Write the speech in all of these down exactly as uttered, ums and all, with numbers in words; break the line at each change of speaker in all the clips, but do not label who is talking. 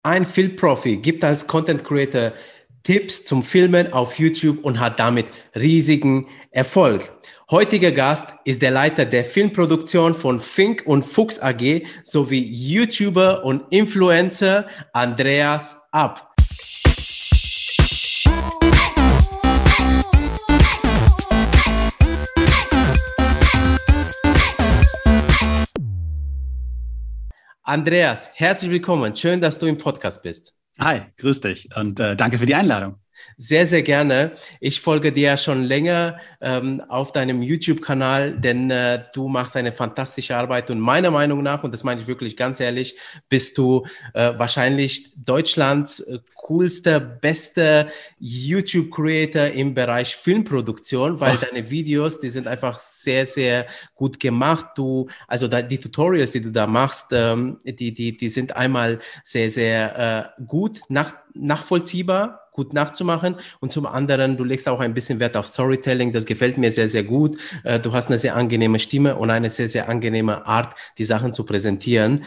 Ein Filmprofi gibt als Content Creator Tipps zum Filmen auf YouTube und hat damit riesigen Erfolg. Heutiger Gast ist der Leiter der Filmproduktion von Fink und Fuchs A G sowie YouTuber und Influencer Andreas Ab. Andreas, herzlich willkommen. Schön, dass du im Podcast bist.
Hi, grüß dich und äh, danke für die Einladung.
Sehr, sehr gerne. Ich folge dir ja schon länger ähm, auf deinem YouTube-Kanal, denn äh, du machst eine fantastische Arbeit und meiner Meinung nach, und das meine ich wirklich ganz ehrlich, bist du äh, wahrscheinlich Deutschlands äh, coolster, bester YouTube-Creator im Bereich Filmproduktion, weil oh. deine Videos, die sind einfach sehr, sehr gut gemacht. Du, also da, die Tutorials, die du da machst, ähm, die, die, die sind einmal sehr, sehr äh, gut nach, nachvollziehbar, gut nachzumachen und zum anderen, du legst auch ein bisschen Wert auf Storytelling, das gefällt mir sehr, sehr gut. Du hast eine sehr angenehme Stimme und eine sehr, sehr angenehme Art, die Sachen zu präsentieren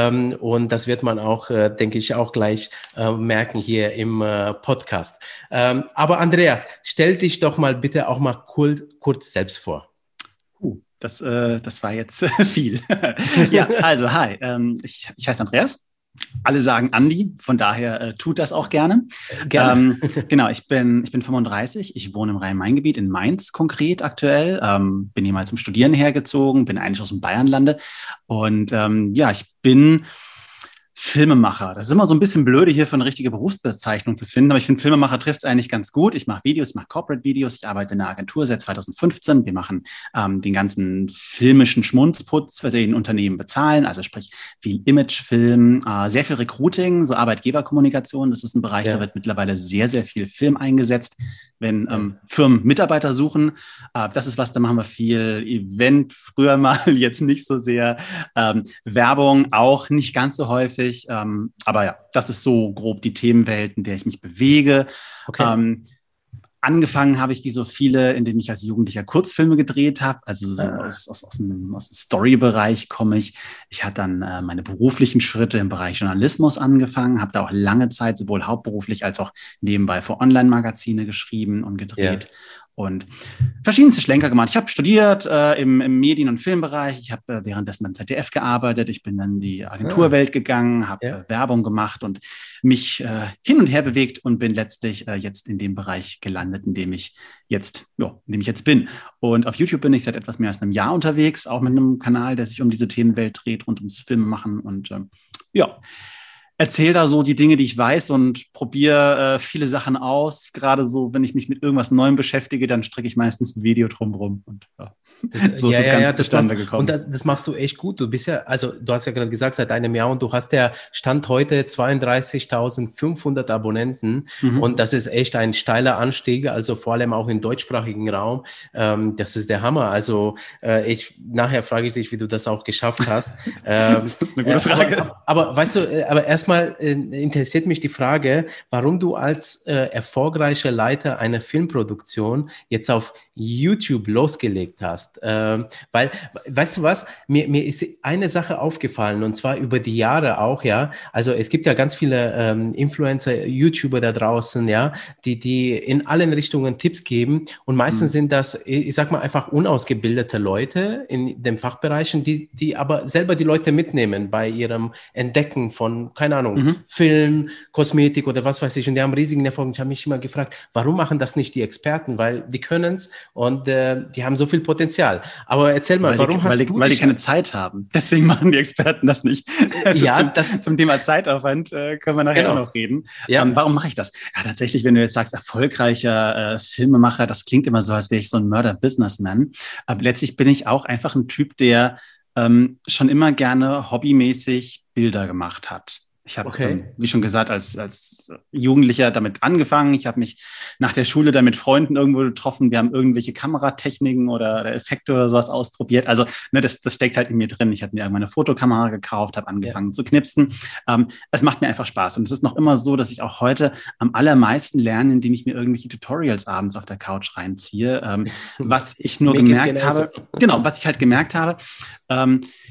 und das wird man auch, denke ich, auch gleich merken hier im Podcast. Aber Andreas, stell dich doch mal bitte auch mal kurz, kurz selbst vor.
Uh, das, äh, das war jetzt viel. Ja, also hi, ähm, ich, ich heiße Andreas. Alle sagen Andi, von daher äh, tut das auch gerne.
Gerne.
Ähm, genau, ich bin, ich bin fünfunddreißig, ich wohne im Rhein-Main-Gebiet, in Mainz konkret aktuell. Ähm, bin hier mal zum Studieren hergezogen, bin eigentlich aus dem Bayernlande. Und ähm, ja, ich bin Filmemacher. Das ist immer so ein bisschen blöde, hier für eine richtige Berufsbezeichnung zu finden, aber ich finde, Filmemacher trifft es eigentlich ganz gut. Ich mache Videos, ich mache Corporate-Videos, ich arbeite in einer Agentur seit zweitausendfünfzehn. Wir machen ähm, den ganzen filmischen Schmunzputz, für den Unternehmen bezahlen, also sprich viel Imagefilm, äh, sehr viel Recruiting, so Arbeitgeberkommunikation. Das ist ein Bereich, ja. Da wird mittlerweile sehr, sehr viel Film eingesetzt, wenn ähm, Firmen Mitarbeiter suchen. Äh, das ist was, da machen wir viel Event, früher mal, jetzt nicht so sehr. Ähm, Werbung auch nicht ganz so häufig. Ähm, aber ja, das ist so grob die Themenwelt, in der ich mich bewege. Okay. Ähm, angefangen habe ich wie so viele, indem ich als Jugendlicher Kurzfilme gedreht habe. Also so ah. aus, aus, aus, dem, aus dem Story-Bereich komme ich. Ich habe dann äh, meine beruflichen Schritte im Bereich Journalismus angefangen, habe da auch lange Zeit sowohl hauptberuflich als auch nebenbei für Online-Magazine geschrieben und gedreht. Ja. Und verschiedenste Schlenker gemacht. Ich habe studiert äh, im, im Medien- und Filmbereich. Ich habe äh, währenddessen beim Z D F gearbeitet. Ich bin dann in die Agenturwelt gegangen, habe ja. äh, Werbung gemacht und mich äh, hin und her bewegt und bin letztlich äh, jetzt in dem Bereich gelandet, in dem ich jetzt, ja, in dem ich jetzt bin. Und auf YouTube bin ich seit etwas mehr als einem Jahr unterwegs, auch mit einem Kanal, der sich um diese Themenwelt dreht, rund ums Filmemachen. Und äh, ja, erzähle da so die Dinge, die ich weiß und probiere äh, viele Sachen aus. Gerade so, wenn ich mich mit irgendwas Neuem beschäftige, dann stricke ich meistens ein Video drumherum. Und ja,
das,
so
ja,
ist das
ja,
Ganze
ja, das
zustande
machst,
gekommen.
Und das, das machst du echt gut. Du bist ja, also du hast ja gerade gesagt, seit einem Jahr und du hast ja Stand heute zweiunddreißigtausendfünfhundert Abonnenten mhm. und das ist echt ein steiler Anstieg, also vor allem auch im deutschsprachigen Raum. Ähm, das ist der Hammer. Also äh, ich, nachher frage ich dich, wie du das auch geschafft hast. ähm,
das ist eine gute Frage.
Äh, aber, aber weißt du, aber erst Erstmal äh, interessiert mich die Frage, warum du als äh, erfolgreicher Leiter einer Filmproduktion jetzt auf YouTube losgelegt hast. Ähm, weil, weißt du was, mir, mir ist eine Sache aufgefallen und zwar über die Jahre auch, ja. Also es gibt ja ganz viele ähm, Influencer, YouTuber da draußen, ja, die, die in allen Richtungen Tipps geben und meistens mhm. sind das, ich sag mal, einfach unausgebildete Leute in den Fachbereichen, die, die aber selber die Leute mitnehmen bei ihrem Entdecken von, keine Ahnung, mhm. Film, Kosmetik oder was weiß ich und die haben riesigen Erfolg. Ich habe mich immer gefragt, warum machen das nicht die Experten, weil die können es und äh, die haben so viel Potenzial. Aber erzähl mal,
weil
warum
die,
hast
weil
du
die, Weil die keine Zeit haben. Deswegen machen die Experten das nicht. Also
ja,
zum,
das,
zum Thema Zeitaufwand äh, können wir nachher
genau.
auch noch reden.
Ja.
Ähm, warum mache ich das? Ja, tatsächlich, wenn du jetzt sagst, erfolgreicher äh, Filmemacher, das klingt immer so, als wäre ich so ein Mörder-Businessman. Aber letztlich bin ich auch einfach ein Typ, der ähm, schon immer gerne hobbymäßig Bilder gemacht hat. Ich habe, okay. ähm, wie schon gesagt, als, als Jugendlicher damit angefangen. Ich habe mich nach der Schule dann mit Freunden irgendwo getroffen. Wir haben irgendwelche Kameratechniken oder, oder Effekte oder sowas ausprobiert. Also ne, das, das steckt halt in mir drin. Ich habe mir irgendwann eine Fotokamera gekauft, habe angefangen ja. zu knipsen. Ähm, es macht mir einfach Spaß. Und es ist noch immer so, dass ich auch heute am allermeisten lerne, indem ich mir irgendwelche Tutorials abends auf der Couch reinziehe. Ähm, was ich nur gemerkt habe, genau, was ich halt gemerkt habe, ähm,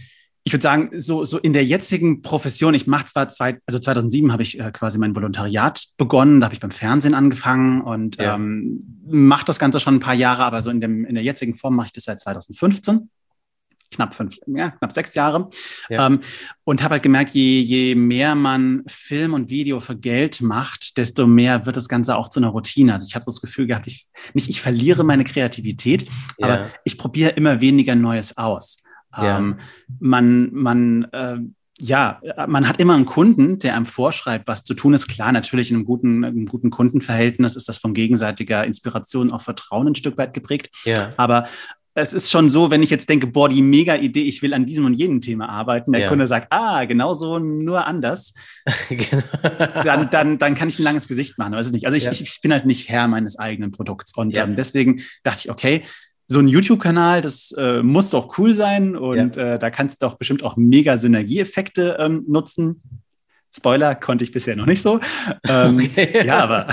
ich würde sagen, so, so in der jetzigen Profession, ich mache zwar zwei, also zweitausendsieben habe ich äh, quasi mein Volontariat begonnen, da habe ich beim Fernsehen angefangen und ja. ähm, mache das Ganze schon ein paar Jahre, aber so in, dem, in der jetzigen Form mache ich das seit zweitausendfünfzehn. Knapp fünf, ja, knapp sechs Jahre. Ja. Ähm, und habe halt gemerkt, je, je mehr man Film und Video für Geld macht, desto mehr wird das Ganze auch zu einer Routine. Also ich habe so das Gefühl gehabt, ich, nicht ich verliere meine Kreativität, ja. aber ich probiere immer weniger Neues aus. Ja. Ähm, man, man, äh, ja, man hat immer einen Kunden, der einem vorschreibt, was zu tun ist. Klar, natürlich in einem guten, einem guten Kundenverhältnis ist das von gegenseitiger Inspiration auch Vertrauen ein Stück weit geprägt. Ja. Aber es ist schon so, wenn ich jetzt denke, boah, die Mega-Idee, ich will an diesem und jenem Thema arbeiten, der ja. Kunde sagt, ah, genau so, nur anders, genau. dann, dann, dann kann ich ein langes Gesicht machen. Weiß es nicht. Also ich, ja. ich, ich bin halt nicht Herr meines eigenen Produkts. Und ja. ähm, deswegen dachte ich, okay, so ein YouTube-Kanal, das äh, muss doch cool sein und ja. äh, da kannst du doch bestimmt auch mega Synergieeffekte ähm, nutzen. Spoiler, konnte ich bisher noch nicht so. Ähm, okay. Ja, aber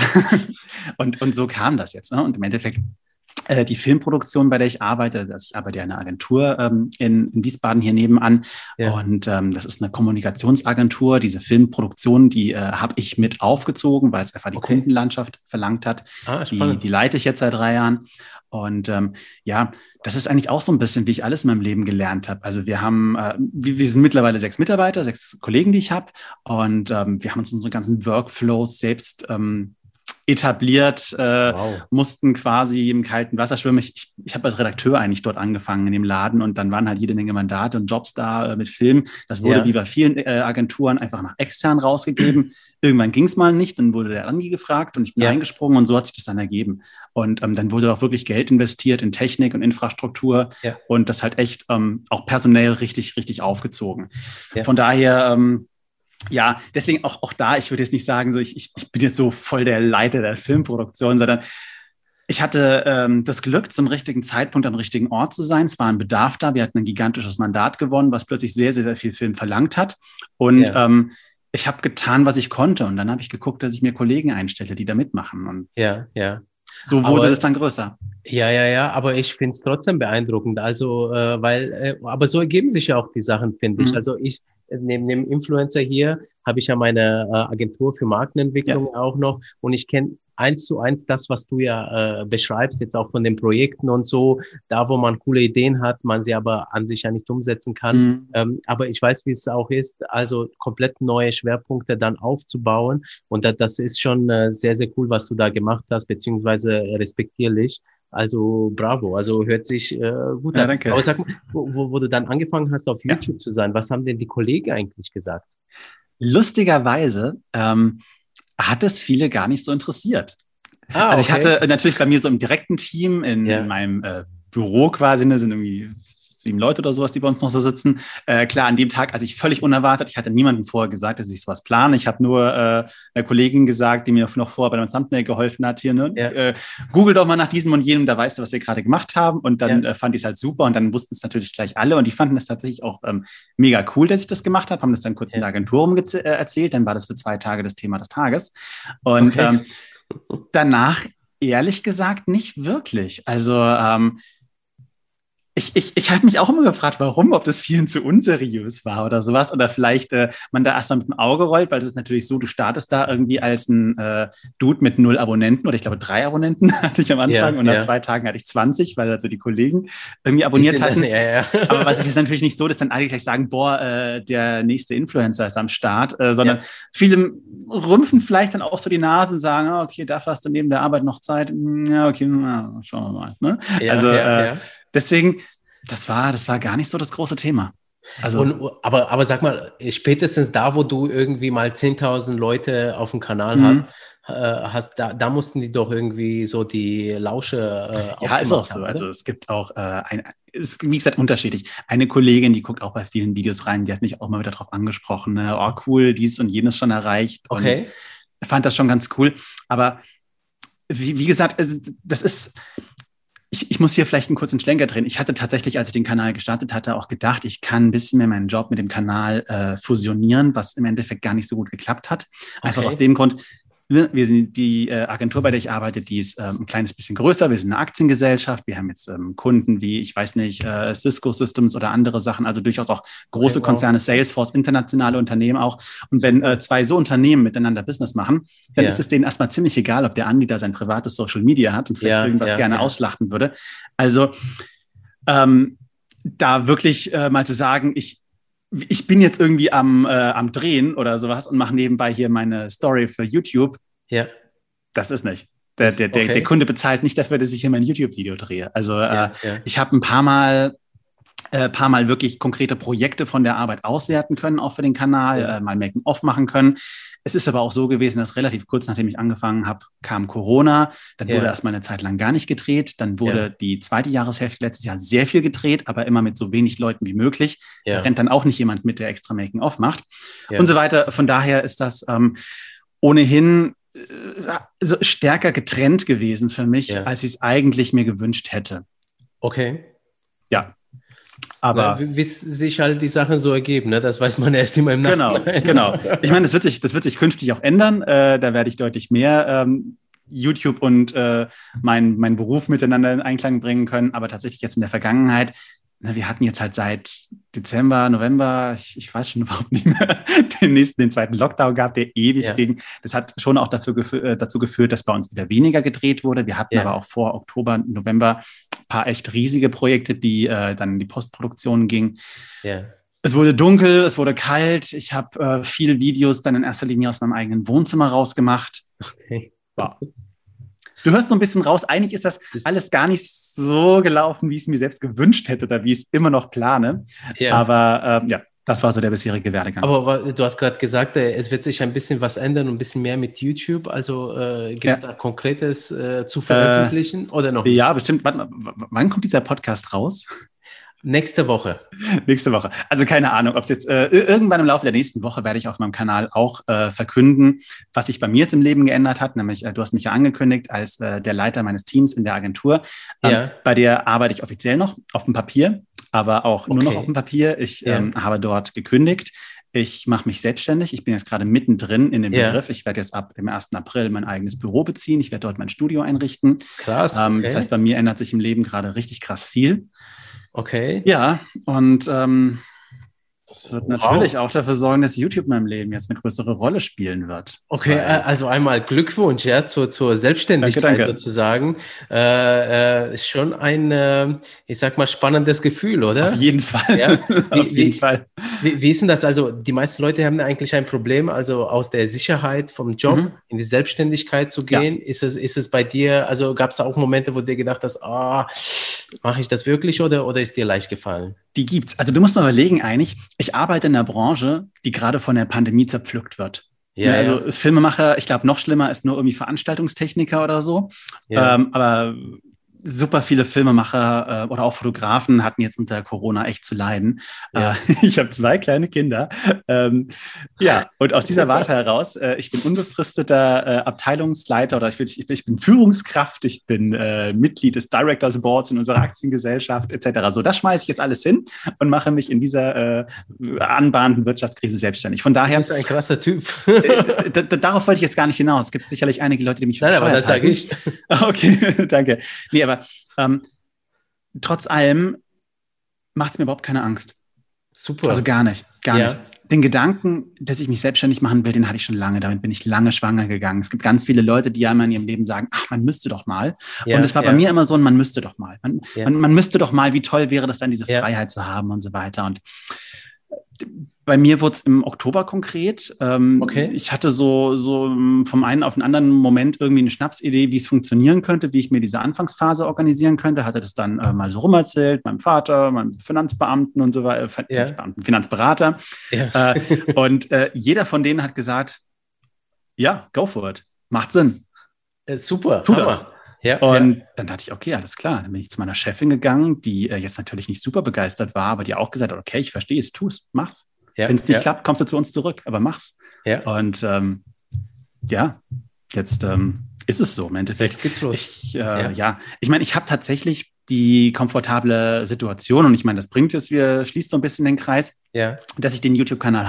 und, und so kam das jetzt. Ne? Und im Endeffekt äh, die Filmproduktion, bei der ich arbeite, also ich arbeite ja in einer Agentur ähm, in, in Wiesbaden hier nebenan ja. und ähm, das ist eine Kommunikationsagentur. Diese Filmproduktion, die äh, habe ich mit aufgezogen, weil es einfach die okay. Kundenlandschaft verlangt hat. Ah, die, die leite ich jetzt seit drei Jahren. Und ähm, ja, das ist eigentlich auch so ein bisschen, wie ich alles in meinem Leben gelernt habe. Also wir haben, äh, wir, wir sind mittlerweile sechs Mitarbeiter, sechs Kollegen, die ich habe. Und ähm, wir haben uns unsere ganzen Workflows selbst ähm, etabliert, äh, wow. mussten quasi im kalten Wasser schwimmen. Ich, ich, ich habe als Redakteur eigentlich dort angefangen in dem Laden und dann waren halt jede Menge Mandate und Jobs da äh, mit Film. Das wurde ja. wie bei vielen äh, Agenturen einfach nach extern rausgegeben. Irgendwann ging es mal nicht, dann wurde der Angie gefragt und ich bin ja. eingesprungen und so hat sich das dann ergeben. Und ähm, dann wurde auch wirklich Geld investiert in Technik und Infrastruktur ja. und das halt echt ähm, auch personell richtig, richtig aufgezogen. Ja. Von daher ähm, ja, deswegen auch, auch da, ich würde jetzt nicht sagen, so ich, ich, ich bin jetzt so voll der Leiter der Filmproduktion, sondern ich hatte ähm, das Glück, zum richtigen Zeitpunkt am richtigen Ort zu sein. Es war ein Bedarf da. Wir hatten ein gigantisches Mandat gewonnen, was plötzlich sehr, sehr, sehr viel Film verlangt hat. Und ja. ähm, ich habe getan, was ich konnte. Und dann habe ich geguckt, dass ich mir Kollegen einstelle, die da mitmachen. Und
ja, ja.
so wurde es dann größer.
Ja, ja, ja, aber ich finde es trotzdem beeindruckend. Also, äh, weil, äh, aber so ergeben sich ja auch die Sachen, finde ich. Mhm. Also ich Neben dem Influencer hier habe ich ja meine äh, Agentur für Markenentwicklung ja. auch noch und ich kenne eins zu eins das, was du ja äh, beschreibst, jetzt auch von den Projekten und so, da wo man coole Ideen hat, man sie aber an sich ja nicht umsetzen kann. Mhm. Ähm, aber ich weiß, wie es auch ist, also komplett neue Schwerpunkte dann aufzubauen und das, das ist schon äh, sehr, sehr cool, was du da gemacht hast, beziehungsweise respektierlich. Also bravo, also hört sich äh, gut
ja,
an.
Danke.
Aber sag mal, wo, wo du dann angefangen hast, auf YouTube ja. zu sein, was haben denn die Kollegen eigentlich gesagt?
Lustigerweise ähm, hat es viele gar nicht so interessiert. Ah, also ich
okay.
hatte natürlich bei mir so im direkten Team, in, ja. in meinem äh, Büro quasi, ne, sind irgendwie sieben Leute oder sowas, die bei uns noch so sitzen. Äh, klar, an dem Tag, als ich völlig unerwartet, ich hatte niemandem vorher gesagt, dass ich sowas plane. Ich habe nur äh, einer Kollegin gesagt, die mir noch vorher bei dem Thumbnail geholfen hat, hier, ne? Ja. Äh, Google doch mal nach diesem und jenem, da weißt du, was wir gerade gemacht haben. Und dann ja. äh, fand ich es halt super und dann wussten es natürlich gleich alle und die fanden es tatsächlich auch ähm, mega cool, dass ich das gemacht habe, haben das dann kurz ja. in der Agentur rumge- äh, erzählt, dann war das für zwei Tage das Thema des Tages. Und okay. ähm, danach, ehrlich gesagt, nicht wirklich. Also ähm, Ich, ich, ich habe mich auch immer gefragt, warum, ob das vielen zu unseriös war oder sowas. Oder vielleicht äh, man da erst mal mit dem Auge rollt, weil es ist natürlich so, du startest da irgendwie als ein äh, Dude mit null Abonnenten oder ich glaube drei Abonnenten hatte ich am Anfang ja, und nach ja. zwei Tagen hatte ich zwanzig, weil also die Kollegen irgendwie abonniert hatten. Dann, ja, ja. Aber was ist jetzt natürlich nicht so, dass dann alle gleich sagen, boah, äh, der nächste Influencer ist am Start, äh, sondern ja. viele rümpfen vielleicht dann auch so die Nase und sagen, oh, okay, dafür hast du neben der Arbeit noch Zeit. Ja, okay, na, schauen wir mal. Ne? Ja, also ja, äh, ja. Deswegen, das war, das war gar nicht so das große Thema. Also,
und, aber, aber sag mal, spätestens da, wo du irgendwie mal zehntausend Leute auf dem Kanal mhm. hast, äh, hast da, da mussten die doch irgendwie so die Lausche äh,
ja, ist auch so. Haben, also es gibt auch, äh, ein, ist, wie gesagt, unterschiedlich. Eine Kollegin, die guckt auch bei vielen Videos rein, die hat mich auch mal wieder darauf angesprochen, ne? Oh cool, dies und jenes schon erreicht.
Okay.
Und fand das schon ganz cool. Aber wie, wie gesagt, also das ist... Ich, ich muss hier vielleicht einen kurzen Schlenker drehen. Ich hatte tatsächlich, als ich den Kanal gestartet hatte, auch gedacht, ich kann ein bisschen mehr meinen Job mit dem Kanal äh, fusionieren, was im Endeffekt gar nicht so gut geklappt hat. Einfach okay. aus dem Grund, Wir, wir sind die äh, Agentur, bei der ich arbeite, die ist ähm, ein kleines bisschen größer. Wir sind eine Aktiengesellschaft. Wir haben jetzt ähm, Kunden wie, ich weiß nicht, äh, Cisco Systems oder andere Sachen, also durchaus auch große
Okay, wow.
Konzerne, Salesforce, internationale Unternehmen auch. Und wenn äh, zwei so Unternehmen miteinander Business machen, dann
Ja.
ist es denen erstmal ziemlich egal, ob der Andi da sein privates Social Media hat und vielleicht
Ja,
irgendwas
ja,
gerne
ja.
ausschlachten würde. Also ähm, da wirklich äh, mal zu sagen, ich Ich bin jetzt irgendwie am, äh, am Drehen oder sowas und mache nebenbei hier meine Story für YouTube.
Ja.
Das ist nicht. Der,
Das-
der, der,
okay.
der Kunde bezahlt nicht dafür, dass ich hier mein YouTube-Video drehe. Also
Ja,
äh,
ja.
ich habe ein paar Mal, äh, paar Mal wirklich konkrete Projekte von der Arbeit auswerten können, auch für den Kanal,
Ja.
äh, mal Making-of machen können. Es ist aber auch so gewesen, dass relativ kurz nachdem ich angefangen habe, kam Corona. Dann
Ja.
wurde erstmal eine Zeit lang gar nicht gedreht. Dann wurde
Ja.
die zweite Jahreshälfte letztes Jahr sehr viel gedreht, aber immer mit so wenig Leuten wie möglich.
Ja.
Da rennt dann auch nicht jemand mit, der extra Making-of macht
Ja.
und so weiter. Von daher ist das ähm, ohnehin äh, so stärker getrennt gewesen für mich,
Ja.
als ich es eigentlich mir gewünscht hätte.
Okay.
Ja, aber
Na, wie, wie sich halt die Sachen so ergeben, ne? Das weiß man erst immer im
genau,
Nachhinein.
genau. Ich meine, das wird sich, das wird sich künftig auch ändern. Äh, da werde ich deutlich mehr ähm, YouTube und äh, mein, mein Beruf miteinander in Einklang bringen können. Aber tatsächlich jetzt in der Vergangenheit, na, wir hatten jetzt halt seit Dezember, November, ich, ich weiß schon überhaupt nicht mehr, den nächsten, den zweiten Lockdown gab, der ewig
Ja.
ging. Das hat schon auch dafür gefü- äh, dazu geführt, dass bei uns wieder weniger gedreht wurde. Wir hatten
Ja.
aber auch vor Oktober, November ein paar echt riesige Projekte, die äh, dann in die Postproduktion gingen.
Ja.
Es wurde dunkel, es wurde kalt. Ich habe äh, viele Videos dann in erster Linie aus meinem eigenen Wohnzimmer rausgemacht.
Okay.
Wow. Du hörst so ein bisschen raus, eigentlich ist das
Das-
alles gar nicht so gelaufen, wie ich es mir selbst gewünscht hätte oder wie ich es immer noch plane.
Ja.
Aber ähm, ja, das war so der bisherige Werdegang.
Aber wa- du hast gerade gesagt, äh, es wird sich ein bisschen was ändern und ein bisschen mehr mit YouTube. Also äh, gibt es
Ja.
da Konkretes äh, zu veröffentlichen oder noch nicht?
Ja, bestimmt. Warte mal, w- wann kommt dieser Podcast raus?
Nächste Woche.
Nächste Woche. Also keine Ahnung, ob es jetzt äh, irgendwann im Laufe der nächsten Woche werde ich auf meinem Kanal auch äh, verkünden, was sich bei mir jetzt im Leben geändert hat. Nämlich, äh, du hast mich ja angekündigt als äh, der Leiter meines Teams in der Agentur. Ähm,
Ja.
Bei der arbeite ich offiziell noch auf dem Papier, aber auch nur noch
Okay.
auf dem Papier. Ich
Ja.
ähm, habe dort gekündigt. Ich mache mich selbstständig. Ich bin jetzt gerade mittendrin in dem
Ja.
Begriff. Ich werde jetzt ab dem ersten April mein eigenes Büro beziehen. Ich werde dort mein Studio einrichten.
Krass.
Ähm,
Okay.
Das heißt, bei mir ändert sich im Leben gerade richtig krass viel.
okay.
Ja, und ähm, das wird
Wow.
natürlich auch dafür sorgen, dass YouTube in meinem Leben jetzt eine größere Rolle spielen wird.
Okay,
Weil-
äh, also einmal Glückwunsch, ja, zur, zur Selbstständigkeit
Danke, danke.
sozusagen. Äh, äh, ist schon ein, äh, ich sag mal, spannendes Gefühl, oder?
Auf jeden Fall.
Ja.
Auf
Wie-
jeden
wie-
Fall.
Wie, wie ist denn das? Also, die meisten Leute haben eigentlich ein Problem, also aus der Sicherheit vom Job
Mhm.
in die Selbstständigkeit zu
Ja.
gehen. Ist es, ist es bei dir, also gab es da auch Momente, wo du dir gedacht hast, ah, mache ich das wirklich oder, oder ist dir leicht gefallen?
Die gibt's. Also du musst mal überlegen eigentlich, ich arbeite in einer Branche, die gerade von der Pandemie zerpflückt wird. Ja, also
ja.
Filmemacher, ich glaube, noch schlimmer ist nur irgendwie Veranstaltungstechniker oder so.
Ja.
Ähm, aber super viele Filmemacher äh, oder auch Fotografen hatten jetzt unter Corona echt zu leiden.
Ja.
Äh, ich habe zwei kleine Kinder. Ähm, ja, und aus dieser Warte heraus, äh, ich bin unbefristeter äh, Abteilungsleiter oder ich bin, ich bin, ich bin Führungskraft, ich bin äh, Mitglied des Directors Boards in unserer Aktiengesellschaft et cetera. So, das schmeiße ich jetzt alles hin und mache mich in dieser äh, anbahnenden Wirtschaftskrise selbstständig. Von
Du
daher,
bist ein krasser Typ.
äh, d- d- darauf wollte ich jetzt gar nicht hinaus. Es gibt sicherlich einige Leute, die mich für
Nein, aber
bescheuert
das sage
halten.
ich.
Okay, danke. Nee, aber ähm, trotz allem macht es mir überhaupt keine Angst.
Super.
Also gar nicht, gar
Ja.
nicht. Den Gedanken, dass ich mich selbstständig machen will, den hatte ich schon lange. Damit bin ich lange schwanger gegangen. Es gibt ganz viele Leute, die ja immer in ihrem Leben sagen, ach, man müsste doch mal.
Ja,
und es war
ja.
bei mir immer so ein, man müsste doch mal. Man,
Ja.
man, man müsste doch mal, wie toll wäre das dann, diese
Ja.
Freiheit zu haben und so weiter. Und bei mir wurde es im Oktober konkret. Ähm,
Okay.
Ich hatte so, so ähm, vom einen auf den anderen Moment irgendwie eine Schnapsidee, wie es funktionieren könnte, wie ich mir diese Anfangsphase organisieren könnte. Hatte das dann äh, mal so rumerzählt, meinem Vater, meinem Finanzbeamten und so weiter, Fin-
Ja.
nicht Beamten, Finanzberater.
Ja.
Äh, und äh, jeder von denen hat gesagt, ja, go for it. Macht Sinn.
Äh, Super.
Tu
Hammer.
das.
Ja,
Und
ja.
dann dachte ich, okay, alles klar. Dann bin ich zu meiner Chefin gegangen, die äh, jetzt natürlich nicht super begeistert war, aber die auch gesagt hat, okay, ich verstehe es, tu's, mach's.
Ja,
Wenn es nicht
ja.
klappt, kommst du zu uns zurück, aber mach's.
Ja.
Und ähm, ja, jetzt ähm, ist es so im Endeffekt.
Jetzt geht's los.
Ich, äh,
Ja.
ja. ich meine, ich habe tatsächlich die komfortable Situation und ich meine, das bringt es, wir schließt so ein bisschen den Kreis,
Ja.
dass ich den YouTube-Kanal habe.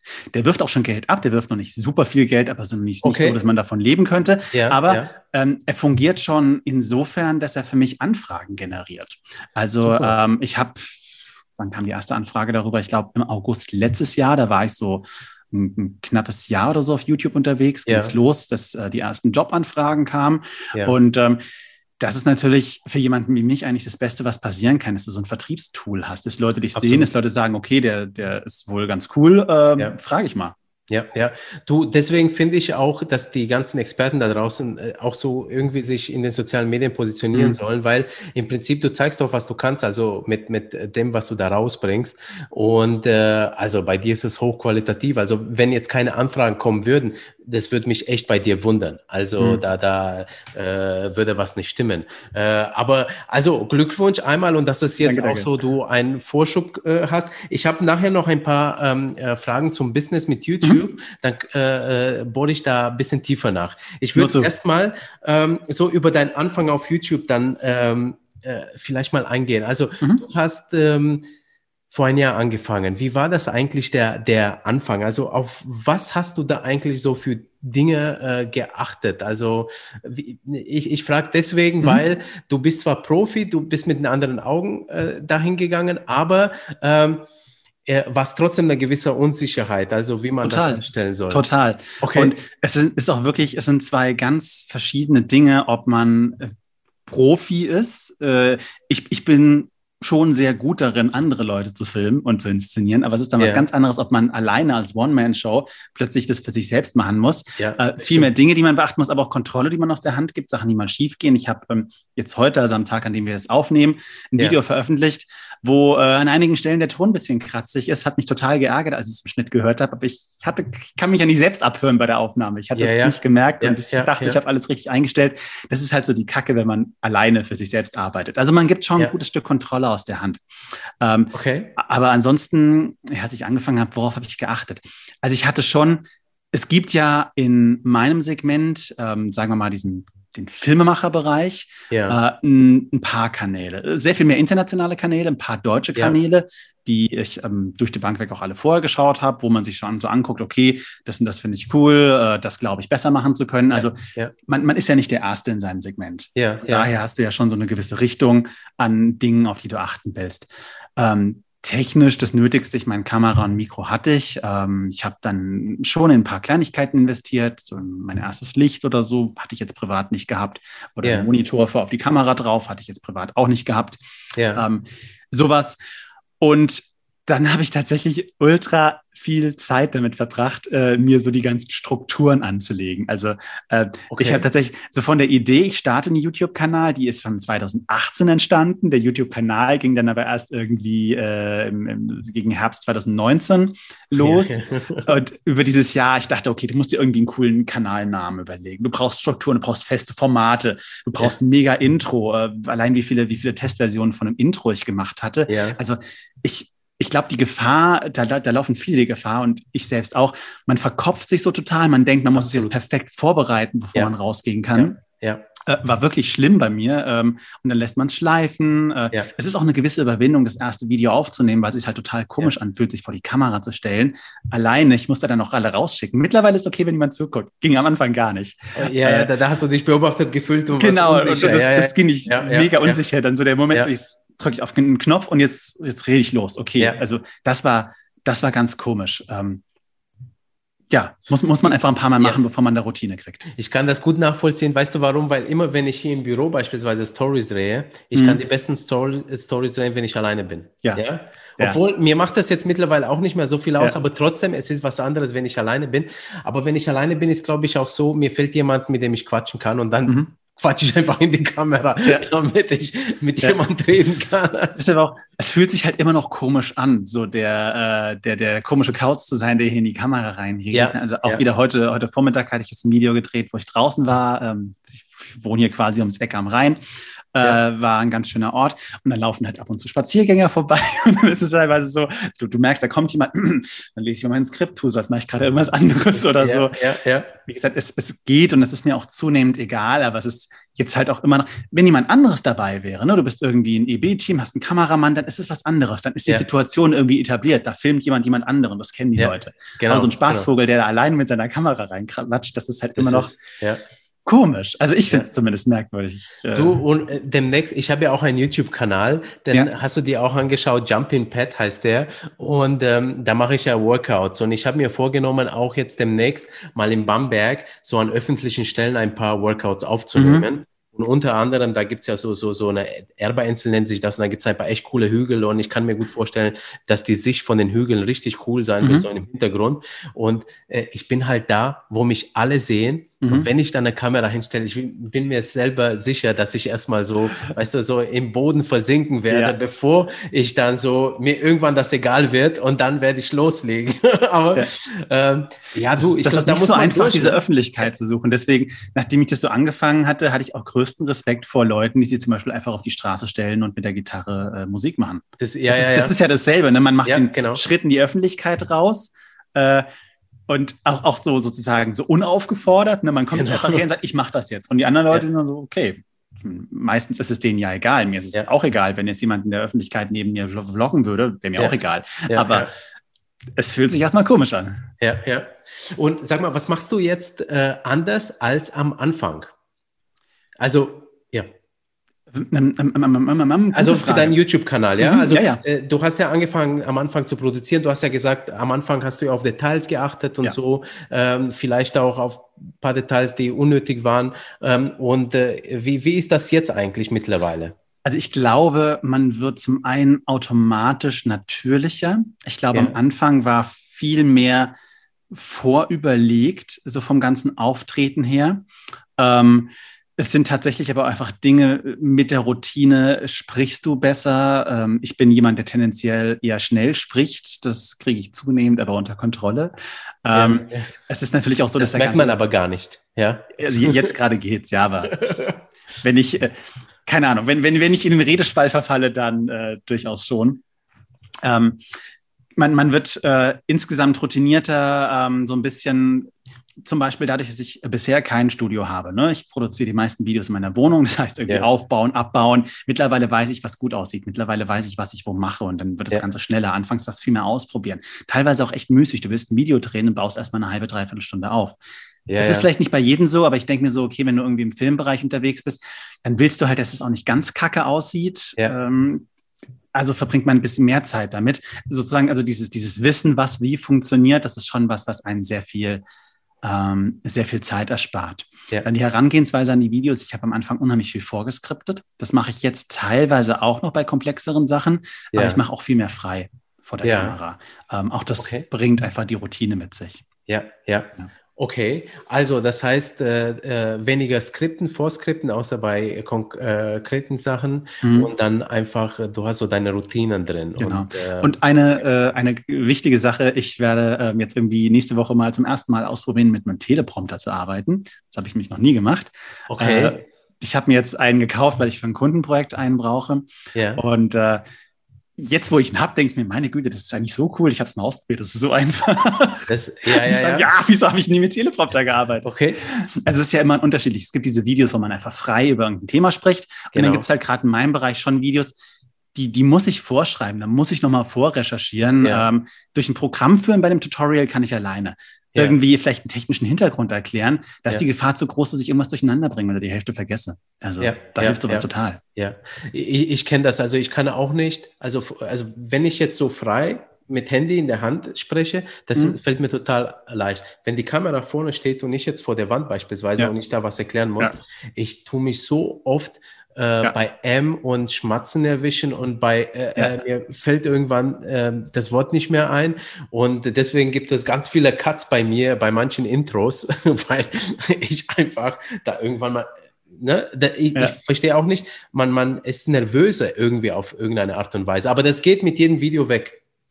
Der wirft auch schon Geld ab, der wirft noch nicht super viel Geld ab, also nicht,
Okay.
nicht so, dass man davon leben könnte.
Ja,
aber
ja.
ähm, er fungiert schon insofern, dass er für mich Anfragen generiert. Also
Super.
ähm, ich habe, wann kam die erste Anfrage darüber? Ich glaube im August letztes Jahr, da war ich so ein, ein knappes Jahr oder so auf YouTube unterwegs, ging es
Ja.
los, dass äh, die ersten Jobanfragen kamen.
Ja.
Und ähm, das ist natürlich für jemanden wie mich eigentlich das Beste, was passieren kann, dass du so ein Vertriebstool hast, dass Leute dich
Absolut.
sehen, dass Leute sagen, okay, der, der ist wohl ganz cool, ähm,
Ja.
frage ich mal.
Ja, ja. Du, deswegen finde ich auch, dass die ganzen Experten da draußen äh, auch so irgendwie sich in den sozialen Medien positionieren
Mhm.
sollen, weil im Prinzip du zeigst doch, was du kannst, also mit, mit dem, was du da rausbringst. Und äh, also bei dir ist es hochqualitativ. Also wenn jetzt keine Anfragen kommen würden, das würde mich echt bei dir wundern. Also
Mhm.
da, da äh, würde was nicht stimmen. Äh, aber also Glückwunsch einmal und dass es jetzt
Danke,
auch
danke.
so du einen Vorschub äh, hast. Ich habe nachher noch ein paar ähm, äh, Fragen zum Business mit YouTube.
Mhm.
Dann äh, äh, bohre ich da ein bisschen tiefer nach. Ich
Nur
würde
zu.
erstmal ähm, so über deinen Anfang auf YouTube dann ähm, äh, vielleicht mal eingehen. Also
Mhm.
du hast ähm, vor ein Jahr angefangen. Wie war das eigentlich der, der Anfang? Also auf was hast du da eigentlich so für Dinge äh, geachtet? Also wie, ich, ich frage deswegen,
Mhm.
weil du bist zwar Profi, du bist mit den anderen Augen äh, dahin gegangen, aber ähm, äh, warst trotzdem eine gewisse Unsicherheit, also wie man das
Total,
anstellen soll.
total.
Okay.
Und es ist, ist auch wirklich, es sind zwei ganz verschiedene Dinge, ob man äh, Profi ist. Äh, ich, ich bin schon sehr gut darin, andere Leute zu filmen und zu inszenieren, aber es ist dann was
Ja.
ganz anderes, ob man alleine als One-Man-Show plötzlich das für sich selbst machen muss.
Ja,
Äh,
das
viel mehr
stimmt.
Dinge, die man beachten muss, aber auch Kontrolle, die man aus der Hand gibt, Sachen, die mal schief gehen. Ich habe ähm, jetzt heute, also am Tag, an dem wir das aufnehmen, ein
Ja.
Video veröffentlicht, wo äh, an einigen Stellen der Ton ein bisschen kratzig ist. Hat mich total geärgert, als ich es im Schnitt gehört habe. Aber ich hatte, kann mich ja nicht selbst abhören bei der Aufnahme. Ich hatte
Ja,
es
ja.
nicht gemerkt
Ja,
und ich
ja,
dachte,
ja.
ich habe alles richtig eingestellt. Das ist halt so die Kacke, wenn man alleine für sich selbst arbeitet. Also man gibt schon
Ja.
ein gutes Stück Kontrolle aus der Hand. Ähm,
Okay.
aber ansonsten, ja, als ich angefangen habe, worauf habe ich geachtet? Also ich hatte schon, es gibt ja in meinem Segment, ähm, sagen wir mal, diesen den Filmemacherbereich,
Ja.
äh, ein, ein paar Kanäle. Sehr viel mehr internationale Kanäle, ein paar deutsche
Ja.
Kanäle, die ich ähm, durch die Bank weg auch alle vorher geschaut habe, wo man sich schon so anguckt, okay, das und das finde ich cool, äh, das glaube ich besser machen zu können. Also
Ja.
man, man ist ja nicht der Erste in seinem Segment.
Ja.
Von
Ja.
daher hast du ja schon so eine gewisse Richtung an Dingen, auf die du achten willst. Ähm, technisch das Nötigste, ich meine, Kamera und Mikro hatte ich. Ähm, ich habe dann schon in ein paar Kleinigkeiten investiert. So mein erstes Licht oder so hatte ich jetzt privat nicht gehabt. Oder
Ja.
einen Monitor für auf die Kamera drauf hatte ich jetzt privat auch nicht gehabt.
Ja.
Ähm, sowas. Und dann habe ich tatsächlich ultra viel Zeit damit verbracht, äh, mir so die ganzen Strukturen anzulegen. Also äh,
Okay.
ich habe tatsächlich so von der Idee, ich starte einen YouTube-Kanal, die ist von zwanzig achtzehn entstanden. Der YouTube-Kanal ging dann aber erst irgendwie äh, im, im, gegen Herbst zwanzig neunzehn los.
Ja.
Und über dieses Jahr, ich dachte, okay, du musst dir irgendwie einen coolen Kanalnamen überlegen. Du brauchst Strukturen, du brauchst feste Formate, du brauchst
Ja.
ein mega Intro. Äh, allein wie viele, wie viele Testversionen von einem Intro ich gemacht hatte.
Ja.
Also ich Ich glaube, die Gefahr, da, da laufen viele die Gefahr und ich selbst auch, man verkopft sich so total, man denkt, man muss
Absolut.
es jetzt perfekt vorbereiten, bevor
Ja.
man rausgehen kann.
Ja.
Äh, war wirklich schlimm bei mir ähm, und dann lässt man es schleifen. Äh,
Ja.
Es ist auch eine gewisse Überwindung, das erste Video aufzunehmen, weil es sich halt total komisch
Ja.
anfühlt, sich vor die Kamera zu stellen. Alleine, ich musste dann auch alle rausschicken. Mittlerweile ist es okay, wenn jemand zuguckt. Ging am Anfang gar nicht.
Ja, ja,
Äh,
da, da hast du dich beobachtet gefühlt und
Genau,
warst
und
unsicher.
das,
Ja, ja.
das ging ich
Ja, ja,
mega
ja.
unsicher. Dann so der Moment,
Ja.
wo ich drücke ich auf einen Knopf und jetzt, jetzt rede ich los. Okay,
Ja.
also das war, das war ganz komisch. Ähm, ja, muss, muss man einfach ein paar Mal machen,
Ja.
bevor man da Routine kriegt.
Ich kann das gut nachvollziehen. Weißt du warum? Weil immer, wenn ich hier im Büro beispielsweise Stories drehe, ich
Mhm.
kann die besten Story, Stories drehen, wenn ich alleine bin.
Ja.
Ja?
Ja.
Obwohl, mir macht das jetzt mittlerweile auch nicht mehr so viel aus,
Ja.
aber trotzdem, es ist was anderes, wenn ich alleine bin. Aber wenn ich alleine bin, ist, glaube ich, auch so, mir fehlt jemand, mit dem ich quatschen kann und dann
Mhm.
quatsche ich einfach in die Kamera,
Ja.
damit ich mit
Ja.
jemand reden kann.
Es ist aber auch, es fühlt sich halt immer noch komisch an, so der, äh, der, der komische Kauz zu sein, der hier in die Kamera reingeht.
Ja.
Also auch
Ja.
wieder heute, heute Vormittag hatte ich jetzt ein Video gedreht, wo ich draußen war. Ähm, ich ich wohne hier quasi ums Eck am Rhein. Ja. Äh, war ein ganz schöner Ort. Und dann laufen halt ab und zu Spaziergänger vorbei. Und dann ist es teilweise so, du, du merkst, da kommt jemand, dann lese ich mal mein Skript zu, so als mache ich gerade irgendwas anderes oder
ja,
so.
Ja, ja.
Wie gesagt, es, es geht und es ist mir auch zunehmend egal, aber es ist jetzt halt auch immer noch, wenn jemand anderes dabei wäre, ne, du bist irgendwie ein E B-Team, hast einen Kameramann, dann ist es was anderes. Dann ist die ja. Situation irgendwie etabliert. Da filmt jemand jemand anderen, das kennen die ja. Leute. Genau, aber so ein Spaßvogel, genau. der da alleine mit seiner Kamera reinquatscht, das ist halt das immer noch... Ist, ja. Komisch. Also ich finde es ja. zumindest merkwürdig.
Du, und äh, demnächst, ich habe ja auch einen YouTube-Kanal, den ja. hast du dir auch angeschaut, Jumping Pad heißt der. Und ähm, da mache ich ja Workouts. Und ich habe mir vorgenommen, auch jetzt demnächst mal in Bamberg so an öffentlichen Stellen ein paar Workouts aufzunehmen. Mhm. Und unter anderem, da gibt's ja so, so, so eine Erberinsel nennt sich das, und da gibt's ein paar echt coole Hügel und ich kann mir gut vorstellen, dass die Sicht von den Hügeln richtig cool sein mhm. wird, so im Hintergrund. Und äh, ich bin halt da, wo mich alle sehen. Mhm. Und wenn ich dann eine Kamera hinstelle, ich bin mir selber sicher, dass ich erstmal so, weißt du, so im Boden versinken werde, ja. bevor ich dann so, mir irgendwann das egal wird und dann werde ich loslegen. Aber ja, ähm, ja du, ich
das
glaub,
ist nicht da muss so man einfach, durch, diese Öffentlichkeit zu suchen. Deswegen, nachdem ich das so angefangen hatte, hatte ich auch größten Respekt vor Leuten, die sich zum Beispiel einfach auf die Straße stellen und mit der Gitarre äh, Musik machen. Das, ja, das, ist, ja, das ja. ist ja dasselbe, ne? Man macht ja, den genau. Schritt in die Öffentlichkeit raus, äh, und auch, auch so sozusagen so unaufgefordert. Ne? Man kommt genau. einfach her und sagt, ich mache das jetzt. Und die anderen Leute ja. sind dann so, okay, meistens ist es denen ja egal. Mir ist es ja. auch egal, wenn jetzt jemand in der Öffentlichkeit neben mir vloggen würde, wäre mir ja. auch egal. Ja, Aber ja. es fühlt sich erstmal komisch an.
Ja, ja. Und sag mal, was machst du jetzt äh, anders als am Anfang? Also, ja. Also für deinen YouTube-Kanal, ja? Also ja, ja. Äh, du hast ja angefangen am Anfang zu produzieren, du hast ja gesagt, am Anfang hast du ja auf Details geachtet und ja. so, ähm, vielleicht auch auf ein paar Details, die unnötig waren. Ähm, und äh, wie, wie ist das jetzt eigentlich mittlerweile?
Also ich glaube, man wird zum einen automatisch natürlicher. Ich glaube, ja. am Anfang war viel mehr vorüberlegt, so vom ganzen Auftreten her. Ähm, Es sind tatsächlich aber einfach Dinge mit der Routine, sprichst du besser. Ähm, ich bin jemand, der tendenziell eher schnell spricht. Das kriege ich zunehmend aber unter Kontrolle. Ähm, ja. Es ist natürlich auch so,
das
dass...
Das merkt man aber gar nicht. Ja?
Also jetzt gerade geht's, ja, aber wenn ich, äh, keine Ahnung, wenn, wenn, wenn ich in den Redespalt verfalle, dann äh, durchaus schon. Ähm, man, man wird äh, insgesamt routinierter, ähm, so ein bisschen... Zum Beispiel dadurch, dass ich bisher kein Studio habe. Ne? Ich produziere die meisten Videos in meiner Wohnung, das heißt irgendwie ja. aufbauen, abbauen. Mittlerweile weiß ich, was gut aussieht. Mittlerweile weiß ich, was ich wo mache und dann wird das ja. Ganze schneller. Anfangs was viel mehr ausprobieren. Teilweise auch echt müßig. Du willst ein Video drehen und baust erstmal eine halbe, dreiviertel Stunde auf. Ja, das ja. ist vielleicht nicht bei jedem so, aber ich denke mir so, okay, wenn du irgendwie im Filmbereich unterwegs bist, dann willst du halt, dass es auch nicht ganz kacke aussieht. Ja. Ähm, Also verbringt man ein bisschen mehr Zeit damit. Sozusagen, also dieses, dieses Wissen, was wie funktioniert, das ist schon was, was einen sehr viel Ähm, sehr viel Zeit erspart. Ja. Dann die Herangehensweise an die Videos. Ich habe am Anfang unheimlich viel vorgeskriptet. Das mache ich jetzt teilweise auch noch bei komplexeren Sachen, ja. aber ich mache auch viel mehr frei vor der ja. Kamera. Ähm, auch das okay. bringt einfach die Routine mit sich.
Ja, ja. ja. Okay, also das heißt äh, äh, weniger Skripten, Vorskripten, außer bei konkreten äh, Sachen mhm. und dann einfach, du hast so deine Routinen drin.
Genau. Und, äh, und eine, äh, eine wichtige Sache, ich werde äh, jetzt irgendwie nächste Woche mal zum ersten Mal ausprobieren, mit meinem Teleprompter zu arbeiten. Das habe ich mich noch nie gemacht.
Okay.
Äh, ich habe mir jetzt einen gekauft, weil ich für ein Kundenprojekt einen brauche.
Ja.
Und äh, jetzt, wo ich ihn habe, denke ich mir, meine Güte, das ist eigentlich so cool. Ich habe es mal ausprobiert, das ist so einfach.
Das, ja, ja, ja.
ja, wieso habe ich nie mit Teleprompter gearbeitet?
Okay.
Also es ist ja immer unterschiedlich. Es gibt diese Videos, wo man einfach frei über irgendein Thema spricht. Und genau. dann gibt es halt gerade in meinem Bereich schon Videos, die, die muss ich vorschreiben. Da muss ich nochmal vorrecherchieren. Ja. Ähm, durch ein Programm führen bei dem Tutorial kann ich alleine. Ja. Irgendwie vielleicht einen technischen Hintergrund erklären, dass ja. die Gefahr zu groß ist, dass ich irgendwas durcheinander bringe oder die Hälfte vergesse. Also ja. da ja. hilft sowas
ja.
total.
Ja, ich, ich kenne das. Also ich kann auch nicht, also, also wenn ich jetzt so frei mit Handy in der Hand spreche, das mhm. fällt mir total leicht. Wenn die Kamera vorne steht und ich jetzt vor der Wand beispielsweise ja. und ich da was erklären muss, ja. ich tue mich so oft Äh, ja. bei M und Schmatzen erwischen und bei äh, ja. äh, mir fällt irgendwann äh, das Wort nicht mehr ein und deswegen gibt es ganz viele Cuts bei mir, bei manchen Intros, weil ich einfach da irgendwann mal, ne, da, ich, ja. ich verstehe auch nicht, man, man ist nervöser irgendwie auf irgendeine Art und Weise, aber das geht mit jedem Video weg.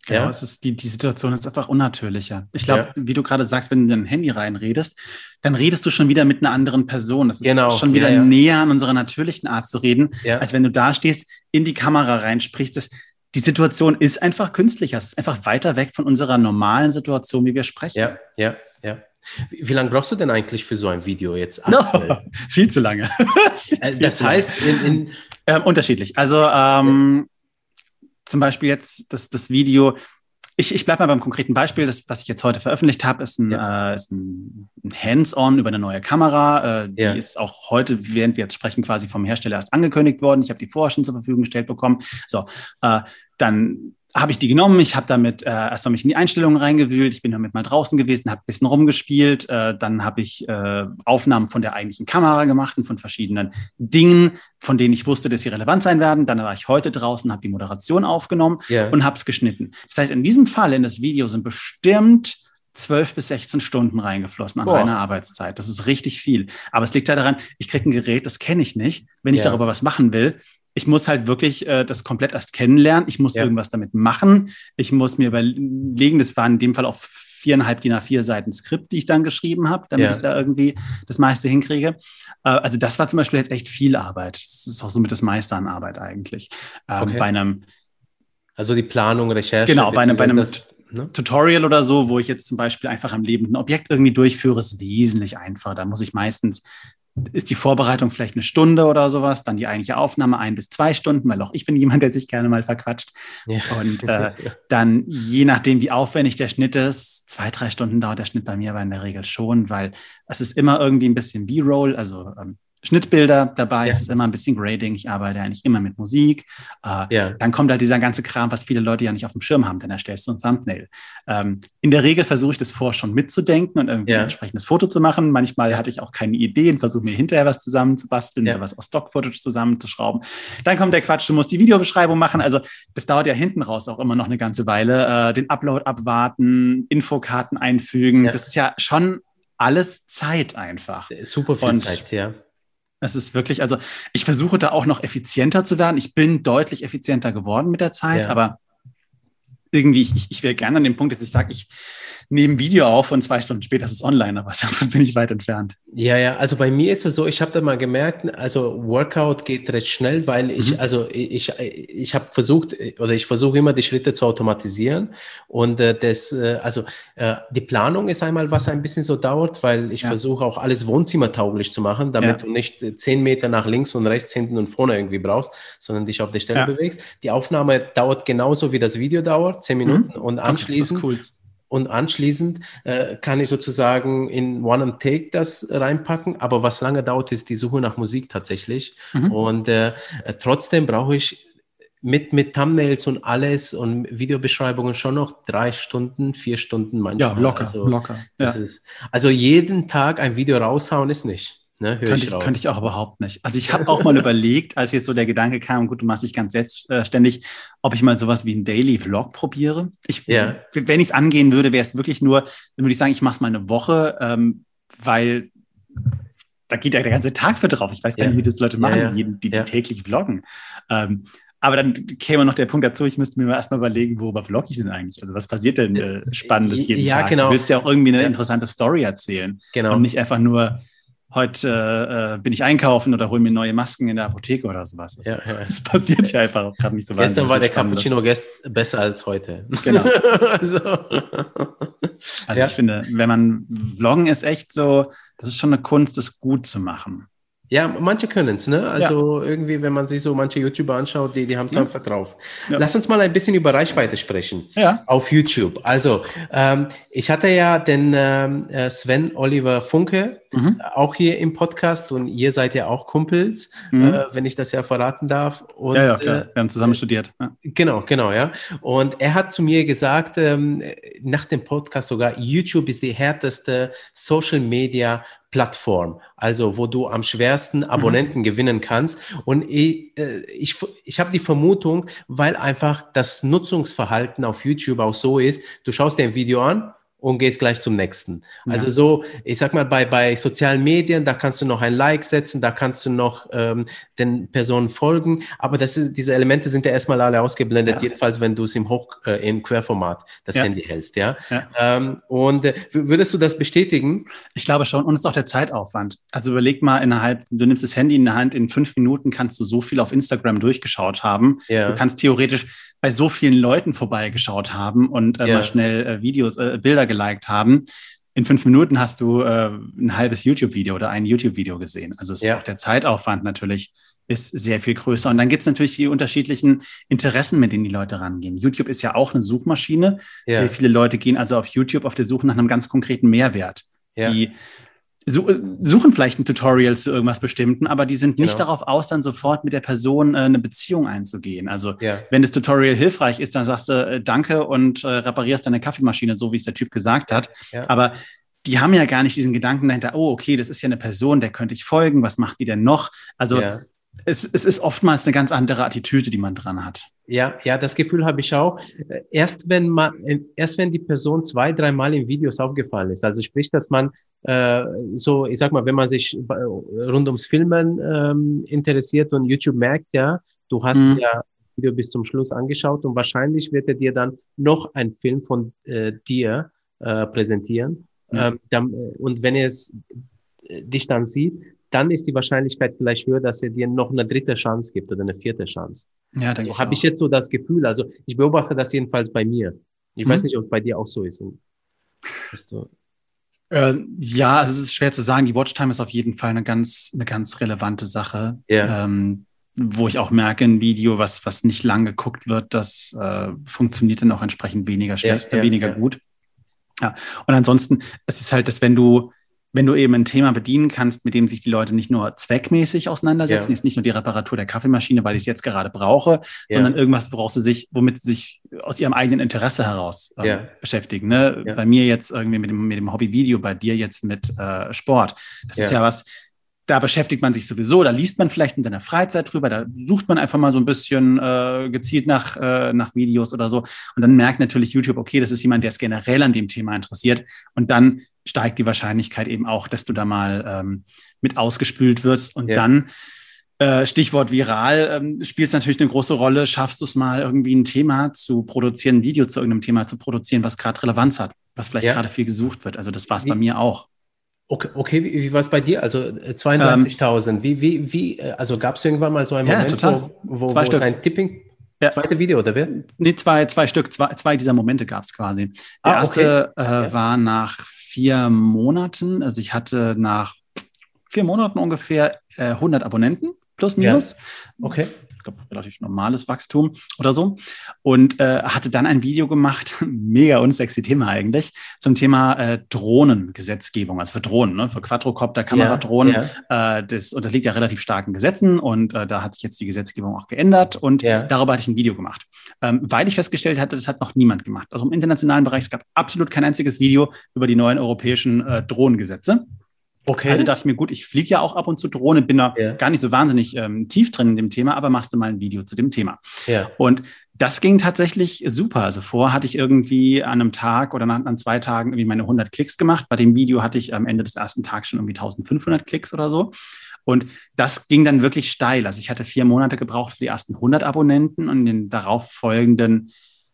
Genau,
Ja,
es ist die, die Situation ist einfach unnatürlicher. Ich glaube,
ja,
wie du gerade sagst, wenn du in dein Handy reinredest, dann redest du schon wieder mit einer anderen Person. Das ist
genau,
schon
ja,
wieder
ja,
näher an unserer natürlichen Art zu reden,
ja,
als wenn du da stehst, in die Kamera reinsprichst. Das, die Situation ist einfach künstlicher. Es ist einfach weiter weg von unserer normalen Situation, wie wir
ja,
sprechen.
ja, ja. Wie, wie lange brauchst du denn eigentlich für so ein Video jetzt
No,
aktuell?
viel zu lange.
Äh,
Viel
Das
zu lange.
heißt, in, in
Ähm, unterschiedlich. Also
ja,
ähm, zum Beispiel jetzt das, das Video. Ich, ich bleibe mal beim konkreten Beispiel. Das, was ich jetzt heute veröffentlicht habe, ist ein,
ja,
äh, ist ein, ein Hands-on über eine neue Kamera. Äh, die
ja,
ist auch heute, während wir jetzt sprechen, quasi vom Hersteller erst angekündigt worden. Ich habe die vorher schon zur Verfügung gestellt bekommen. So, äh, dann habe ich die genommen. Ich habe damit äh, erstmal mich in die Einstellungen reingewühlt. Ich bin damit mal draußen gewesen, habe ein bisschen rumgespielt. Äh, dann habe ich äh, Aufnahmen von der eigentlichen Kamera gemacht und von verschiedenen Dingen, von denen ich wusste, dass sie relevant sein werden. Dann war ich heute draußen, habe die Moderation aufgenommen
ja.
und habe es geschnitten. Das heißt, in diesem Fall, in das Video, sind bestimmt zwölf bis sechzehn Stunden reingeflossen an reiner
Boah,
Arbeitszeit. Das ist richtig viel. Aber es liegt halt daran, ich kriege ein Gerät, das kenne ich nicht. Wenn ich
ja,
darüber was machen will, ich muss halt wirklich äh, das komplett erst kennenlernen. Ich muss
ja,
irgendwas damit machen. Ich muss mir überlegen, das war in dem Fall auch viereinhalb D I N A vier Seiten Skript, die ich dann geschrieben habe, damit
ja,
ich da irgendwie das meiste hinkriege. Äh, also das war zum Beispiel jetzt echt viel Arbeit. Das ist auch somit das meiste an Arbeit eigentlich. Ähm, bei
okay.
einem
Also die Planung, Recherche,
Genau, bei einem, bei
beziehungsweise
einem
das, ne?
Tutorial oder so, wo ich jetzt zum Beispiel einfach am lebenden Objekt irgendwie durchführe, ist wesentlich einfacher. Da muss ich meistens, ist die Vorbereitung vielleicht eine Stunde oder sowas, dann die eigentliche Aufnahme ein bis zwei Stunden, weil auch ich bin jemand, der sich gerne mal verquatscht.
Ja.
Und äh, dann, je nachdem, wie aufwendig der Schnitt ist, zwei, drei Stunden dauert der Schnitt bei mir aber in der Regel schon, weil es ist immer irgendwie ein bisschen B-Roll, also ähm, Schnittbilder dabei,
Ja,
es ist immer ein bisschen Grading, ich arbeite eigentlich immer mit Musik. Äh,
ja,
dann kommt halt dieser ganze Kram, was viele Leute ja nicht auf dem Schirm haben, dann erstellst du ein Thumbnail. Ähm, in der Regel versuche ich das vorher schon mitzudenken und irgendwie ein
ja,
entsprechendes Foto zu machen. Manchmal
ja,
hatte ich auch keine Ideen, versuche mir hinterher was zusammenzubasteln oder
ja,
was aus Stock-Footage zusammenzuschrauben. Dann kommt der Quatsch, du musst die Videobeschreibung machen. Also das dauert ja hinten raus auch immer noch eine ganze Weile. Äh, den Upload abwarten, Infokarten einfügen.
ja.
Das ist ja schon alles Zeit einfach.
Super viel
Und
Zeit, ja.
es ist wirklich, also ich versuche da auch noch effizienter zu werden. Ich bin deutlich effizienter geworden mit der Zeit,
Ja.
aber irgendwie, ich, ich wäre gerne an dem Punkt, dass ich sage, ich nehme ein Video auf und zwei Stunden später ist es online, aber davon bin ich weit entfernt.
Ja, ja, also bei mir ist es so, ich habe da mal gemerkt, also Workout geht recht schnell, weil ich,
Mhm.
also ich, ich habe versucht, oder ich versuche immer die Schritte zu automatisieren und äh, das, äh, also äh, die Planung ist einmal, was ein bisschen so dauert, weil ich
Ja,
versuche auch alles wohnzimmertauglich zu machen, damit
ja,
du nicht äh, zehn Meter nach links und rechts, hinten und vorne irgendwie brauchst, sondern dich auf der Stelle
ja.
bewegst. Die Aufnahme dauert genauso, wie das Video dauert, zehn
Mhm.
Minuten und
Okay, das ist
anschließend
cool.
Und anschließend äh, kann ich sozusagen in One Take das reinpacken. Aber was lange dauert, ist die Suche nach Musik tatsächlich.
Mhm.
Und äh, äh, trotzdem brauche ich mit, mit Thumbnails und alles und Videobeschreibungen schon noch drei Stunden, vier Stunden
Ja,
manchmal.
locker,
Also
locker.
das
Ja.
ist, also jeden Tag ein Video raushauen ist nicht, ne? Höre
Könnte
ich
ich, könnte ich
raus.
auch überhaupt nicht. Also ich habe auch mal überlegt, als jetzt so der Gedanke kam, gut, du machst dich ganz selbstständig, ob ich mal sowas wie einen Daily Vlog probiere. Ich,
Ja,
wenn ich es angehen würde, wäre es wirklich nur, dann würde ich sagen, ich mache es mal eine Woche, ähm, weil da geht ja der ganze Tag für drauf. Ich weiß gar
ja,
nicht, wie das Leute
ja,
machen, die,
ja,
jeden, die, die
ja.
täglich vloggen. Ähm, aber dann käme noch der Punkt dazu, ich müsste mir erstmal überlegen, worüber vlogge ich denn eigentlich? Also was passiert denn äh, Spannendes jeden
Ja,
Tag? Du
genau.
willst ja auch irgendwie eine
Ja,
interessante Story erzählen und
genau.
nicht einfach nur, heute äh, bin ich einkaufen oder hole mir neue Masken in der Apotheke oder sowas. Also,
Ja, ja.
das passiert ja einfach auch gerade nicht so
Gestern
wahnsinnig
war
viel
der
Spannendes.
Cappuccino gest besser als heute.
Genau.
Also,
Also
ja.
ich finde, wenn man Vloggen ist echt so, das ist schon eine Kunst, das gut zu machen.
Ja, manche können es, ne?
Ja,
Also irgendwie, wenn man sich so manche YouTuber anschaut, die, die haben es
ja,
einfach drauf.
ja,
Lass uns mal ein bisschen über Reichweite sprechen
ja.
auf YouTube. Also, ähm, ich hatte ja den ähm, äh, Sven Oliver Funke
Mhm.
auch hier im Podcast und ihr seid ja auch Kumpels, äh,
Mhm.
wenn ich das ja verraten darf.
Ja,
Und
ja,
äh,
klar. Wir haben zusammen studiert. Ja.
Genau, genau, ja. Und er hat zu mir gesagt, ähm, nach dem Podcast sogar, YouTube ist die härteste Social Media Plattform, also wo du am schwersten
Mhm.
Abonnenten gewinnen kannst. Und ich, äh, ich, ich habe die Vermutung, weil einfach das Nutzungsverhalten auf YouTube auch so ist, du schaust dir ein Video an und gehst gleich zum nächsten.
Ja.
Also so, ich sag mal, bei, bei sozialen Medien, da kannst du noch ein Like setzen, da kannst du noch ähm, den Personen folgen, aber das ist, diese Elemente sind ja erstmal alle ausgeblendet,
Ja.
jedenfalls wenn du es im Hoch, äh, im Querformat das
Ja.
Handy hältst, ja.
Ja.
Ähm, und äh, würdest du das bestätigen?
Ich glaube schon. Und es ist auch der Zeitaufwand. Also überleg mal innerhalb, du nimmst das Handy in der Hand, in fünf Minuten kannst du so viel auf Instagram durchgeschaut haben.
Ja.
Du kannst theoretisch bei so vielen Leuten vorbeigeschaut haben und äh,
Ja.
mal schnell äh, Videos, äh, Bilder geliked haben. In fünf Minuten hast du äh, ein halbes YouTube-Video oder ein YouTube-Video gesehen. Also es ist
Ja.
auch der Zeitaufwand natürlich ist sehr viel größer. Und dann gibt es natürlich die unterschiedlichen Interessen, mit denen die Leute rangehen. YouTube ist ja auch eine Suchmaschine.
Ja.
Sehr viele Leute gehen also auf YouTube auf der Suche nach einem ganz konkreten Mehrwert.
Ja.
Die suchen vielleicht ein Tutorial zu irgendwas Bestimmten, aber die sind nicht
Genau.
darauf aus, dann sofort mit der Person äh, eine Beziehung einzugehen. Also
Ja.
wenn das Tutorial hilfreich ist, dann sagst du äh, Danke und äh, reparierst deine Kaffeemaschine, so wie es der Typ gesagt hat.
Ja.
Aber die haben ja gar nicht diesen Gedanken dahinter, oh, okay, das ist ja eine Person, der könnte ich folgen, was macht die denn noch? Also
Ja.
es, es ist oftmals eine ganz andere Attitüde, die man dran hat.
Ja, ja, das Gefühl habe ich auch. Erst wenn man, erst wenn die Person zwei, dreimal in Videos aufgefallen ist. Also sprich, dass man äh, so, ich sag mal, wenn man sich rund ums Filmen ähm, interessiert und YouTube merkt, ja, du hast
Mhm.
ja Video bis zum Schluss angeschaut und wahrscheinlich wird er dir dann noch einen Film von äh, dir äh, präsentieren.
Ja.
Ähm, dann, und wenn er es äh, dich dann sieht, dann ist die Wahrscheinlichkeit vielleicht höher, dass er dir noch eine dritte Chance gibt oder eine vierte Chance.
Ja, denke
Also
ich
habe ich
auch.
jetzt so das Gefühl, also ich beobachte das jedenfalls bei mir. Ich
Mhm.
weiß nicht, ob es bei dir auch so ist. Weißt du?
Äh, ja, also es ist schwer zu sagen. Die Watchtime ist auf jeden Fall eine ganz, eine ganz relevante Sache.
Ja.
Ähm, wo ich auch merke, ein Video, was, was nicht lang geguckt wird, das äh, funktioniert dann auch entsprechend weniger schlecht,
Ja,
äh,
ja,
weniger
ja.
gut. Ja. Und ansonsten, es ist halt, dass wenn du, wenn du eben ein Thema bedienen kannst, mit dem sich die Leute nicht nur zweckmäßig auseinandersetzen,
Ja.
ist nicht nur die Reparatur der Kaffeemaschine, weil ich es jetzt gerade brauche, sondern
Ja.
irgendwas, woraus sie sich, womit sie sich aus ihrem eigenen Interesse heraus ähm,
Ja.
beschäftigen. Ne?
Ja.
Bei mir jetzt irgendwie mit dem, mit dem Hobby-Video, bei dir jetzt mit äh, Sport. Das ist
Ja.
ja was, da beschäftigt man sich sowieso, da liest man vielleicht in seiner Freizeit drüber, da sucht man einfach mal so ein bisschen äh, gezielt nach, äh, nach Videos oder so. Und dann merkt natürlich YouTube, okay, das ist jemand, der es generell an dem Thema interessiert. Und dann steigt die Wahrscheinlichkeit eben auch, dass du da mal ähm, mit ausgespült wirst. Und
Ja.
dann, äh, Stichwort viral, ähm, spielt es natürlich eine große Rolle. Schaffst du es mal irgendwie ein Thema zu produzieren, ein Video zu irgendeinem Thema zu produzieren, was gerade Relevanz hat, was vielleicht
Ja.
gerade viel gesucht wird. Also das war es
Wie-
bei mir auch.
Okay, okay, wie, wie war es bei dir? Also äh, zweiunddreißigtausend. Wie, wie, wie, äh, also gab es irgendwann mal so einen
Ja,
Moment,
total.
wo, wo,
Zwei
wo es
Stück.
ein Tipping,
Ja.
zweite Video, oder wer?
Nee, zwei, zwei Stück, zwei, zwei dieser Momente gab es quasi. Der
Ah, okay.
erste äh,
Ja.
war nach vier Monaten. Also ich hatte nach vier Monaten ungefähr äh, hundert Abonnenten, plus minus.
Okay.
Ich glaube, relativ normales Wachstum oder so. Und äh, hatte dann ein Video gemacht, mega unsexy Thema eigentlich, zum Thema äh, Drohnengesetzgebung, also für Drohnen, ne? Für Quadrocopter, Kameradrohnen.
Ja.
Äh, das unterliegt ja relativ starken Gesetzen und äh, da hat sich jetzt die Gesetzgebung auch geändert und
Ja.
darüber hatte ich ein Video gemacht. Ähm, weil ich festgestellt hatte, das hat noch niemand gemacht. Also im internationalen Bereich, es gab absolut kein einziges Video über die neuen europäischen äh, Drohnengesetze.
Okay.
Also dachte ich mir, gut, ich fliege ja auch ab und zu Drohne, bin da
Ja.
gar nicht so wahnsinnig ähm, tief drin in dem Thema, aber machst du mal ein Video zu dem Thema.
ja.
Und das ging tatsächlich super. Also vorher hatte ich irgendwie an einem Tag oder nach, an zwei Tagen irgendwie meine hundert Klicks gemacht. Bei dem Video hatte ich am Ende des ersten Tags schon irgendwie eintausendfünfhundert Klicks oder so. Und das ging dann wirklich steil. Also ich hatte vier Monate gebraucht für die ersten hundert Abonnenten und in den darauf folgenden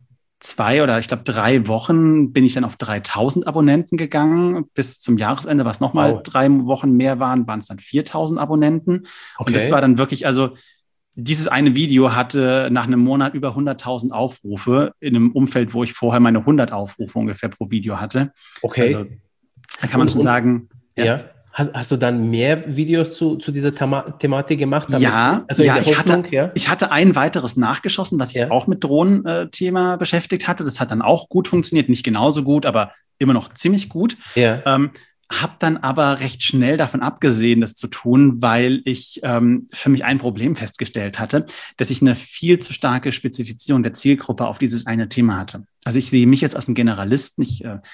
zwei oder ich glaube drei Wochen bin ich dann auf dreitausend Abonnenten gegangen. Bis zum Jahresende, was nochmal
Wow.
drei Wochen mehr waren, waren es dann viertausend Abonnenten.
Okay.
Und das war dann wirklich, also dieses eine Video hatte nach einem Monat über hunderttausend Aufrufe in einem Umfeld, wo ich vorher meine hundert Aufrufe ungefähr pro Video hatte.
Okay.
Also da kann man
Und-
schon
und-
sagen,
ja. Hast, hast du dann mehr Videos zu, zu dieser Thema Thematik gemacht? damit-
Ja,
also
ja,
in der
ich hatte,
Hoffnung, ja.
ich hatte ein weiteres nachgeschossen, was sich
Ja.
auch mit Drohnen-Thema beschäftigt hatte. Das hat dann auch gut funktioniert, nicht genauso gut, aber immer noch ziemlich gut.
Ja.
Ähm, habe dann aber recht schnell davon abgesehen, das zu tun, weil ich ähm, für mich ein Problem festgestellt hatte, dass ich eine viel zu starke Spezifizierung der Zielgruppe auf dieses eine Thema hatte. Also ich sehe mich jetzt als einen Generalist, nicht äh,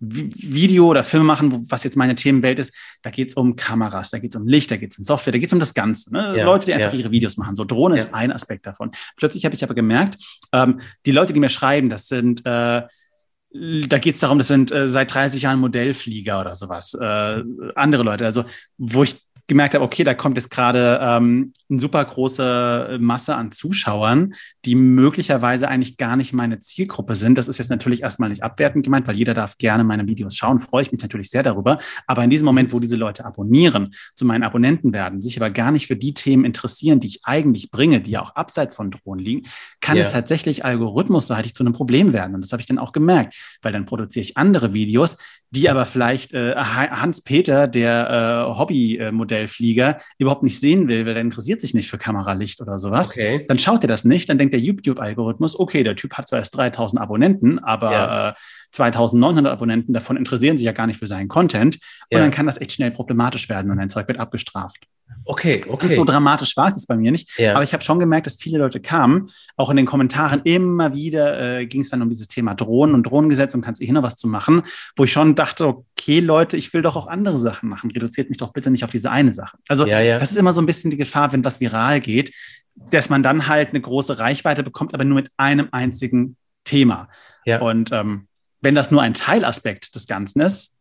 Video oder Filme machen, wo, was jetzt meine Themenwelt ist, da geht es um Kameras, da geht es um Licht, da geht es um Software, da geht es um das Ganze. Ne?
Ja,
Leute, die einfach
ja.
ihre Videos machen. So Drohne
Ja.
ist ein Aspekt davon. Plötzlich habe ich aber gemerkt, ähm, die Leute, die mir schreiben, das sind äh, Da geht es darum, das sind äh, seit dreißig Jahren Modellflieger oder sowas. Äh, andere Leute, also wo ich gemerkt habe, okay, da kommt jetzt gerade ähm, eine super große Masse an Zuschauern, die möglicherweise eigentlich gar nicht meine Zielgruppe sind. Das ist jetzt natürlich erstmal nicht abwertend gemeint, weil jeder darf gerne meine Videos schauen, freue ich mich natürlich sehr darüber. Aber in diesem Moment, wo diese Leute abonnieren, zu meinen Abonnenten werden, sich aber gar nicht für die Themen interessieren, die ich eigentlich bringe, die ja auch abseits von Drohnen liegen, kann
Ja.
es tatsächlich algorithmusseitig zu einem Problem werden. Und das habe ich dann auch gemerkt, weil dann produziere ich andere Videos, die aber vielleicht äh, Hans-Peter, der äh, Hobby-Modellflieger, überhaupt nicht sehen will, weil der interessiert sich nicht für Kameralicht oder sowas.
Okay.
Dann schaut er das nicht, dann denkt der YouTube-Algorithmus, okay, der Typ hat zwar erst dreitausend Abonnenten, aber
Ja.
äh, zweitausendneunhundert Abonnenten davon interessieren sich ja gar nicht für seinen Content. Und
Ja.
dann kann das echt schnell problematisch werden und ein Zeug wird abgestraft.
Okay, okay.
Ganz so dramatisch war es jetzt bei mir nicht.
Ja.
Aber ich habe schon gemerkt, dass viele Leute kamen. Auch in den Kommentaren immer wieder äh, ging es dann um dieses Thema Drohnen und Drohnengesetz und kannst du hier noch was zu machen, wo ich schon dachte, okay, Leute, ich will doch auch andere Sachen machen. Reduziert mich doch bitte nicht auf diese eine Sache. Also
Ja, ja.
das ist immer so ein bisschen die Gefahr, wenn was viral geht, dass man dann halt eine große Reichweite bekommt, aber nur mit einem einzigen Thema.
Ja.
Und ähm, wenn das nur ein Teilaspekt des Ganzen ist,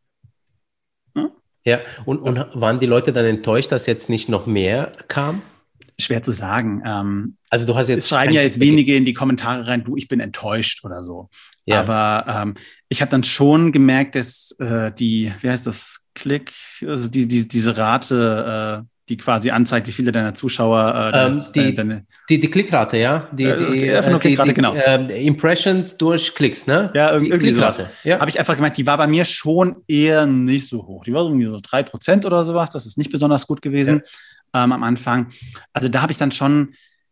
hm?
Ja, und, und waren die Leute dann enttäuscht, dass jetzt nicht noch mehr kam?
Schwer zu sagen. Ähm,
Also du hast jetzt
es schreiben
kein
ja jetzt
Feedback
wenige in die Kommentare rein, du, ich bin enttäuscht oder so.
Ja.
Aber ähm, ich habe dann schon gemerkt, dass äh, die, wie heißt das, Klick, also die, die, diese Rate, äh, die quasi anzeigt, wie viele deiner Zuschauer äh,
Ähm,
deine,
die,
deine,
die, die Klickrate, ja? Die,
Äh,
die,
einfach nur
äh, die,
Klickrate,
die,
genau.
äh, Impressions durch Klicks, ne?
ja, irg-
Die
irgendwie sowas.
Klickrate, ja.
Habe ich einfach gemerkt, die war bei mir schon eher nicht so hoch. Die war irgendwie so drei Prozent oder sowas. Das ist nicht besonders gut gewesen ähm, am Anfang. Also da habe ich dann schon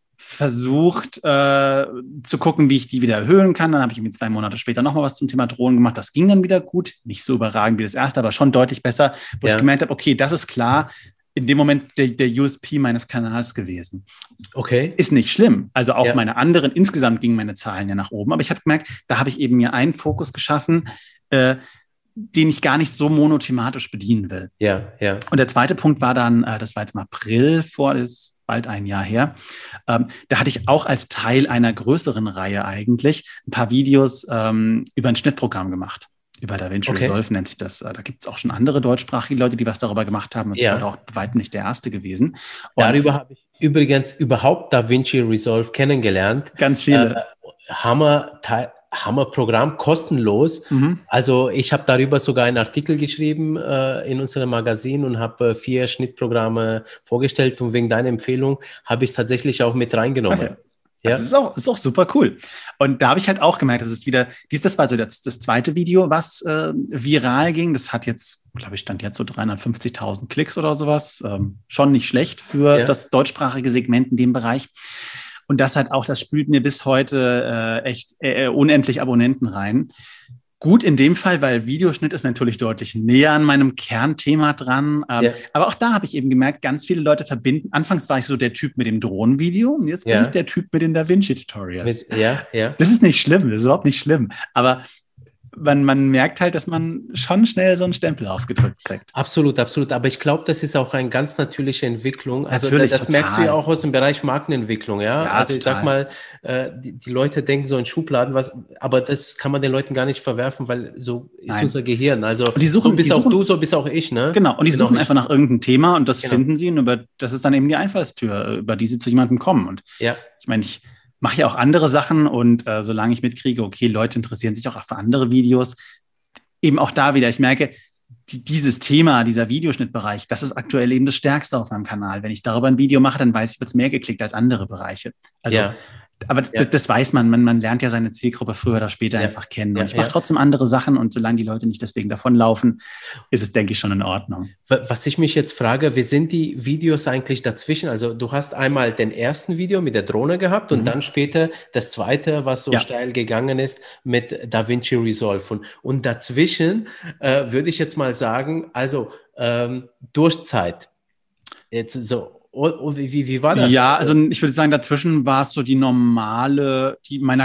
versucht äh, zu gucken, wie ich die wieder erhöhen kann. Dann habe ich irgendwie zwei Monate später nochmal was zum Thema Drohnen gemacht. Das ging dann wieder gut. Nicht so überragend wie das erste, aber schon deutlich besser, wo
Ja.
ich gemerkt habe, okay, das ist klar in dem Moment der, der U S P meines Kanals gewesen.
Okay.
Ist nicht schlimm. Also auch
Ja.
meine anderen, insgesamt gingen meine Zahlen ja nach oben. Aber ich habe gemerkt, da habe ich eben mir einen Fokus geschaffen, äh, den ich gar nicht so monothematisch bedienen will.
Ja, ja.
Und der zweite Punkt war dann, äh, das war jetzt im April vor, das ist bald ein Jahr her, ähm, da hatte ich auch als Teil einer größeren Reihe eigentlich ein paar Videos ähm, über ein Schnittprogramm gemacht. Über DaVinci
Okay.
Resolve nennt sich das. Äh, Da gibt es auch schon andere deutschsprachige Leute, die was darüber gemacht haben. Und
Ja.
ich war auch bei weitem nicht der Erste gewesen. Und
Darüber habe ich übrigens überhaupt DaVinci Resolve kennengelernt.
ganz viele.
Äh, Hammer, Teil- Hammerprogramm, kostenlos.
Mhm.
Also ich habe darüber sogar einen Artikel geschrieben äh, in unserem Magazin und habe äh, vier Schnittprogramme vorgestellt und wegen deiner Empfehlung habe ich es tatsächlich auch mit reingenommen.
Okay.
Ja.
Das ist auch, ist auch super cool. Und da habe ich halt auch gemerkt, das ist wieder, dies, das war so das, das zweite Video, was äh, viral ging. Das hat jetzt, glaube ich, stand jetzt so dreihundertfünfzigtausend Klicks oder sowas. Ähm, schon nicht schlecht für
Ja.
das deutschsprachige Segment in dem Bereich. Und das hat auch, das spült mir bis heute äh, echt äh, unendlich Abonnenten rein. Gut in dem Fall, weil Videoschnitt ist natürlich deutlich näher an meinem Kernthema dran. Ähm,
Ja.
Aber auch da habe ich eben gemerkt, ganz viele Leute verbinden. Anfangs war ich so der Typ mit dem Drohnenvideo und jetzt bin
Ja.
ich der Typ mit den DaVinci-Tutorials.
Mit, ja, ja.
Das ist nicht schlimm, das ist überhaupt nicht schlimm. Aber man, man merkt halt, dass man schon schnell so einen Stempel aufgedrückt kriegt.
Absolut, absolut. Aber ich glaube, das ist auch eine ganz natürliche Entwicklung. Also
Natürlich,
das, das merkst du
total.
ja auch aus dem Bereich Markenentwicklung, ja.
Ja,
also ich
total.
sag mal, äh, die, die Leute denken so in Schubladen, was, aber das kann man den Leuten gar nicht verwerfen, weil so ist
Nein.
unser Gehirn. Also
Und die suchen-
so bist
die
auch
suchen-
du, so bist auch ich, ne?
Genau, und die
Ich bin auch
suchen
nicht-
einfach nach irgendeinem Thema und das
Genau.
finden sie und über, das ist dann eben die Einfallstür, über die sie zu jemandem kommen. Und
Ja,
ich meine, ich mache ja auch andere Sachen und äh, solange ich mitkriege, okay, Leute interessieren sich auch für andere Videos, eben auch da wieder, ich merke, die, dieses Thema, dieser Videoschnittbereich, das ist aktuell eben das Stärkste auf meinem Kanal. Wenn ich darüber ein Video mache, dann weiß ich, wird es mehr geklickt als andere Bereiche. Also,
ja.
aber
Ja.
das, das weiß man. man, man lernt ja seine Zielgruppe früher oder später
Ja.
einfach kennen.
Ja,
Und ich mache
ja.
trotzdem andere Sachen und solange die Leute nicht deswegen davonlaufen, ist es, denke ich, schon in Ordnung.
Wa- Was ich mich jetzt frage, wie sind die Videos eigentlich dazwischen? Also du hast einmal den ersten Video mit der Drohne gehabt und
Mhm.
dann später das zweite, was so
Ja.
steil gegangen ist mit DaVinci Resolve. Und, und dazwischen äh, würde ich jetzt mal sagen, also ähm, Durchzeit. Jetzt so, oh, oh, wie, wie wie war das?
Ja, also ich würde sagen, dazwischen war es so die normale, die meiner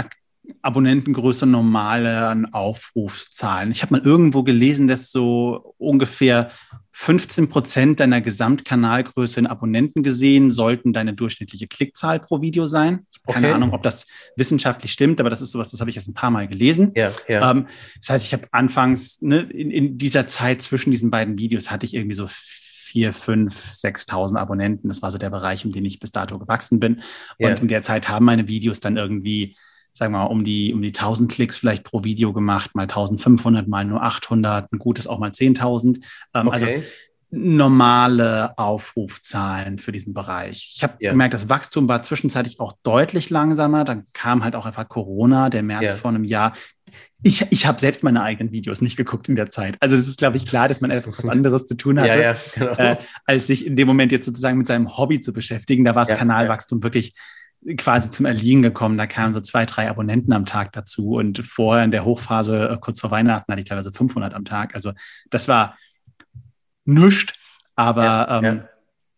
Abonnentengröße normalen Aufrufszahlen. Ich habe mal irgendwo gelesen, dass so ungefähr fünfzehn Prozent deiner Gesamtkanalgröße in Abonnenten gesehen sollten deine durchschnittliche Klickzahl pro Video sein. Ich habe keine
Okay.
Ahnung, ob das wissenschaftlich stimmt, aber das ist sowas, das habe ich jetzt ein paar Mal gelesen.
Ja, ja.
Ähm, das heißt, ich habe anfangs, ne, in, in dieser Zeit zwischen diesen beiden Videos hatte ich irgendwie so vier, fünf, sechstausend Abonnenten. Das war so der Bereich, um den ich bis dato gewachsen bin.
Ja.
Und in der Zeit haben meine Videos dann irgendwie, sagen wir mal, um die, um die tausend Klicks vielleicht pro Video gemacht, mal eintausendfünfhundert, mal nur achthundert, ein gutes auch mal zehntausend. Ähm,
Okay.
Also normale Aufrufzahlen für diesen Bereich. Ich habe
Ja.
gemerkt, das Wachstum war zwischenzeitlich auch deutlich langsamer. Dann kam halt auch einfach Corona, der März
Ja.
vor einem Jahr. Ich, ich habe selbst meine eigenen Videos nicht geguckt in der Zeit. Also es ist, glaube ich, klar, dass man einfach was anderes zu tun hatte,
Ja, ja, genau.
äh, als sich in dem Moment jetzt sozusagen mit seinem Hobby zu beschäftigen. Da war das
Ja,
Kanalwachstum wirklich quasi zum Erliegen gekommen. Da kamen so zwei, drei Abonnenten am Tag dazu. Und vorher in der Hochphase, äh, kurz vor Weihnachten, hatte ich teilweise fünfhundert am Tag. Also das war nichts, aber
Ja,
ähm,
ja.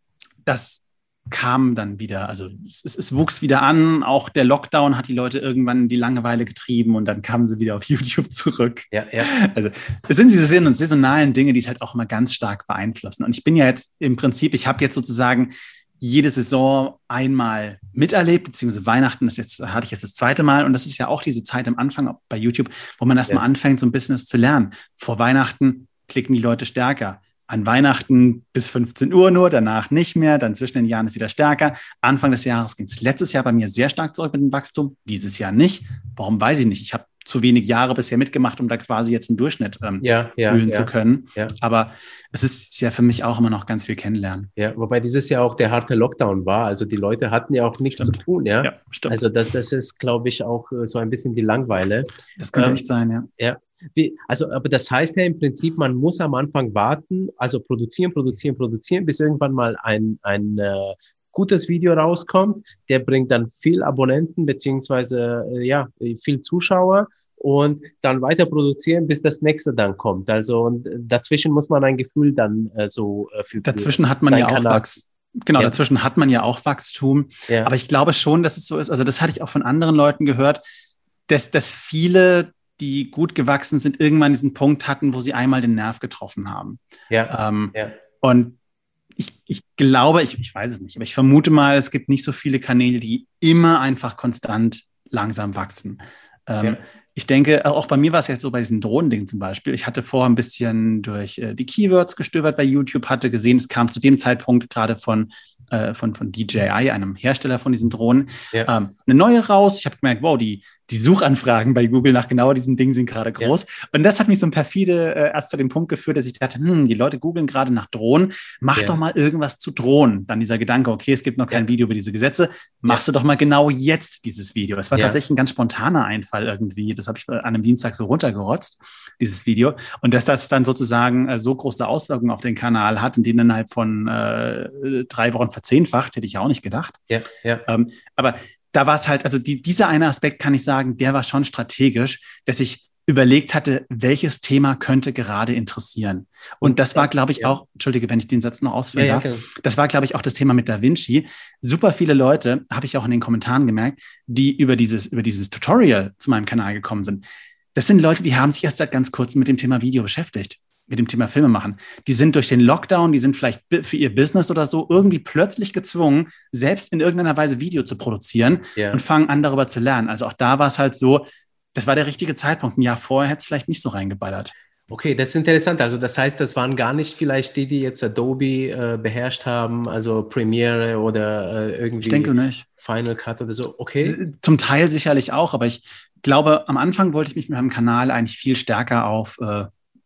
das kam dann wieder, also es, es, es wuchs wieder an, auch der Lockdown hat die Leute irgendwann in die Langeweile getrieben und dann kamen sie wieder auf YouTube zurück.
Ja, ja.
Also es sind diese saisonalen Dinge, die es halt auch immer ganz stark beeinflussen. Und ich bin ja jetzt im Prinzip, ich habe jetzt sozusagen jede Saison einmal miterlebt, beziehungsweise Weihnachten, das jetzt, hatte ich jetzt das zweite Mal. Und das ist ja auch diese Zeit am Anfang bei YouTube, wo man erstmal
Ja.
anfängt, so ein Business zu lernen. Vor Weihnachten klicken die Leute stärker. An Weihnachten bis fünfzehn Uhr nur, danach nicht mehr, dann zwischen den Jahren ist wieder stärker. Anfang des Jahres ging es letztes Jahr bei mir sehr stark zurück mit dem Wachstum, dieses Jahr nicht. Warum, weiß ich nicht. Ich habe zu wenig Jahre bisher mitgemacht, um da quasi jetzt einen Durchschnitt ähm,
Ja, ja,
fühlen
ja.
zu können.
Ja.
Aber es ist ja für mich auch immer noch ganz viel kennenlernen.
Ja, wobei dieses Jahr auch der harte Lockdown war. Also die Leute hatten ja auch nichts
Stimmt.
zu tun, ja.
Ja, stimmt.
Also das, das ist, glaube ich, auch äh, so ein bisschen die Langeweile.
Das könnte
ähm,
echt sein, ja.
Ja. Wie, also, aber das heißt ja im Prinzip, man muss am Anfang warten, also produzieren, produzieren, produzieren, bis irgendwann mal ein, ein äh, gutes Video rauskommt. Der bringt dann viel Abonnenten beziehungsweise äh, ja viel Zuschauer. Und dann weiter produzieren, bis das nächste dann kommt. Also und dazwischen muss man ein Gefühl dann äh, so äh, für
Dazwischen hat man ja auch Wachstum. Genau,
Ja.
dazwischen hat man ja auch Wachstum.
Ja.
Aber ich glaube schon, dass es so ist. Also das hatte ich auch von anderen Leuten gehört, dass, dass viele, die gut gewachsen sind, irgendwann diesen Punkt hatten, wo sie einmal den Nerv getroffen haben.
Ja.
Ähm,
Ja.
Und ich, ich glaube, ich, ich weiß es nicht, aber ich vermute mal, es gibt nicht so viele Kanäle, die immer einfach konstant langsam wachsen. Ähm,
Ja.
Ich denke, auch bei mir war es jetzt so bei diesen Drohnendingen zum Beispiel. Ich hatte vorher ein bisschen durch äh, die Keywords gestöbert bei YouTube, hatte gesehen, es kam zu dem Zeitpunkt gerade von, äh, von, von D J I, einem Hersteller von diesen Drohnen,
Ja.
ähm, eine neue raus. Ich habe gemerkt, wow, die, die Suchanfragen bei Google nach genau diesen Dingen sind gerade groß. Ja. Und das hat mich so ein perfide äh, erst zu dem Punkt geführt, dass ich dachte, hm, die Leute googeln gerade nach Drohnen, mach
Ja.
doch mal irgendwas zu Drohnen. Dann dieser Gedanke, okay, es gibt noch kein
Ja.
Video über diese Gesetze, machst du doch mal genau jetzt dieses Video. Es war
Ja.
tatsächlich ein ganz spontaner Einfall irgendwie. Das habe ich an einem Dienstag so runtergerotzt, dieses Video. Und dass das dann sozusagen äh, so große Auswirkungen auf den Kanal hat und den innerhalb von äh, drei Wochen verzehnfacht, hätte ich ja auch nicht gedacht.
Ja. Ja.
Ähm, aber da war es halt, also die, dieser eine Aspekt kann ich sagen, der war schon strategisch, dass ich überlegt hatte, welches Thema könnte gerade interessieren. Und das war, glaube ich,
Ja.
auch, entschuldige, wenn ich den Satz noch ausführen
Ja, ja,
darf,
klar.
das war, glaube ich, auch das Thema mit Da Vinci. Super viele Leute, habe ich auch in den Kommentaren gemerkt, die über dieses, über dieses Tutorial zu meinem Kanal gekommen sind. Das sind Leute, die haben sich erst seit ganz kurzem mit dem Thema Video beschäftigt, mit dem Thema Filme machen. Die sind durch den Lockdown, die sind vielleicht für ihr Business oder so irgendwie plötzlich gezwungen, selbst in irgendeiner Weise Video zu produzieren
Ja.
und fangen an, darüber zu lernen. Also auch da war es halt so, das war der richtige Zeitpunkt. Ein Jahr vorher hätte es vielleicht nicht so reingeballert.
Okay, das ist interessant. Also das heißt, das waren gar nicht vielleicht die, die jetzt Adobe äh, beherrscht haben, also Premiere oder äh, irgendwie
Ich denke nicht.
Final Cut oder so. Okay.
Zum Teil sicherlich auch, aber ich glaube, am Anfang wollte ich mich mit meinem Kanal eigentlich viel stärker auf äh,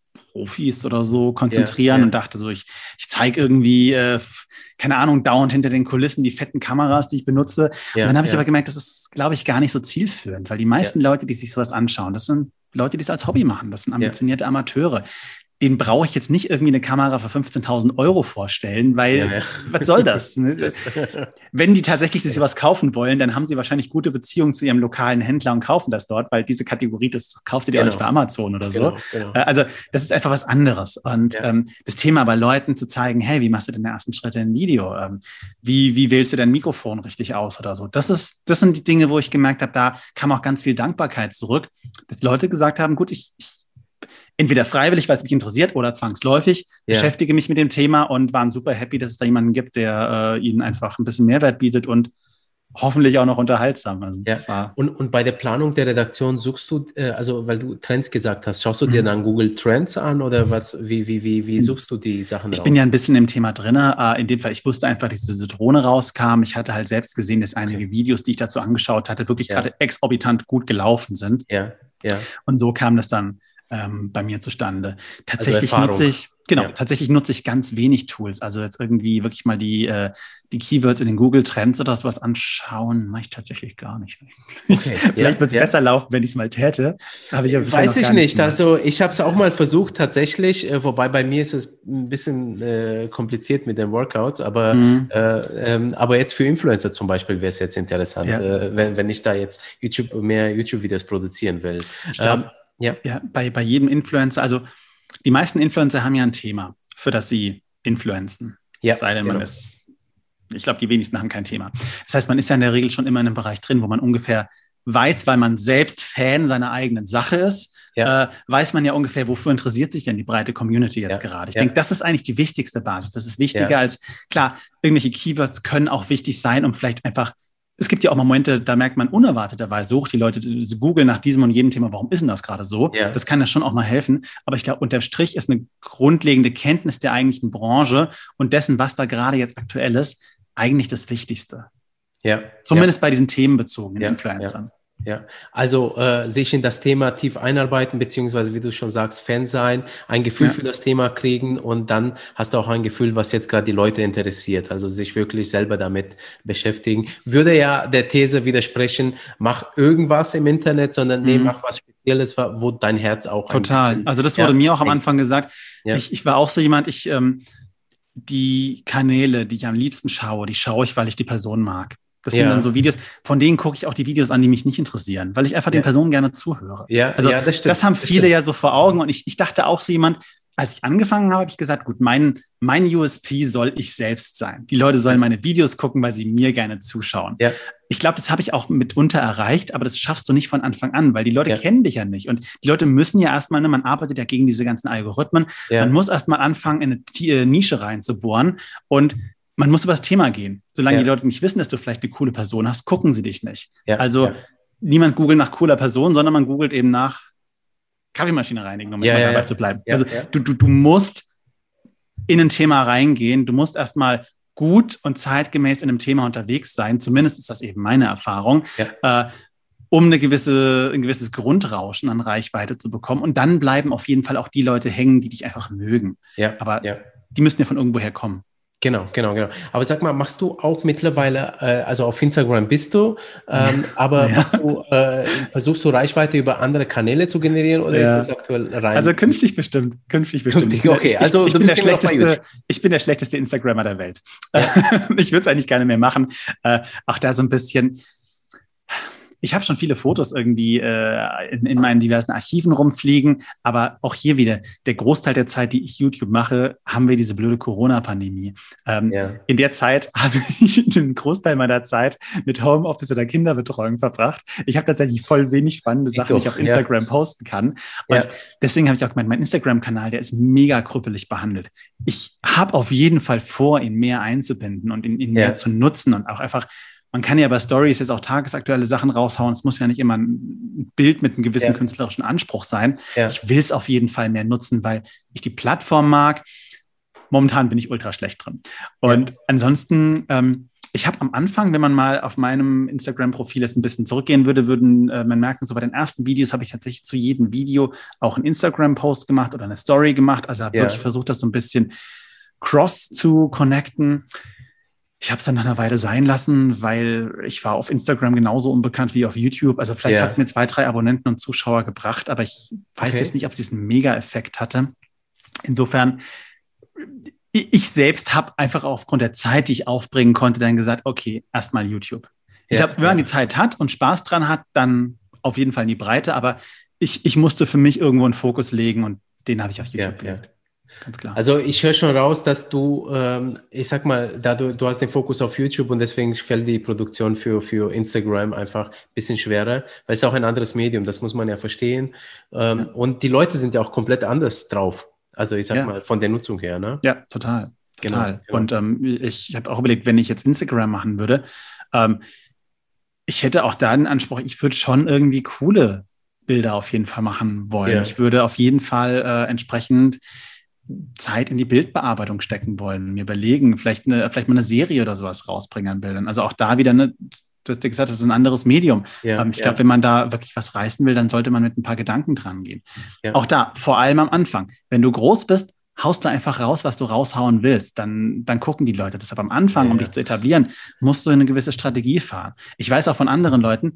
Profis oder so konzentrieren
Ja, ja.
und dachte so, ich, ich zeige irgendwie, äh, keine Ahnung, dauernd hinter den Kulissen die fetten Kameras, die ich benutze.
Ja,
und dann habe ich
ja.
aber gemerkt, das ist, glaube ich, gar nicht so zielführend, weil die meisten Leute, die sich sowas anschauen, das sind Leute, die es als Hobby machen. Das sind ambitionierte Amateure. den brauche ich jetzt nicht irgendwie eine Kamera für fünfzehntausend Euro vorstellen, weil
Ja, ja.
was soll das? Ne?
Das,
Wenn die tatsächlich sich was kaufen wollen, dann haben sie wahrscheinlich gute Beziehungen zu ihrem lokalen Händler und kaufen das dort, weil diese Kategorie, das kaufst du dir
genau.
auch nicht bei Amazon oder so.
Genau, genau.
Also das ist einfach was anderes. Und
Ja.
ähm, das Thema bei Leuten zu zeigen, hey, wie machst du denn die ersten Schritte in Video? Ähm, wie, wie wählst du dein Mikrofon richtig aus oder so? Das ist, das sind die Dinge, wo ich gemerkt habe, da kam auch ganz viel Dankbarkeit zurück, dass Leute gesagt haben, gut, ich, ich entweder freiwillig, weil es mich interessiert, oder zwangsläufig, ja. beschäftige mich mit dem Thema und waren super happy, dass es da jemanden gibt, der äh, ihnen einfach ein bisschen Mehrwert bietet und hoffentlich auch noch unterhaltsam. Also
ja.
das war
und, und bei der Planung der Redaktion suchst du, äh, also weil du Trends gesagt hast, schaust du mhm. dir dann Google Trends an oder was? Wie, wie, wie, wie suchst du die Sachen
Ich
raus?
bin ja ein bisschen im Thema drin. Äh, in dem Fall, ich wusste einfach, dass diese Drohne rauskam. Ich hatte halt selbst gesehen, dass einige okay. Videos, die ich dazu angeschaut hatte, wirklich ja. gerade exorbitant gut gelaufen sind.
Ja, ja.
Und so kam das dann Ähm, bei mir zustande. Tatsächlich
also
nutze ich, genau, ja. tatsächlich nutze ich ganz wenig Tools. Also jetzt irgendwie wirklich mal die, äh, die Keywords in den Google Trends oder sowas anschauen, mache ich tatsächlich gar nicht. Okay. Vielleicht ja, wird es ja. besser laufen, wenn ich es mal täte.
Aber ich Weiß ich nicht. Gemacht. Also ich habe es auch mal versucht tatsächlich, äh, wobei bei mir ist es ein bisschen äh, kompliziert mit den Workouts, aber, mhm. äh, ähm, aber jetzt für Influencer zum Beispiel wäre es jetzt interessant, ja. äh, wenn, wenn ich da jetzt YouTube mehr YouTube-Videos produzieren will.
Ich glaub, ähm, Ja, ja bei, bei jedem Influencer, also die meisten Influencer haben ja ein Thema, für das sie influenzen. Ja, es sei denn, man genau. ist, ich glaube, die wenigsten haben kein Thema. Das heißt, man ist ja in der Regel schon immer in einem Bereich drin, wo man ungefähr weiß, weil man selbst Fan seiner eigenen Sache ist, ja. äh, weiß man ja ungefähr, wofür interessiert sich denn die breite Community jetzt ja. gerade. Ich ja. denke, das ist eigentlich die wichtigste Basis. Das ist wichtiger ja. als, klar, irgendwelche Keywords können auch wichtig sein, um vielleicht einfach Es gibt ja auch Momente, da merkt man unerwarteterweise, sucht die Leute googeln nach diesem und jedem Thema, warum ist denn das gerade so? Ja. Das kann ja schon auch mal helfen. Aber ich glaube, unterm Strich ist eine grundlegende Kenntnis der eigentlichen Branche und dessen, was da gerade jetzt aktuell ist, eigentlich das Wichtigste.
Ja.
Zumindest
ja.
bei diesen themenbezogenen
ja.
Influencern.
Ja. Ja, also äh, sich in das Thema tief einarbeiten, beziehungsweise, wie du schon sagst, Fan sein, ein Gefühl ja. für das Thema kriegen und dann hast du auch ein Gefühl, was jetzt gerade die Leute interessiert, also sich wirklich selber damit beschäftigen. Würde ja der These widersprechen, mach irgendwas im Internet, sondern mhm. nee, mach was Spezielles, wo dein Herz auch
Total.
ein bisschen,
also das wurde ja, mir auch am Anfang gesagt.
Ja.
Ich, ich war auch so jemand, ich ähm, die Kanäle, die ich am liebsten schaue, die schaue ich, weil ich die Person mag. Das ja. sind dann so Videos, von denen gucke ich auch die Videos an, die mich nicht interessieren, weil ich einfach ja. den Personen gerne zuhöre.
Ja,
also
ja, das stimmt.
Das haben viele
das
ja so vor Augen und ich, ich dachte auch so jemand, als ich angefangen habe, habe ich gesagt, gut, mein, mein U S P soll ich selbst sein. Die Leute sollen meine Videos gucken, weil sie mir gerne zuschauen.
Ja.
Ich glaube, das habe ich auch mitunter erreicht, aber das schaffst du nicht von Anfang an, weil die Leute ja. kennen dich ja nicht. Und die Leute müssen ja erstmal, ne, man arbeitet ja gegen diese ganzen Algorithmen, ja. man muss erstmal anfangen, in eine Nische reinzubohren und man muss über das Thema gehen. Solange ja. die Leute nicht wissen, dass du vielleicht eine coole Person hast, gucken sie dich nicht. Ja. Also ja. niemand googelt nach cooler Person, sondern man googelt eben nach Kaffeemaschine reinigen, um ja, mal ja, dabei ja. zu bleiben. Ja, also ja. Du, du, du musst in ein Thema reingehen. Du musst erstmal gut und zeitgemäß in einem Thema unterwegs sein. Zumindest ist das eben meine Erfahrung. Ja. Äh, um eine gewisse, ein gewisses Grundrauschen an Reichweite zu bekommen. Und dann bleiben auf jeden Fall auch die Leute hängen, die dich einfach mögen.
Ja.
Aber
ja.
die müssen ja von irgendwoher kommen.
Genau, genau, genau. Aber sag mal, machst du auch mittlerweile, äh, also auf Instagram bist du, ähm, aber ja. machst du, äh, versuchst du Reichweite über andere Kanäle zu generieren oder ja. ist das aktuell rein?
Also künftig bestimmt, künftig bestimmt.
Künftig, okay, also
ich, ich, bin der schlechteste, ich bin der schlechteste Instagrammer der Welt. Ja. Ich würde es eigentlich gerne mehr machen. Äh, auch da so ein bisschen... Ich habe schon viele Fotos irgendwie äh, in, in meinen diversen Archiven rumfliegen, aber auch hier wieder, der Großteil der Zeit, die ich YouTube mache, haben wir diese blöde Corona-Pandemie. Ähm, ja. In der Zeit habe ich den Großteil meiner Zeit mit Homeoffice oder Kinderbetreuung verbracht. Ich habe tatsächlich voll wenig spannende Sachen, die ich auf Instagram ja. posten kann. Und ja. deswegen habe ich auch gemeint, mein Instagram-Kanal, der ist mega krüppelig behandelt. Ich habe auf jeden Fall vor, ihn mehr einzubinden und ihn, ihn mehr ja. zu nutzen und auch einfach. Man kann ja bei Stories jetzt auch tagesaktuelle Sachen raushauen. Es muss ja nicht immer ein Bild mit einem gewissen ja. künstlerischen Anspruch sein. Ja. Ich will es auf jeden Fall mehr nutzen, weil ich die Plattform mag. Momentan bin ich ultra schlecht drin. Und ja. ansonsten, ähm, ich habe am Anfang, wenn man mal auf meinem Instagram-Profil jetzt ein bisschen zurückgehen würde, würden äh, man merken, so bei den ersten Videos habe ich tatsächlich zu jedem Video auch einen Instagram-Post gemacht oder eine Story gemacht. Also habe ja. wirklich versucht, das so ein bisschen cross zu connecten. Ich habe es dann nach einer Weile sein lassen, weil ich war auf Instagram genauso unbekannt wie auf YouTube. Also vielleicht ja. hat es mir zwei, drei Abonnenten und Zuschauer gebracht, aber ich weiß okay. jetzt nicht, ob es diesen Mega-Effekt hatte. insofern, ich selbst habe einfach aufgrund der Zeit, die ich aufbringen konnte, dann gesagt, okay, erstmal YouTube. Ich
Ja,
glaube, wenn man
ja.
die Zeit hat und Spaß dran hat, dann auf jeden Fall in die Breite. Aber ich, ich musste für mich irgendwo einen Fokus legen und den habe ich auf YouTube
Ja, ja.
gelegt. Ganz klar.
Also ich höre schon raus, dass du, ähm, ich sag mal, da du, du hast den Fokus auf YouTube und deswegen fällt die Produktion für, für Instagram einfach ein bisschen schwerer, weil es auch ein anderes Medium, das muss man ja verstehen. Ähm,
Ja.
Und die Leute sind ja auch komplett anders drauf. Also ich sag
Ja.
mal, von der Nutzung her, ne?
Ja, total.
Genau,
Total.
genau.
Und ähm, ich, ich habe auch überlegt, wenn ich jetzt Instagram machen würde, ähm, ich hätte auch da den Anspruch, ich würde schon irgendwie coole Bilder auf jeden Fall machen wollen.
Ja.
Ich würde auf jeden Fall äh, entsprechend Zeit in die Bildbearbeitung stecken wollen, mir überlegen, vielleicht, eine, vielleicht mal eine Serie oder sowas rausbringen an Bildern. Also auch da wieder, ne, du hast ja gesagt, das ist ein anderes Medium.
Ja,
ähm, ich
ja.
glaube, wenn man da wirklich was reißen will, dann sollte man mit ein paar Gedanken dran gehen.
Ja.
Auch da, vor allem am Anfang. Wenn du groß bist, haust du einfach raus, was du raushauen willst. Dann, dann gucken die Leute. Deshalb am Anfang,
Ja,
um
ja.
dich zu etablieren, musst du eine gewisse Strategie fahren. Ich weiß auch von anderen Leuten,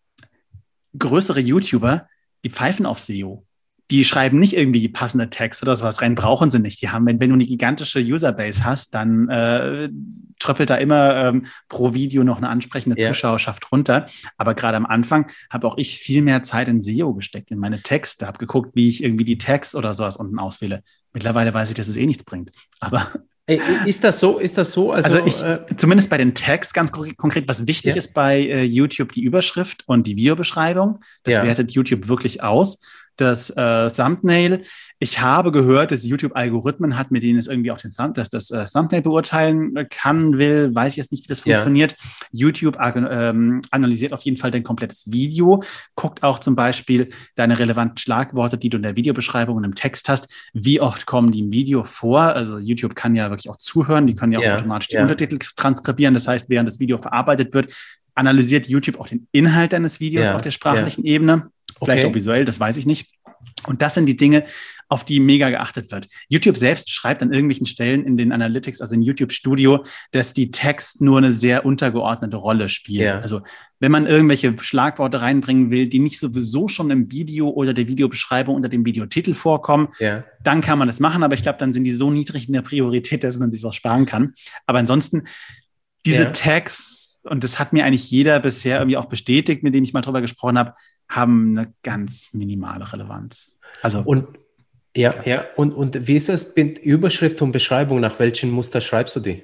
größere YouTuber, die pfeifen auf S E O. Die schreiben nicht irgendwie passende Texte oder sowas rein, brauchen sie nicht. Die haben, wenn, wenn du eine gigantische Userbase hast, dann äh, tröppelt da immer ähm, pro Video noch eine ansprechende
Ja.
Zuschauerschaft runter. Aber gerade am Anfang habe auch ich viel mehr Zeit in S E O gesteckt, in meine Texte, habe geguckt, wie ich irgendwie die Tags oder sowas unten auswähle. Mittlerweile weiß ich, dass es eh nichts bringt. Aber
Ey, Ist das so? Ist das so?
also, ich,
äh,
zumindest bei den Tags ganz konkret, was wichtig
Ja.
ist bei äh, YouTube, die Überschrift und die Videobeschreibung. Das
Ja.
wertet YouTube wirklich aus. Das äh, Thumbnail, ich habe gehört, dass YouTube Algorithmen hat, mit denen es irgendwie auch den Thumb, dass das äh, Thumbnail beurteilen kann, will, weiß ich jetzt nicht, wie das
Ja.
funktioniert. YouTube ähm, analysiert auf jeden Fall dein komplettes Video, guckt auch zum Beispiel deine relevanten Schlagworte, die du in der Videobeschreibung und im Text hast, wie oft kommen die im Video vor. Also YouTube kann ja wirklich auch zuhören, die können ja auch
Ja,
automatisch die
ja.
Untertitel transkribieren. Das heißt, während das Video verarbeitet wird, analysiert YouTube auch den Inhalt deines Videos
Ja,
auf der sprachlichen Ebene. Vielleicht
Okay.
auch visuell, das weiß ich nicht. Und das sind die Dinge, auf die mega geachtet wird. YouTube selbst schreibt an irgendwelchen Stellen in den Analytics, also in YouTube Studio, dass die Text nur eine sehr untergeordnete Rolle spielen.
Ja.
Also wenn man irgendwelche Schlagworte reinbringen will, die nicht sowieso schon im Video oder der Videobeschreibung unter dem Videotitel vorkommen,
Ja.
dann kann man das machen. Aber ich glaube, dann sind die so niedrig in der Priorität, dass man sich auch sparen kann. Aber ansonsten, diese
Ja.
Tags, und das hat mir eigentlich jeder bisher irgendwie auch bestätigt, mit dem ich mal drüber gesprochen habe, haben eine ganz minimale Relevanz. Also
Und ja, ja. Und, und wie ist das mit Überschrift und Beschreibung? Nach welchen Muster schreibst du die?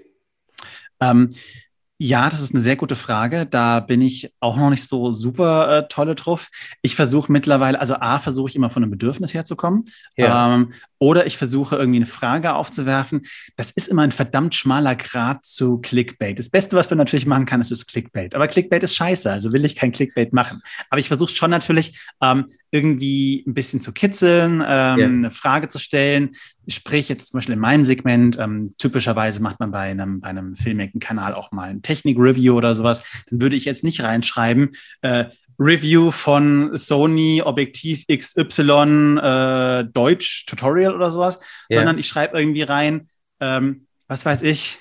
ähm, ja, das ist eine sehr gute Frage. Da bin ich auch noch nicht so super äh, tolle drauf. Ich versuche mittlerweile, also A, versuche ich immer von einem Bedürfnis herzukommen.
Ja.
Ähm, oder ich versuche irgendwie eine Frage aufzuwerfen. Das ist immer ein verdammt schmaler Grad zu Clickbait. Das Beste, was du natürlich machen kannst, ist Clickbait. Aber Clickbait ist scheiße, also will ich kein Clickbait machen. Aber ich versuche schon natürlich ähm, irgendwie ein bisschen zu kitzeln, ähm,
Ja.
eine Frage zu stellen. Sprich jetzt zum Beispiel in meinem Segment, ähm, typischerweise macht man bei einem, bei einem Filmmaking-Kanal auch mal ein Technik-Review oder sowas. Dann würde ich jetzt nicht reinschreiben, äh, Review von Sony Objektiv X Y äh, Deutsch Tutorial oder sowas,
Ja.
sondern ich schreibe irgendwie rein, ähm, was weiß ich,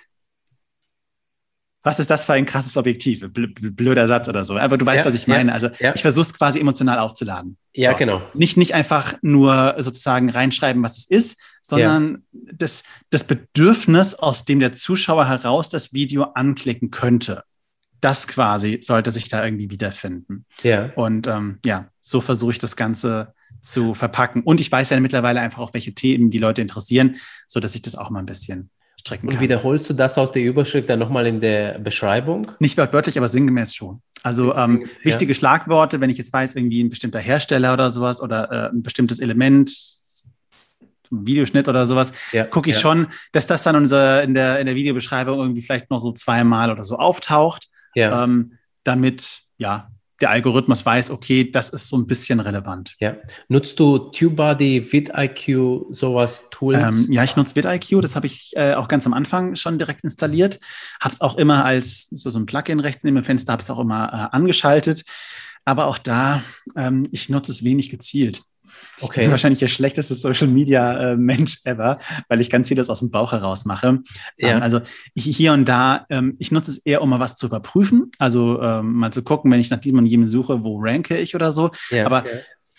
was ist das für ein krasses Objektiv? Bl- bl- blöder Satz oder so. Aber du weißt,
Ja,
was ich
ja,
meine. Also
ja.
ich versuche es quasi emotional aufzuladen.
Ja,
So.
genau.
Nicht, nicht einfach nur sozusagen reinschreiben, was es ist, sondern das, das Bedürfnis, aus dem der Zuschauer heraus das Video anklicken könnte. Das quasi sollte sich da irgendwie wiederfinden.
Ja.
Und ähm, ja, so versuche ich das Ganze zu verpacken. Und ich weiß ja mittlerweile einfach auch, welche Themen die Leute interessieren, sodass ich das auch mal ein bisschen strecken
Und
kann.
wiederholst du das aus der Überschrift dann nochmal in der Beschreibung?
Nicht wortwörtlich, aber sinngemäß schon. Also
Sinn-
ähm,
sinn- ja.
wichtige Schlagworte, wenn ich jetzt weiß, irgendwie ein bestimmter Hersteller oder sowas oder äh, ein bestimmtes Element, ein Videoschnitt oder sowas,
Ja,
gucke ich
ja.
schon, dass das dann unser, in, der, in der Videobeschreibung irgendwie vielleicht noch so zweimal oder so auftaucht,
Ja.
ähm, damit ja der Algorithmus weiß, okay, das ist so ein bisschen relevant.
Ja. Nutzt du TubeBuddy, vidIQ, sowas, Tools?
Ähm, ja, ich nutze vidIQ, das habe ich äh, auch ganz am Anfang schon direkt installiert, habe es auch immer als so, so ein Plugin rechts neben dem Fenster, habe es auch immer äh, angeschaltet, aber auch da, ähm, ich nutze es wenig gezielt. Ich
Okay.
bin wahrscheinlich der schlechteste Social-Media-Mensch ever, weil ich ganz vieles aus dem Bauch heraus mache.
Ja.
Ähm, also ich, hier und da, ähm, ich nutze es eher, um mal was zu überprüfen, also ähm, mal zu gucken, wenn ich nach diesem und jenem suche, wo ranke ich oder so.
Ja.
Aber
ja.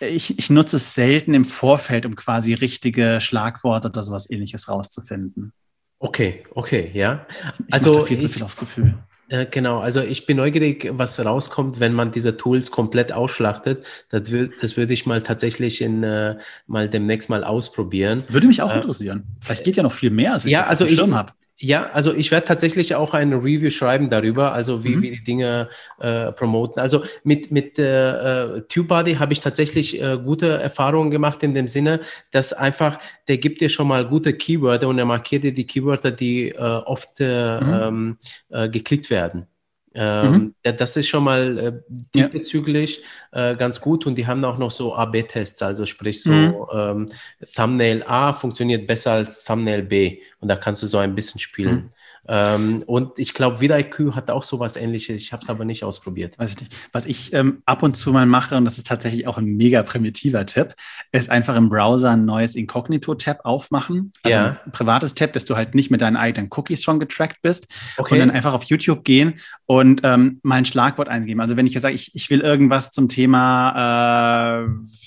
Ich, ich nutze es selten im Vorfeld, um quasi richtige Schlagworte oder sowas Ähnliches rauszufinden.
Okay, okay, ja.
Ich
Also
mache da viel
ich,
zu viel aufs Gefühl.
äh, genau, also ich bin neugierig, was rauskommt, wenn man diese Tools komplett ausschlachtet. Das würde das würde ich mal tatsächlich in, äh, mal demnächst mal ausprobieren.
Würde mich auch
Äh,
interessieren. Vielleicht geht ja noch viel mehr, als ich
ja,
jetzt auf
also
dem Schirm
ich,
habe.
ja, also ich werde tatsächlich auch eine Review schreiben darüber, also wie wir
Mhm.
die Dinge äh, promoten. Also mit, mit äh, äh, TubeBuddy habe ich tatsächlich äh, gute Erfahrungen gemacht in dem Sinne, dass einfach, der gibt dir schon mal gute Keywörter und er markiert dir die Keywörter, die äh, oft äh,
Mhm.
ähm, äh, geklickt werden.
Mhm.
Ähm, ja, das ist schon mal äh,
Ja.
diesbezüglich äh, ganz gut und die haben auch noch so A B-Tests, also sprich
Mhm.
so ähm, Thumbnail A funktioniert besser als Thumbnail B und da kannst du so ein bisschen spielen.
Mhm.
Ähm, und ich glaube, vidIQ hat auch sowas Ähnliches, ich habe es aber nicht ausprobiert.
Weiß ich nicht. Was ich ähm, ab und zu mal mache, und das ist tatsächlich auch ein mega primitiver Tipp, ist einfach im Browser ein neues Inkognito-Tab aufmachen. Also ein
Ja,
privates Tab, dass du halt nicht mit deinen eigenen Cookies schon getrackt bist. Und dann
okay,
einfach auf YouTube gehen und ähm, mal ein Schlagwort eingeben. Also wenn ich jetzt sage, ich, ich will irgendwas zum Thema, äh,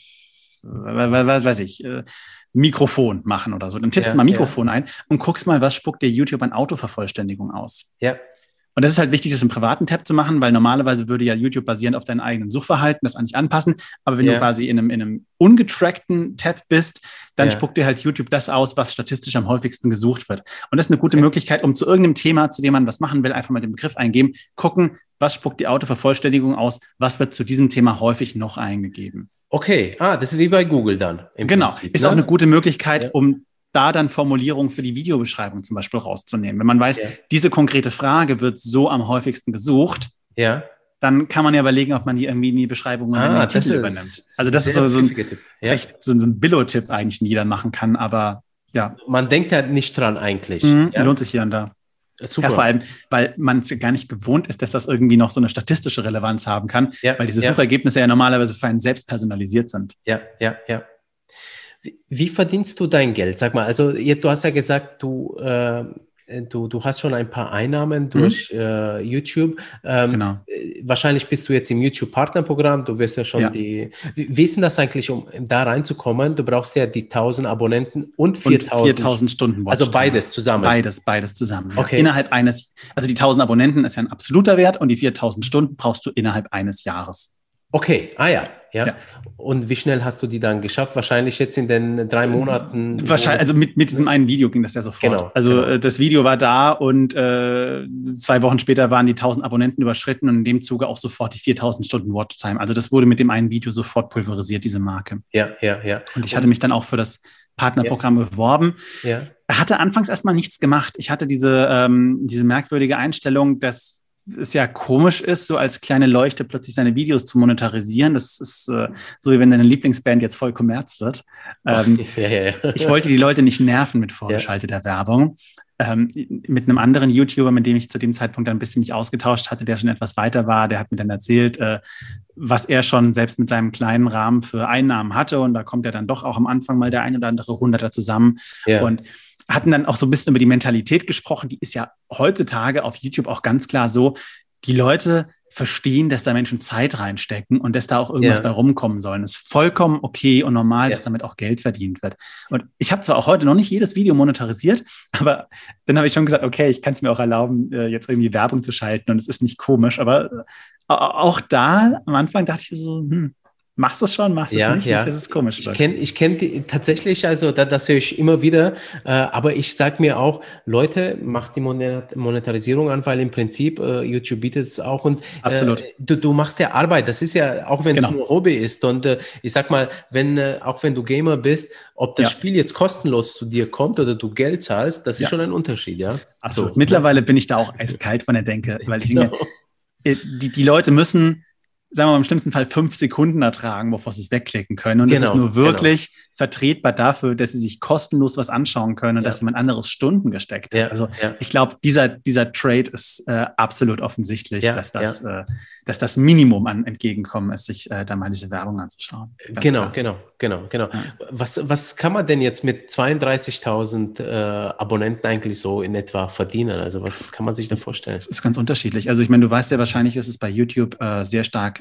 was weiß ich, äh, Mikrofon machen oder so, dann tippst du
ja,
mal
ja,
Mikrofon ein und guckst mal, was spuckt dir YouTube an Autovervollständigung aus.
ja,
Und das ist halt wichtig, das im privaten Tab zu machen, weil normalerweise würde ja YouTube basierend auf deinem eigenen Suchverhalten das eigentlich anpassen. Aber wenn du
ja,
quasi in einem, in einem ungetrackten Tab bist, dann
ja,
spuckt dir halt YouTube das aus, was statistisch am häufigsten gesucht wird. Und das ist eine gute
okay.
Möglichkeit, um zu irgendeinem Thema, zu dem man was machen will, einfach mal den Begriff eingeben, gucken, was spuckt die Autovervollständigung aus, was wird zu diesem Thema häufig noch eingegeben.
Okay, ah, das ist wie bei Google dann im
Genau,
Prinzip,
ist auch eine
ne?
gute Möglichkeit,
Ja,
um da dann Formulierungen für die Videobeschreibung zum Beispiel rauszunehmen. Wenn man weiß,
ja,
diese konkrete Frage wird so am häufigsten gesucht,
ja.
dann kann man ja überlegen, ob man die irgendwie in die Beschreibung oder in
Ah,
den
das
Titel übernimmt.
ist
Also das ist
sehr
so, so ein
pfiffiger Tipp. Ja.
recht so, so ein Billo-Tipp eigentlich, den jeder machen kann, aber ja,
Man denkt ja nicht dran eigentlich.
mh,
Ja,
lohnt sich hier und da. Ja, vor
super.
allem, weil man es gar nicht gewohnt ist, dass das irgendwie noch so eine statistische Relevanz haben kann,
Ja,
weil diese
ja,
Suchergebnisse ja normalerweise für einen selbst personalisiert sind.
ja, ja, ja. Wie, wie verdienst du dein Geld? Sag mal, also jetzt, du hast ja gesagt, du, äh, du, du hast schon ein paar Einnahmen
Mhm,
durch äh, YouTube. Ähm,
genau.
äh, wahrscheinlich bist du jetzt im YouTube-Partnerprogramm. Du wirst ja schon
Ja.
die. Wie, wie ist denn das eigentlich, um da reinzukommen? Du brauchst ja die tausend Abonnenten und
Und
viertausend.
viertausend Stunden
Also
Watchtime.
beides zusammen.
Beides, beides zusammen. Ja.
Okay.
Innerhalb eines, also die tausend Abonnenten ist ja ein absoluter Wert und die viertausend Stunden brauchst du innerhalb eines Jahres.
Okay, ah ja, ja.
Ja.
Und wie schnell hast du die dann geschafft? Wahrscheinlich jetzt in den drei Monaten, wo
Wahrscheinlich,
das.
also mit, mit diesem einen Video ging das ja sofort.
Genau,
Also
genau.
äh, das Video war da und äh, zwei Wochen später waren die tausend Abonnenten überschritten und in dem Zuge auch sofort die viertausend Stunden Watchtime. Also das wurde mit dem einen Video sofort pulverisiert, diese Marke.
Ja, ja, ja.
Und ich hatte
Und
mich dann auch für das
ja,
Partnerprogramm beworben.
ja,
Er hatte anfangs erstmal nichts gemacht. Ich hatte diese, ähm, diese merkwürdige Einstellung, dass es ja komisch ist, so als kleine Leuchte plötzlich seine Videos zu monetarisieren. Das ist äh, so, wie wenn deine Lieblingsband jetzt voll Kommerz wird. Ähm,
ja, ja, ja.
ich wollte die Leute nicht nerven mit
Ja,
vorgeschalteter Werbung. Ähm, mit einem anderen YouTuber, mit dem ich zu dem Zeitpunkt ein bisschen mich ausgetauscht hatte, der schon etwas weiter war, der hat mir dann erzählt, äh, was er schon selbst mit seinem kleinen Rahmen für Einnahmen hatte. Und da kommt ja dann doch auch am Anfang mal der ein oder andere Hunderter zusammen.
ja,
Und hatten dann auch so ein bisschen über die Mentalität gesprochen. Die ist ja heutzutage auf YouTube auch ganz klar so, die Leute verstehen, dass da Menschen Zeit reinstecken und dass da auch irgendwas bei
ja,
rumkommen soll. Das ist vollkommen okay und normal,
ja.
dass damit auch Geld verdient wird. Und ich habe zwar auch heute noch nicht jedes Video monetarisiert, aber dann habe ich schon gesagt, okay, ich kann es mir auch erlauben, jetzt irgendwie Werbung zu schalten und es ist nicht komisch. Aber auch da am Anfang dachte ich so, hm, machst du es schon, machst du es
Ja,
nicht, nicht, dass
ja.
es komisch
Ich
wird.
kenne ich kenn die tatsächlich, also da, das höre ich immer wieder, äh, aber ich sage mir auch, Leute, macht die Monet Monetarisierung an, weil im Prinzip äh, YouTube bietet es auch und äh,
Absolut.
du, du machst ja Arbeit, das ist ja, auch wenn es
Genau.
nur Hobby ist und äh, ich sag mal, wenn, äh, auch wenn du Gamer bist, ob das
Ja.
Spiel jetzt kostenlos zu dir kommt oder du Geld zahlst, das ist
Ja.
schon ein Unterschied, ja?
Absolut.
So,
Mittlerweile
ne?
bin ich da auch eiskalt von der Denke, weil ich
Genau.
denke, die, die Leute müssen, sagen wir mal, im schlimmsten Fall fünf Sekunden ertragen, bevor sie es wegklicken können. Und das
Genau,
ist nur
genau.
wirklich vertretbar dafür, dass sie sich kostenlos was anschauen können und
Ja.
dass jemand anderes Stunden gesteckt hat.
Ja,
Also
ja.
ich glaube, dieser, dieser Trade ist äh, absolut offensichtlich,
Ja,
dass, das, äh, dass das Minimum an Entgegenkommen ist, sich äh, da mal diese Werbung anzuschauen. Ganz
Genau,
klar.
genau, genau, genau.
Ja.
Was, was kann man denn jetzt mit zweiunddreißigtausend äh, Abonnenten eigentlich so in etwa verdienen? Also was kann man sich da vorstellen?
Das ist ganz unterschiedlich. Also ich meine, du weißt ja wahrscheinlich, dass es bei YouTube äh, sehr stark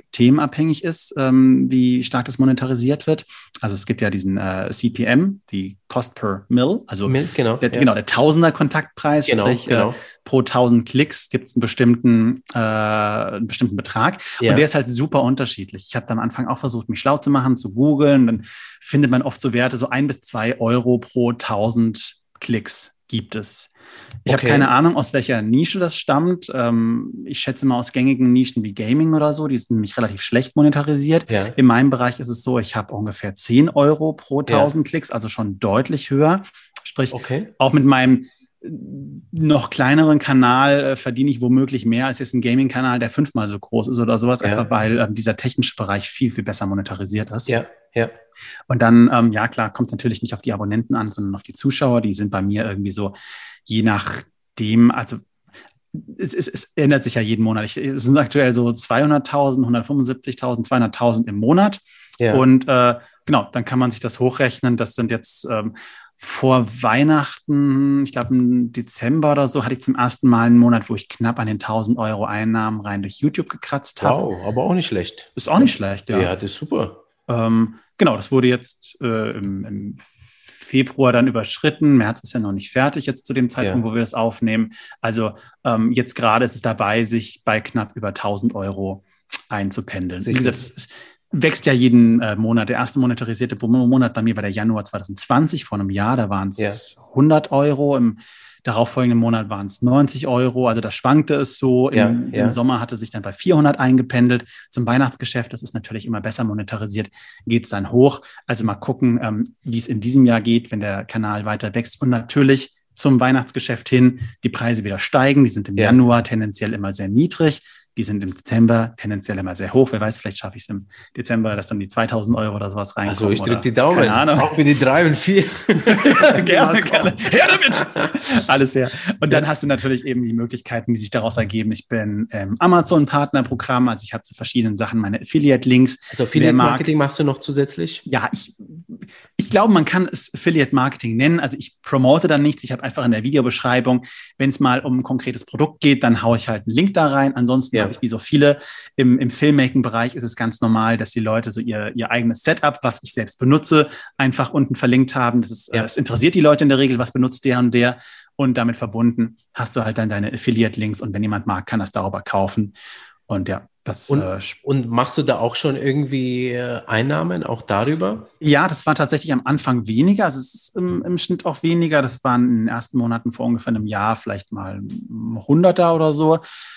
themenabhängig ist, ähm, wie stark das monetarisiert wird. Also es gibt ja diesen äh, C P M, die Cost per Mill, also
Mill, genau,
der,
ja.
genau, der Tausender-Kontaktpreis,
Genau,
sprich
genau.
Äh, pro tausend Klicks gibt es einen bestimmten, äh, einen bestimmten Betrag.
Ja.
Und der ist halt super unterschiedlich. Ich habe am Anfang auch versucht, mich schlau zu machen, zu googeln. Dann findet man oft so Werte, so ein bis zwei Euro pro tausend Klicks gibt es. Ich
Okay.
habe keine Ahnung, aus welcher Nische das stammt. Ähm, ich schätze mal aus gängigen Nischen wie Gaming oder so. Die sind nämlich relativ schlecht monetarisiert.
Ja.
In meinem Bereich ist es so, ich habe ungefähr zehn Euro pro tausend
Ja.
Klicks, also schon deutlich höher. Sprich,
Okay.
auch mit meinem noch kleineren Kanal äh, verdiene ich womöglich mehr als jetzt ein Gaming-Kanal, der fünfmal so groß ist oder sowas,
Ja.
einfach weil äh, dieser technische Bereich viel, viel besser monetarisiert ist.
Ja, ja.
Und dann, ähm, ja klar, kommt es natürlich nicht auf die Abonnenten an, sondern auf die Zuschauer. Die sind bei mir irgendwie so, je nachdem, also es, es, es ändert sich ja jeden Monat. Ich, es sind aktuell so zweihunderttausend, hundertfünfundsiebzigtausend, zweihunderttausend im Monat.
Ja.
Und äh, genau, dann kann man sich das hochrechnen. Das sind jetzt ähm, vor Weihnachten, ich glaube im Dezember oder so, hatte ich zum ersten Mal einen Monat, wo ich knapp an den tausend Euro Einnahmen rein durch YouTube gekratzt habe.
Wow, aber auch nicht schlecht.
Ist auch nicht schlecht, ja.
Ja, das ist super.
Ähm, genau, das wurde jetzt äh, im, im Februar dann überschritten. März ist ja noch nicht fertig jetzt zu dem Zeitpunkt,
Ja.
wo wir das aufnehmen. Also ähm, jetzt gerade ist es dabei, sich bei knapp über tausend Euro einzupendeln. Wie
Sicher.
gesagt, es, es wächst ja jeden äh, Monat. Der erste monetarisierte Monat bei mir war der Januar zwanzig zwanzig, vor einem Jahr. Da waren es
Ja.
hundert Euro. Im darauffolgenden Monat waren es neunzig Euro. Also da schwankte es so. Im,
Ja, ja.
im Sommer hatte sich dann bei vierhundert eingependelt. Zum Weihnachtsgeschäft, das ist natürlich immer besser monetarisiert, geht es dann hoch. Also mal gucken, ähm, wie es in diesem Jahr geht, wenn der Kanal weiter wächst. Und natürlich zum Weihnachtsgeschäft hin die Preise wieder steigen. Die sind im
Ja.
Januar tendenziell immer sehr niedrig. Die sind im Dezember tendenziell immer sehr hoch. Wer weiß, vielleicht schaffe ich es im Dezember, dass dann die zweitausend Euro oder sowas reinkommen.
Also ich drücke
oder,
die Daumen,
keine Ahnung.
auch für die drei und vier.
gerne, gerne. Her damit! Alles her. Und dann hast du natürlich eben die Möglichkeiten, die sich daraus ergeben. Ich bin im Amazon-Partnerprogramm, also ich habe zu verschiedenen Sachen meine Affiliate-Links.
Also Affiliate-Marketing machst du noch zusätzlich?
Ja, ich, ich glaube, man kann es Affiliate-Marketing nennen. Also ich promote dann nichts. Ich habe einfach in der Videobeschreibung, wenn es mal um ein konkretes Produkt geht, dann haue ich halt einen Link da rein. Ansonsten
Ja.
habe ich wie so viele im, im Filmmaking-Bereich ist es ganz normal, dass die Leute so ihr, ihr eigenes Setup, was ich selbst benutze, einfach unten verlinkt haben. Das ist,
Ja.
äh, es interessiert die Leute in der Regel, was benutzt der und der. Und damit verbunden hast du halt dann deine Affiliate-Links und wenn jemand mag, kann das darüber kaufen. Und ja, das
Und,
äh,
und machst du da auch schon irgendwie äh, Einnahmen, auch darüber?
ja, das war tatsächlich am Anfang weniger. Also es ist im, im Schnitt auch weniger. Das waren in den ersten Monaten vor ungefähr einem Jahr vielleicht mal ein Hunderter oder so.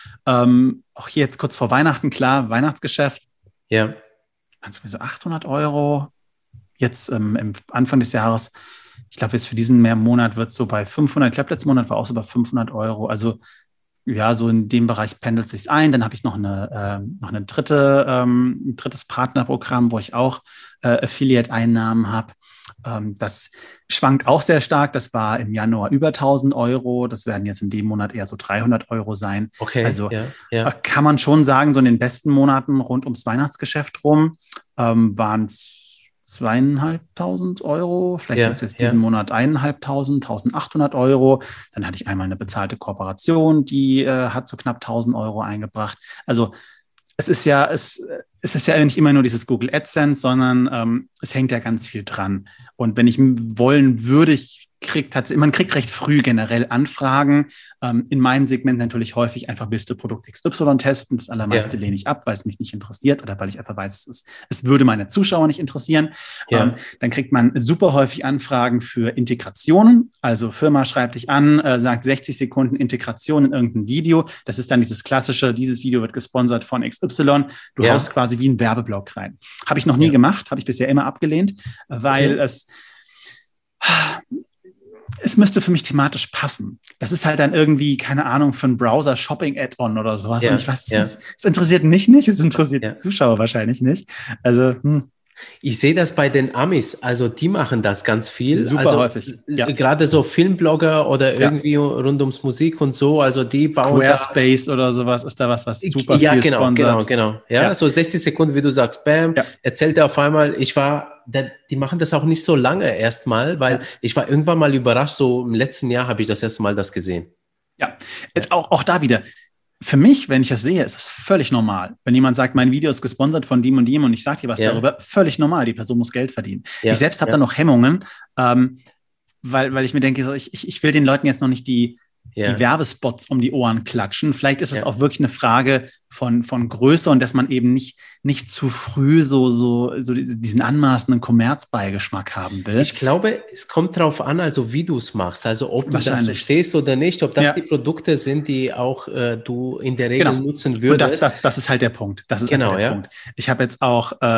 Ähm, auch hier jetzt kurz vor Weihnachten, klar, Weihnachtsgeschäft,
Ja.
waren es so achthundert Euro. Jetzt ähm, im Anfang des Jahres, ich glaube, jetzt für diesen mehr Monat wird es so bei fünfhundert. Ich glaube, letzten Monat war auch so bei fünfhundert Euro. Also ja, so in dem Bereich pendelt es sich ein. Dann habe ich noch eine, äh, noch eine dritte, ähm, ein drittes Partnerprogramm, wo ich auch äh, Affiliate-Einnahmen habe. Ähm, das schwankt auch sehr stark. Das war im Januar über tausend Euro. Das werden jetzt in dem Monat eher so dreihundert Euro sein.
Okay.
Also
ja, ja.
äh, kann man schon sagen, so in den besten Monaten rund ums Weihnachtsgeschäft rum ähm, waren es zweieinhalbtausend Euro, vielleicht
Ja,
jetzt, jetzt
ja.
diesen Monat eineinhalbtausend, eintausendachthundert Euro. Dann hatte ich einmal eine bezahlte Kooperation, die äh, hat so knapp tausend Euro eingebracht. Also es ist ja, es, es ist ja nicht immer nur dieses Google AdSense, sondern ähm, es hängt ja ganz viel dran. Und wenn ich wollen würde, ich kriegt, hat, man kriegt recht früh generell Anfragen. Ähm, in meinem Segment natürlich häufig einfach, willst du Produkt X Y testen? Das allermeiste
Ja.
lehne ich ab, weil es mich nicht interessiert oder weil ich einfach weiß, es, es würde meine Zuschauer nicht interessieren.
Ja.
Ähm, dann kriegt man super häufig Anfragen für Integrationen. Also Firma schreibt dich an, äh, sagt sechzig Sekunden Integration in irgendein Video. Das ist dann dieses klassische, dieses Video wird gesponsert von X Y. Du
Ja.
haust quasi wie einen Werbeblock rein. Habe ich noch nie
Ja.
gemacht, habe ich bisher immer abgelehnt, weil
Okay.
es es müsste für mich thematisch passen. Das ist halt dann irgendwie, keine Ahnung, für einen Browser-Shopping-Add-on oder sowas.
Ja,
Und ich weiß,
ja.
es, es interessiert mich nicht, es interessiert
Ja.
die Zuschauer wahrscheinlich nicht. Also, hm.
Ich sehe das bei den Amis, also die machen das ganz viel.
Super
also,
häufig, ja.
äh, Gerade so Filmblogger oder
Ja.
irgendwie rund ums Musik und so, also die bauen da,
Squarespace oder sowas ist da was, was super
ja,
viel
genau,
sponsert.
genau, genau. Ja,
Ja.
so sechzig Sekunden, wie du sagst, bam,
Ja.
erzählt er auf einmal, ich war, der, die machen das auch nicht so lange erstmal, weil
Ja.
ich war irgendwann mal überrascht, so im letzten Jahr habe ich das erste Mal das gesehen.
Ja, Jetzt auch, auch da wieder. Für mich, wenn ich das sehe, ist es völlig normal. Wenn jemand sagt, mein Video ist gesponsert von dem und dem und ich sage dir was
Ja.
darüber, völlig normal. Die Person muss Geld verdienen.
Ja.
Ich selbst habe
ja.
da noch Hemmungen, ähm, weil, weil ich mir denke, so, ich, ich, ich will den Leuten jetzt noch nicht die,
Ja.
die Werbespots um die Ohren klatschen. Vielleicht ist es
Ja.
auch wirklich eine Frage von, von Größe und dass man eben nicht, nicht zu früh so, so, so diesen anmaßenden Kommerzbeigeschmack haben will.
Ich glaube, es kommt darauf an, also wie du es machst, also ob du dazu stehst oder nicht, ob das ja. die Produkte sind, die auch äh, du in der Regel
genau.
nutzen würdest.
Und das, das, das ist halt der Punkt. Das ist
genau,
der
ja.
Punkt. Ich habe jetzt auch äh,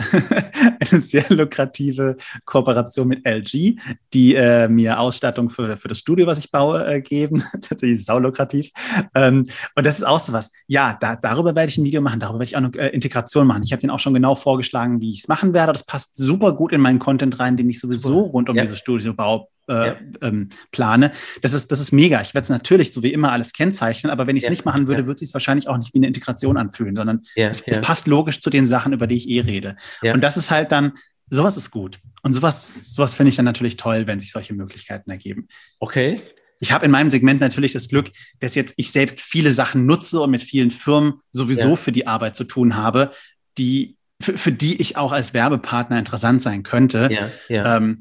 eine sehr lukrative Kooperation mit L G, die äh, mir Ausstattung für, für das Studio, was ich baue, äh, geben. Tatsächlich saulukrativ. Ähm, und das ist auch so was. Ja, da, darüber werde ich ein Video machen, darüber werde ich auch eine äh, Integration machen. Ich habe denen auch schon genau vorgeschlagen, wie ich es machen werde. Das passt super gut in meinen Content rein, den ich sowieso cool. rund um ja. dieses Studiobau äh, ja. ähm, plane. Das ist, das ist mega. Ich werde es natürlich so wie immer alles kennzeichnen, aber wenn ich es ja. nicht machen würde, ja. würde es sich wahrscheinlich auch nicht wie eine Integration anfühlen, sondern ja. es, es passt logisch zu den Sachen, über die ich eh rede. Ja. Und das ist halt dann, sowas ist gut. Und sowas, sowas finde ich dann natürlich toll, wenn sich solche Möglichkeiten ergeben.
Okay.
Ich habe in meinem Segment natürlich das Glück, dass jetzt ich selbst viele Sachen nutze und mit vielen Firmen sowieso ja. für die Arbeit zu tun habe, die, für, für die ich auch als Werbepartner interessant sein könnte.
Ja, ja.
Ähm,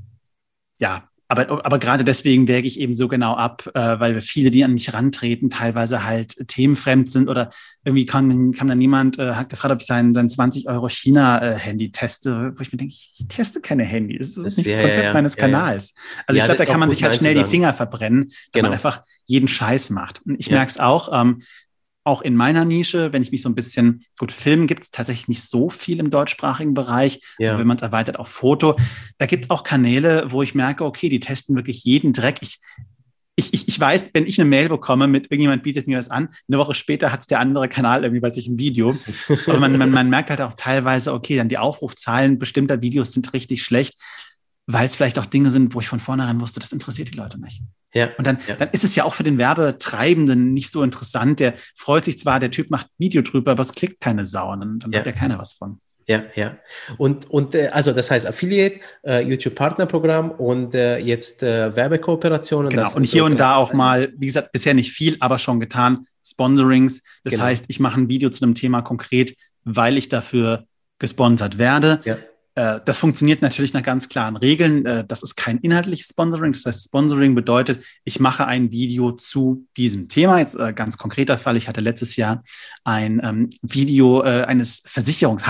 ja. Aber, aber gerade deswegen wäge ich eben so genau ab, äh, weil viele, die an mich rantreten, teilweise halt themenfremd sind oder irgendwie kam, kam dann jemand, äh, hat gefragt, ob ich sein, sein zwanzig Euro China-Handy teste, wo ich mir denke, ich, ich teste keine Handy. Das ist das, nicht ja, das Konzept ja, meines ja, Kanals. Also ja, ich glaube, da kann man sich halt schnell die Finger verbrennen, wenn genau. man einfach jeden Scheiß macht. Und ich ja. merke es auch, ähm, auch in meiner Nische, wenn ich mich so ein bisschen, gut, Film gibt es tatsächlich nicht so viel im deutschsprachigen Bereich, ja. wenn man es erweitert auf Foto. Da gibt es auch Kanäle, wo ich merke, okay, die testen wirklich jeden Dreck. Ich, ich, ich, ich weiß, wenn ich eine Mail bekomme mit, irgendjemand bietet mir das an, eine Woche später hat es der andere Kanal irgendwie bei sich im Video. Aber man, man, man merkt halt auch teilweise, okay, dann die Aufrufzahlen bestimmter Videos sind richtig schlecht, weil es vielleicht auch Dinge sind, wo ich von vornherein wusste, das interessiert die Leute nicht.
Ja,
und dann,
ja.
dann ist es ja auch für den Werbetreibenden nicht so interessant. Der freut sich zwar, der Typ macht Video drüber, aber es klickt keine Sau und dann, dann
ja.
hat ja keiner was von.
Ja, ja. Und, und äh, also das heißt Affiliate, äh, YouTube-Partnerprogramm und äh, jetzt äh, Werbekooperationen.
Genau, und hier so und da auch mal, wie gesagt, bisher nicht viel, aber schon getan, Sponsorings. Das genau. heißt, ich mache ein Video zu einem Thema konkret, weil ich dafür gesponsert werde. Ja. Das funktioniert natürlich nach ganz klaren Regeln. Das ist kein inhaltliches Sponsoring. Das heißt, Sponsoring bedeutet, ich mache ein Video zu diesem Thema. Jetzt äh, ganz konkreter Fall. Ich hatte letztes Jahr ein ähm, Video äh, eines Versicherungs-,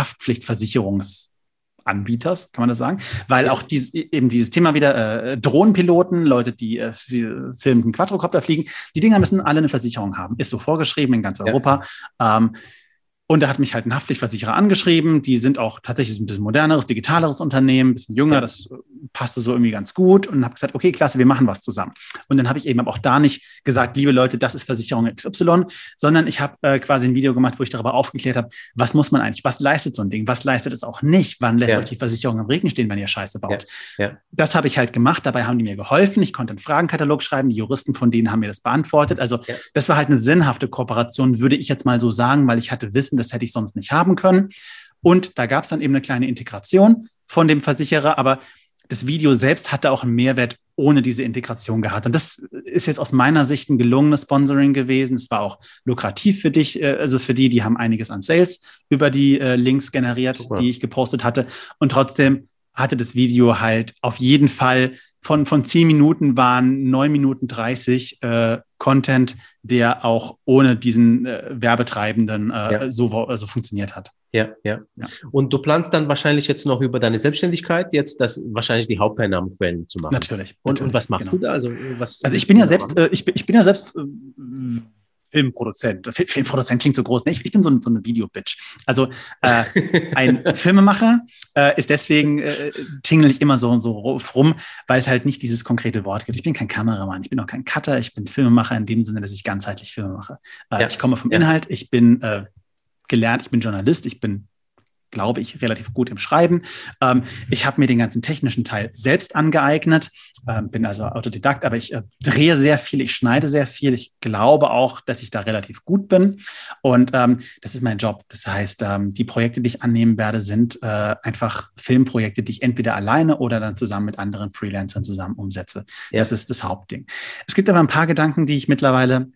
Haftpflichtversicherungsanbieters, kann man das sagen? Weil auch dies, eben dieses Thema wieder äh, Drohnenpiloten, Leute, die äh, filmenden Quadrocopter fliegen, die Dinger müssen alle eine Versicherung haben. Ist so vorgeschrieben in ganz Europa. Ja. Ähm, Und da hat mich halt ein Haftpflichtversicherer angeschrieben. Die sind auch tatsächlich ein bisschen moderneres, digitaleres Unternehmen, ein bisschen jünger. Das passte so irgendwie ganz gut. Und habe gesagt, okay, klasse, wir machen was zusammen. Und dann habe ich eben aber auch da nicht gesagt, liebe Leute, das ist Versicherung X Y, sondern ich habe äh, quasi ein Video gemacht, wo ich darüber aufgeklärt habe, was muss man eigentlich, was leistet so ein Ding, was leistet es auch nicht, wann lässt ja. euch die Versicherung im Regen stehen, wenn ihr Scheiße baut. Ja. Ja. Das habe ich halt gemacht. Dabei haben die mir geholfen. Ich konnte einen Fragenkatalog schreiben. Die Juristen von denen haben mir das beantwortet. Also ja. das war halt eine sinnhafte Kooperation, würde ich jetzt mal so sagen, weil ich hatte Wissen, das hätte ich sonst nicht haben können. Und da gab es dann eben eine kleine Integration von dem Versicherer, aber das Video selbst hatte auch einen Mehrwert ohne diese Integration gehabt. Und das ist jetzt aus meiner Sicht ein gelungenes Sponsoring gewesen. Es war auch lukrativ für dich, also für die, die haben einiges an Sales über die Links generiert, Super. die ich gepostet hatte. Und trotzdem hatte das Video halt auf jeden Fall von, von zehn Minuten waren neun Minuten dreißig äh, Content, der auch ohne diesen äh, Werbetreibenden äh, ja. so, so funktioniert hat.
Ja, ja, ja. Und du planst dann wahrscheinlich jetzt noch über deine Selbstständigkeit jetzt das wahrscheinlich die Haupteinnahmequellen zu machen.
Natürlich.
Und,
natürlich,
und was machst
genau.
du da? Also, was
also ich bin ja selbst, äh, ich, bin, ich bin ja selbst äh, Filmproduzent. Filmproduzent klingt so groß. Nee, ich, ich bin so, ein, so eine Video-Bitch. Also äh, ein Filmemacher äh, ist deswegen, äh, tingle ich immer so, so rum, weil es halt nicht dieses konkrete Wort gibt. Ich bin kein Kameramann, ich bin auch kein Cutter, ich bin Filmemacher in dem Sinne, dass ich ganzheitlich Filme mache. Äh, ja. Ich komme vom ja. Inhalt, ich bin äh, gelernt, ich bin Journalist, ich bin glaube ich, relativ gut im Schreiben. Ähm, ich habe mir den ganzen technischen Teil selbst angeeignet, ähm, bin also Autodidakt, aber ich äh, drehe sehr viel, ich schneide sehr viel. Ich glaube auch, dass ich da relativ gut bin. Und ähm, das ist mein Job. Das heißt, ähm, die Projekte, die ich annehmen werde, sind äh, einfach Filmprojekte, die ich entweder alleine oder dann zusammen mit anderen Freelancern zusammen umsetze. Ja. Das ist das Hauptding. Es gibt aber ein paar Gedanken, die ich mittlerweile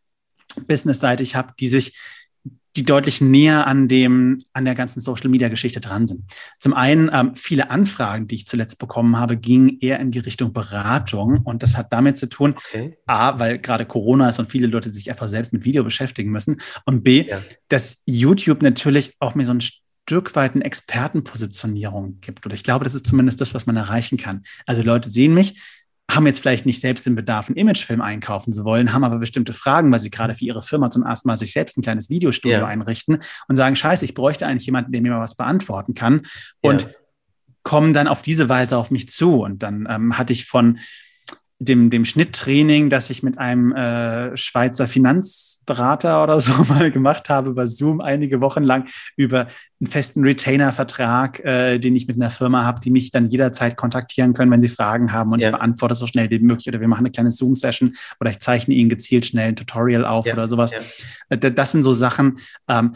Business-Seite ich habe, die sich die deutlich näher an dem, an der ganzen Social-Media-Geschichte dran sind. Zum einen, ähm, viele Anfragen, die ich zuletzt bekommen habe, gingen eher in die Richtung Beratung. Und das hat damit zu tun,
Okay.
A, weil gerade Corona ist und viele Leute sich einfach selbst mit Video beschäftigen müssen. Und B, ja. dass YouTube natürlich auch mir so ein Stück weit eine Expertenpositionierung gibt. Oder ich glaube, das ist zumindest das, was man erreichen kann. Also Leute sehen mich, haben jetzt vielleicht nicht selbst den Bedarf, einen Imagefilm einkaufen zu wollen, haben aber bestimmte Fragen, weil sie gerade für ihre Firma zum ersten Mal sich selbst ein kleines Videostudio ja. einrichten und sagen, scheiße, ich bräuchte eigentlich jemanden, der mir mal was beantworten kann und ja. kommen dann auf diese Weise auf mich zu. Und dann ähm, hatte ich von dem, dem Schnitttraining, das ich mit einem äh, Schweizer Finanzberater oder so mal gemacht habe, über Zoom einige Wochen lang, über einen festen Retainer-Vertrag, äh, den ich mit einer Firma habe, die mich dann jederzeit kontaktieren können, wenn sie Fragen haben und ja. ich beantworte so schnell wie möglich oder wir machen eine kleine Zoom-Session oder ich zeichne ihnen gezielt schnell ein Tutorial auf ja. oder sowas. Ja. Das sind so Sachen, ähm,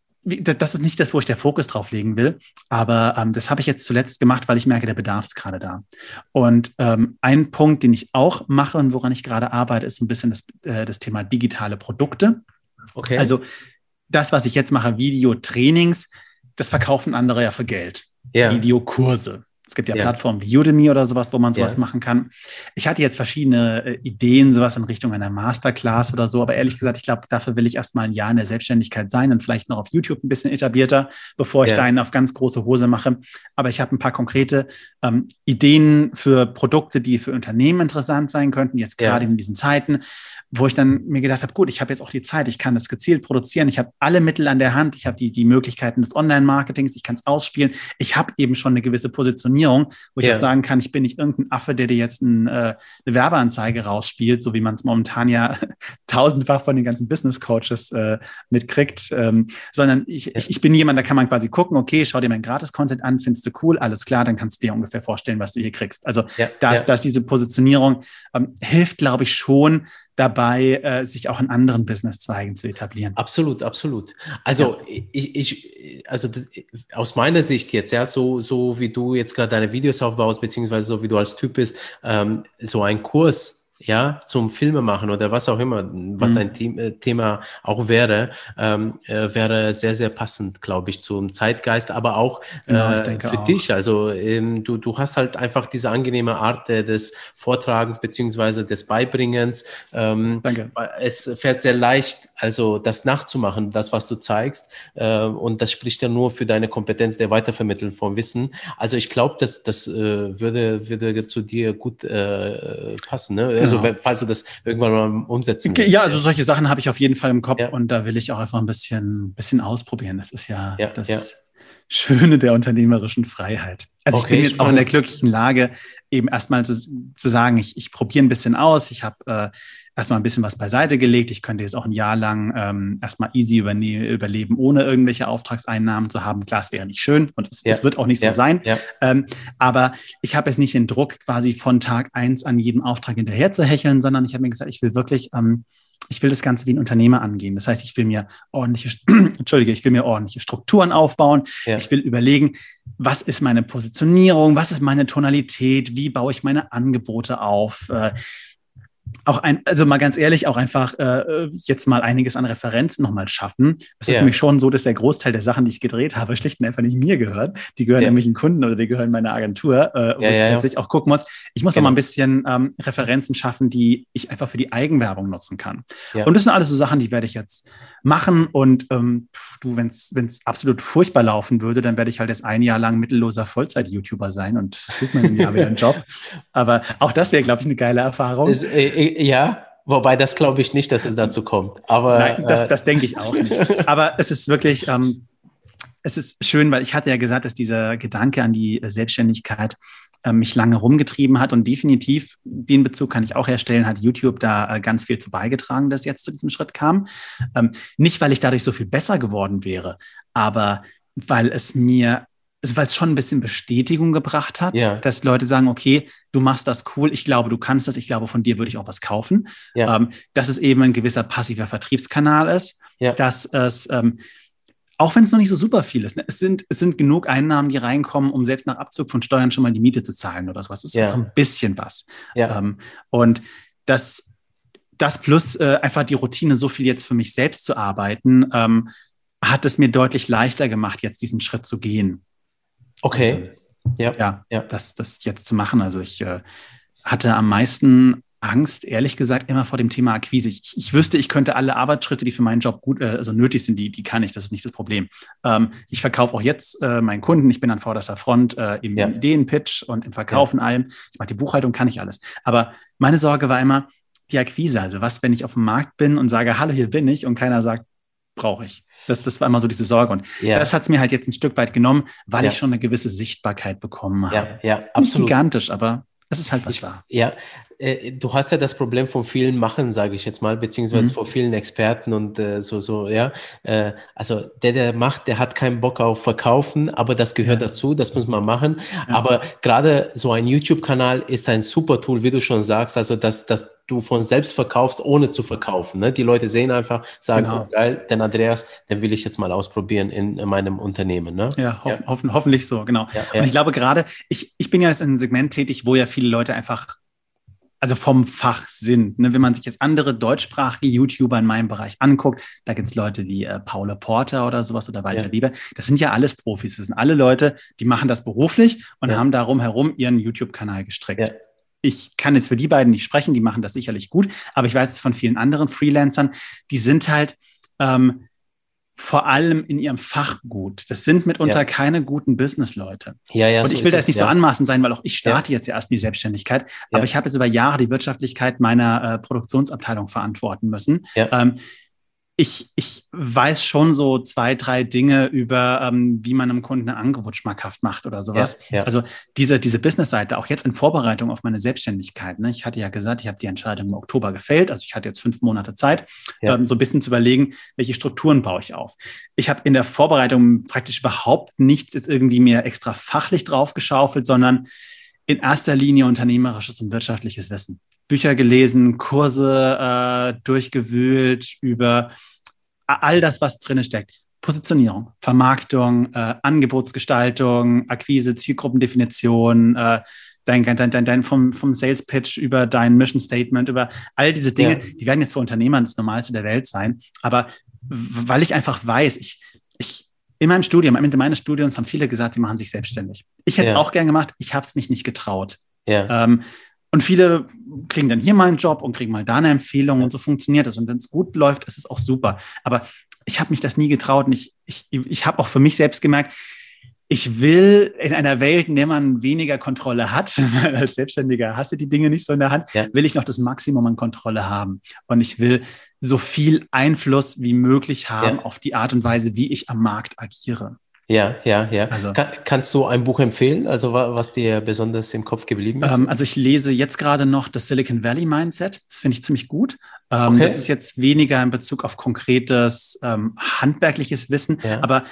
das ist nicht das, wo ich der Fokus drauf legen will, aber ähm, das habe ich jetzt zuletzt gemacht, weil ich merke, der Bedarf ist gerade da. Und ähm, ein Punkt, den ich auch mache und woran ich gerade arbeite, ist ein bisschen das, äh, das Thema digitale Produkte. Okay. Also das, was ich jetzt mache, Videotrainings, das verkaufen andere ja für Geld. Ja. Videokurse. Es gibt ja, ja Plattformen wie Udemy oder sowas, wo man sowas ja. machen kann. Ich hatte jetzt verschiedene äh, Ideen, sowas in Richtung einer Masterclass oder so, aber ehrlich gesagt, ich glaube, dafür will ich erstmal ein Jahr in der Selbstständigkeit sein und vielleicht noch auf YouTube ein bisschen etablierter, bevor ich ja. da einen auf ganz große Hose mache. Aber ich habe ein paar konkrete ähm, Ideen für Produkte, die für Unternehmen interessant sein könnten, jetzt gerade ja. in diesen Zeiten, wo ich dann mir gedacht habe, gut, ich habe jetzt auch die Zeit, ich kann das gezielt produzieren, ich habe alle Mittel an der Hand, ich habe die, die Möglichkeiten des Online-Marketings, ich kann es ausspielen, ich habe eben schon eine gewisse Positionierung, wo ich ja. auch sagen kann, ich bin nicht irgendein Affe, der dir jetzt ein, äh, eine Werbeanzeige rausspielt, so wie man es momentan ja tausendfach von den ganzen Business-Coaches äh, mitkriegt, ähm, sondern ich, ja. ich, ich bin jemand, da kann man quasi gucken, okay, schau dir meinen Gratis-Content an, findest du cool, alles klar, dann kannst du dir ungefähr vorstellen, was du hier kriegst. Also ja. da ist ja. diese Positionierung, ähm, hilft, glaube ich, schon, dabei, äh, sich auch in anderen Businesszweigen zu etablieren.
Absolut, absolut. Also ja. ich, ich, also das, aus meiner Sicht jetzt, ja, so, so wie du jetzt gerade deine Videos aufbaust, beziehungsweise so wie du als Typ bist, ähm, so ein Kurs, ja, zum Filme machen oder was auch immer, was mhm. dein The- Thema auch wäre, ähm, äh, wäre sehr, sehr passend, glaube ich, zum Zeitgeist, aber auch
genau,
äh, für auch. dich. Also ähm, du, du hast halt einfach diese angenehme Art äh, des Vortragens beziehungsweise des Beibringens. Ähm, Danke. Es fällt sehr leicht, also das nachzumachen, das, was du zeigst, äh, und das spricht ja nur für deine Kompetenz der Weitervermittlung von Wissen. Also ich glaube, das, das äh, würde, würde zu dir gut äh, passen, ne? Also Also, falls du das irgendwann mal umsetzen willst.
Ja, also solche Sachen habe ich auf jeden Fall im Kopf ja. und da will ich auch einfach ein bisschen, bisschen ausprobieren. Das ist ja, ja das ja. Schöne der unternehmerischen Freiheit. Also okay, ich bin jetzt spannend. Auch in der glücklichen Lage, eben erstmal zu, zu sagen, ich, ich probiere ein bisschen aus. Ich habe äh, erstmal ein bisschen was beiseite gelegt. Ich könnte jetzt auch ein Jahr lang ähm, erstmal easy überne- überleben, ohne irgendwelche Auftragseinnahmen zu haben. Klar, es wäre nicht schön und es, ja. es wird auch nicht ja. so sein. Ja. Ähm, aber ich habe jetzt nicht den Druck, quasi von Tag eins an jedem Auftrag hinterher zu hecheln, sondern ich habe mir gesagt, ich will wirklich... Ähm, Ich will das Ganze wie ein Unternehmer angehen. Das heißt, ich will mir ordentliche, Entschuldige, ich will mir ordentliche Strukturen aufbauen. Ja. Ich will überlegen, was ist meine Positionierung? Was ist meine Tonalität? Wie baue ich meine Angebote auf? Äh, auch ein, also mal ganz ehrlich, auch einfach äh, jetzt mal einiges an Referenzen nochmal schaffen. Es ist ja. nämlich schon so, dass der Großteil der Sachen, die ich gedreht habe, schlicht und einfach nicht mir gehört. Die gehören ja. irgendwelchen Kunden oder die gehören meiner Agentur, äh, wo ja, ich ja, tatsächlich ja. auch gucken muss. Ich muss genau. noch mal ein bisschen ähm, Referenzen schaffen, die ich einfach für die Eigenwerbung nutzen kann. Ja. Und das sind alles so Sachen, die werde ich jetzt machen. Und ähm, du, wenn es absolut furchtbar laufen würde, dann werde ich halt jetzt ein Jahr lang mittelloser Vollzeit-YouTuber sein und suche mir im Jahr wieder einen Job. Aber auch das wäre, glaube ich, eine geile Erfahrung.
Das, äh, Ja, wobei das glaube ich nicht, dass es dazu kommt. Aber
Nein, das, das denke ich auch nicht. Aber es ist wirklich, ähm, es ist schön, weil ich hatte ja gesagt, dass dieser Gedanke an die Selbstständigkeit äh, mich lange rumgetrieben hat und definitiv den Bezug kann ich auch herstellen, hat YouTube da äh, ganz viel zu beigetragen, dass jetzt zu diesem Schritt kam. Ähm, nicht, weil ich dadurch so viel besser geworden wäre, aber weil es mir Also, weil es schon ein bisschen Bestätigung gebracht hat, ja. dass Leute sagen, okay, du machst das cool, ich glaube, du kannst das, ich glaube, von dir würde ich auch was kaufen. Ja. Ähm, dass es eben ein gewisser passiver Vertriebskanal ist, ja. dass es, ähm, auch wenn es noch nicht so super viel ist, ne, es sind, es sind genug Einnahmen, die reinkommen, um selbst nach Abzug von Steuern schon mal die Miete zu zahlen oder sowas. Das ist ja. einfach ein bisschen was. Ja. Ähm, und das das plus äh, einfach die Routine, so viel jetzt für mich selbst zu arbeiten, ähm, hat es mir deutlich leichter gemacht, jetzt diesen Schritt zu gehen.
Okay.
Und, äh,
Ja.
ja,
ja.
Das, das jetzt zu machen. Also ich äh, hatte am meisten Angst, ehrlich gesagt, immer vor dem Thema Akquise. Ich, ich wüsste, ich könnte alle Arbeitsschritte, die für meinen Job gut, äh, also nötig sind, die, die kann ich. Das ist nicht das Problem. Ähm, ich verkaufe auch jetzt äh, meinen Kunden. Ich bin an vorderster Front äh, im
Ja.
Ideenpitch und im Verkauf und allem. Ich mache die Buchhaltung, kann ich alles. Aber meine Sorge war immer die Akquise. Also was, wenn ich auf dem Markt bin und sage, hallo, hier bin ich und keiner sagt, brauche ich. Das, das war immer so diese Sorge. Und
ja.
das hat es mir halt jetzt ein Stück weit genommen, weil
ja.
ich schon eine gewisse Sichtbarkeit bekommen habe.
Ja, ja,
Nicht
absolut.
gigantisch, aber es ist halt was
ich,
da.
Ja, äh, du hast ja das Problem von vielen Machen, sage ich jetzt mal, beziehungsweise
Mhm.
von vielen Experten und äh, so, so, ja. Äh, also der, der macht, der hat keinen Bock auf Verkaufen, aber das gehört
Ja.
dazu, das muss man machen.
Ja.
Aber gerade so ein YouTube-Kanal ist ein super Tool, wie du schon sagst, also dass, dass du von selbst verkaufst, ohne zu verkaufen. Ne? Die Leute sehen einfach, sagen,
Genau.
oh, geil, den Andreas, den will ich jetzt mal ausprobieren in, in meinem Unternehmen. Ne?
Ja, hoff,
ja.
Hoffen, hoffentlich so, genau.
Ja,
und
ja.
ich glaube gerade, ich, ich bin ja jetzt in einem Segment tätig, wo ja viele Leute einfach, also vom Fach sind. Ne? Wenn man sich jetzt andere deutschsprachige YouTuber in meinem Bereich anguckt, da gibt es Leute wie äh, Paula Porter oder sowas oder Walter
Ja.
Lieber. Das sind ja alles Profis. Das sind alle Leute, die machen das beruflich und
Ja.
haben darum herum ihren YouTube-Kanal gestrickt.
Ja.
Ich kann jetzt für die beiden nicht sprechen, die machen das sicherlich gut, aber ich weiß es von vielen anderen Freelancern, die sind halt ähm, vor allem in ihrem Fach gut. Das sind mitunter
Ja.
keine guten Businessleute.
Ja, ja,
und
so
ich will
ist
das
es,
nicht
ja.
so anmaßend sein, weil auch ich starte ja. jetzt ja erst in die Selbstständigkeit,
Ja.
aber ich habe jetzt über Jahre die Wirtschaftlichkeit meiner äh, Produktionsabteilung verantworten müssen.
Ja.
Ähm, Ich, ich weiß schon so zwei, drei Dinge über, ähm, wie man einem Kunden ein Angebot schmackhaft macht oder sowas.
Ja, ja.
Also diese, diese Business-Seite, auch jetzt in Vorbereitung auf meine Selbstständigkeit. Ne? Ich hatte ja gesagt, ich habe die Entscheidung im Oktober gefällt. Also ich hatte jetzt fünf Monate Zeit,
Ja.
ähm, so ein bisschen zu überlegen, welche Strukturen baue ich auf. Ich habe in der Vorbereitung praktisch überhaupt nichts jetzt irgendwie mir extra fachlich drauf geschaufelt, sondern in erster Linie unternehmerisches und wirtschaftliches Wissen. Bücher gelesen, Kurse äh, durchgewühlt über all das, was drin steckt. Positionierung, Vermarktung, äh, Angebotsgestaltung, Akquise, Zielgruppendefinition, äh, dein, dein, dein, dein vom, vom Sales Pitch über dein Mission Statement, über all diese Dinge, ja. die werden jetzt für Unternehmer das Normalste der Welt sein. Aber weil ich einfach weiß, ich, ich in meinem Studium, am Ende meines Studiums haben viele gesagt, sie machen sich selbstständig. Ich hätte es
Ja.
auch gern gemacht, ich habe es mich nicht getraut.
Ja.
Ähm, und viele kriegen dann hier mal einen Job und kriegen mal da eine Empfehlung ja. und so funktioniert das. Und wenn es gut läuft, ist es auch super. Aber ich habe mich das nie getraut und ich, ich, ich habe auch für mich selbst gemerkt, ich will in einer Welt, in der man weniger Kontrolle hat, weil als Selbstständiger hast du die Dinge nicht so in der Hand, ja. will ich noch das Maximum an Kontrolle haben. Und ich will so viel Einfluss wie möglich haben ja. auf die Art und Weise, wie ich am Markt agiere.
Ja, ja, ja.
Also,
Kann, kannst du ein Buch empfehlen, also was dir besonders im Kopf geblieben ist?
Ähm, also ich lese jetzt gerade noch das Silicon Valley Mindset. Das finde ich ziemlich gut. Ähm, okay. Das ist jetzt weniger in Bezug auf konkretes ähm, handwerkliches Wissen, ja. aber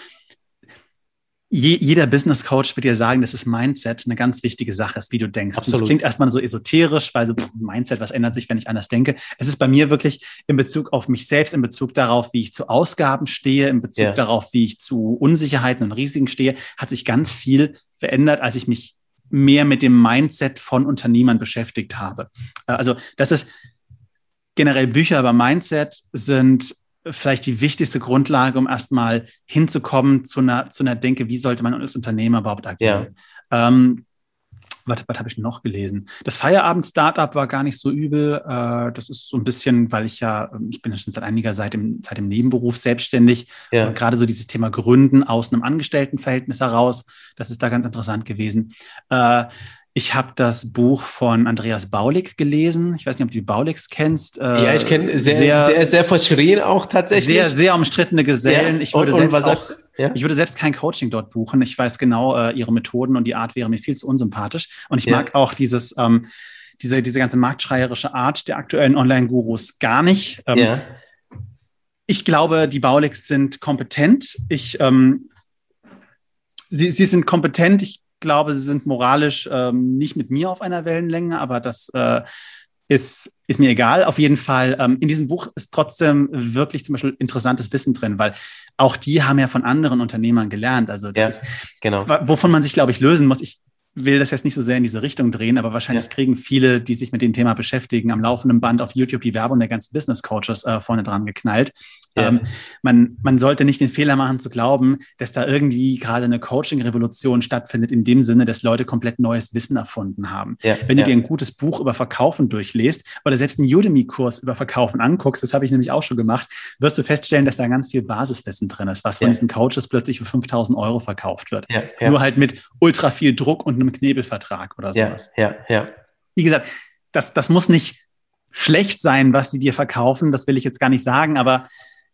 Je, jeder Business Coach wird dir sagen, dass das Mindset eine ganz wichtige Sache ist, wie du denkst. Und das klingt erstmal so esoterisch, weil so pff, Mindset, was ändert sich, wenn ich anders denke? Es ist bei mir wirklich in Bezug auf mich selbst, in Bezug darauf, wie ich zu Ausgaben stehe, in Bezug ja. darauf, wie ich zu Unsicherheiten und Risiken stehe, hat sich ganz viel verändert, als ich mich mehr mit dem Mindset von Unternehmern beschäftigt habe. Also das ist generell Bücher über Mindset sind vielleicht die wichtigste Grundlage, um erstmal hinzukommen zu einer, zu einer Denke, wie sollte man als Unternehmer überhaupt agieren. Ja. Ähm, was was habe ich noch gelesen? Das Feierabend-Startup war gar nicht so übel. Äh, das ist so ein bisschen, weil ich ja, ich bin ja schon seit einiger Zeit im, seit dem Nebenberuf selbstständig. Ja. Und gerade so dieses Thema Gründen aus einem Angestelltenverhältnis heraus, das ist da ganz interessant gewesen. Äh, Ich habe das Buch von Andreas Baulig gelesen. Ich weiß nicht, ob du die Bauligs kennst.
Äh, ja, ich kenne sehr, sehr, sehr, sehr verschrien auch tatsächlich.
Sehr, sehr umstrittene Gesellen. Ja. Ich, würde und, selbst und auch, ja? ich würde selbst kein Coaching dort buchen. Ich weiß genau, äh, ihre Methoden und die Art wäre mir viel zu unsympathisch. Und ich ja. mag auch dieses, ähm, diese, diese ganze marktschreierische Art der aktuellen Online-Gurus gar nicht. Ähm, ja. Ich glaube, die Bauligs sind kompetent. Ich, ähm, sie, sie sind kompetent. Ich glaube, sie sind moralisch ähm, nicht mit mir auf einer Wellenlänge, aber das äh, ist, ist mir egal. Auf jeden Fall, ähm, in diesem Buch ist trotzdem wirklich zum Beispiel interessantes Wissen drin, weil auch die haben ja von anderen Unternehmern gelernt. Also das
ja,
ist,
genau.
wovon man sich, glaube ich, lösen muss. Ich will das jetzt nicht so sehr in diese Richtung drehen, aber wahrscheinlich
Ja.
kriegen viele, die sich mit dem Thema beschäftigen, am laufenden Band auf YouTube die Werbung der ganzen Business Coaches äh, vorne dran geknallt.
Ja.
Ähm, man, man sollte nicht den Fehler machen zu glauben, dass da irgendwie gerade eine Coaching-Revolution stattfindet, in dem Sinne, dass Leute komplett neues Wissen erfunden haben.
Ja.
Wenn du
Ja.
dir ein gutes Buch über Verkaufen durchliest oder selbst einen Udemy-Kurs über Verkaufen anguckst, das habe ich nämlich auch schon gemacht, wirst du feststellen, dass da ganz viel Basiswissen drin ist, was von
Ja.
diesen Coaches plötzlich für fünftausend Euro verkauft wird.
Ja. Ja.
Nur halt mit ultra viel Druck und einem Knebelvertrag oder
Ja.
sowas.
Ja. Ja.
Wie gesagt, das, das muss nicht schlecht sein, was sie dir verkaufen, das will ich jetzt gar nicht sagen, aber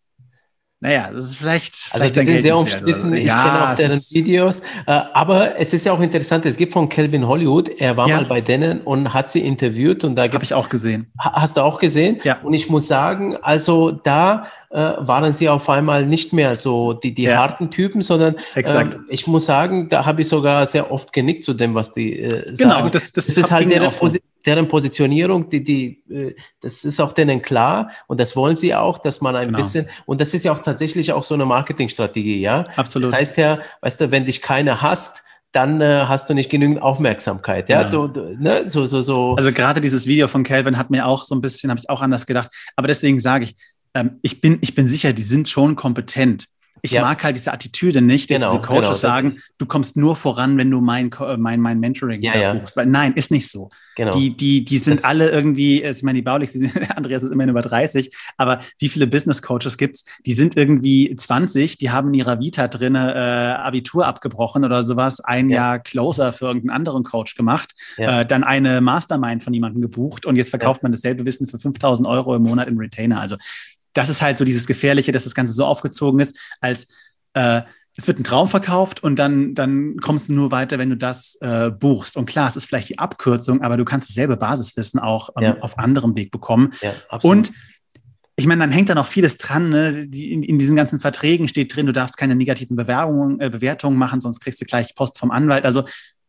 naja, das ist vielleicht.
Also
vielleicht
die
dein
sind
Geld
sehr
nicht wert,
umstritten,
oder?
ich
Ja,
kenne auch
es
deren
ist-
Videos, äh, aber es ist ja auch interessant, es gibt von Calvin Hollywood, er war
Ja.
mal bei denen und hat sie interviewt und da
Habe
gibt
ich auch gesehen.
Ha- Hast du auch gesehen?
Ja.
Und ich muss sagen, also da äh, waren sie auf einmal nicht mehr so die, die
Ja.
harten Typen, sondern
Exakt.
ähm, ich muss sagen, da habe ich sogar sehr oft genickt zu dem, was die äh,
Genau,
sagen.
das- das
ist halt
ging mir
deren,
auch so.
Posi deren Positionierung, die, die, äh, das ist auch denen klar und das wollen sie auch, dass man ein
Genau.
bisschen, und das ist ja auch tatsächlich auch so eine Marketingstrategie, ja?
Absolut.
Das heißt ja, weißt du, wenn dich keiner hasst, dann äh, hast du nicht genügend Aufmerksamkeit, ja?
Genau.
Du, du, ne? So, so, so.
Also gerade dieses Video von Calvin hat mir auch so ein bisschen, habe ich auch anders gedacht. Aber deswegen sage ich, ähm, ich bin, ich bin sicher, die sind schon kompetent. Ich
Ja.
mag halt diese Attitüde nicht, dass
Genau,
diese Coaches
genau, das
sagen,
ist-
du kommst nur voran, wenn du mein, Co- äh, mein, mein Mentoring
Ja,
äh,
ja.
buchst. Weil nein, ist nicht so.
Genau.
Die, die, die sind
Das-
alle irgendwie, äh, ich meine, die Baulich, die sind, Andreas ist immerhin über dreißig, aber wie viele Business Coaches gibt's? Die sind irgendwie zwanzig, die haben in ihrer Vita drin äh, Abitur abgebrochen oder sowas, ein
Ja.
Jahr Closer für irgendeinen anderen Coach gemacht,
Ja.
äh, dann eine Mastermind von jemandem gebucht und jetzt verkauft man dasselbe Wissen für fünftausend Euro im Monat im Retainer. Also das ist halt so dieses Gefährliche, dass das Ganze so aufgezogen ist, als äh, es wird ein Traum verkauft und dann, dann kommst du nur weiter, wenn du das äh, buchst. Und klar, es ist vielleicht die Abkürzung, aber du kannst dasselbe Basiswissen auch ähm,
Ja.
auf anderem Weg bekommen.
Ja, absolut.
Und ich meine, dann hängt da noch vieles dran. Ne? Die, in, in diesen ganzen Verträgen steht drin, du darfst keine negativen Bewerbungen, äh, Bewertungen machen, sonst kriegst du gleich Post vom Anwalt. Also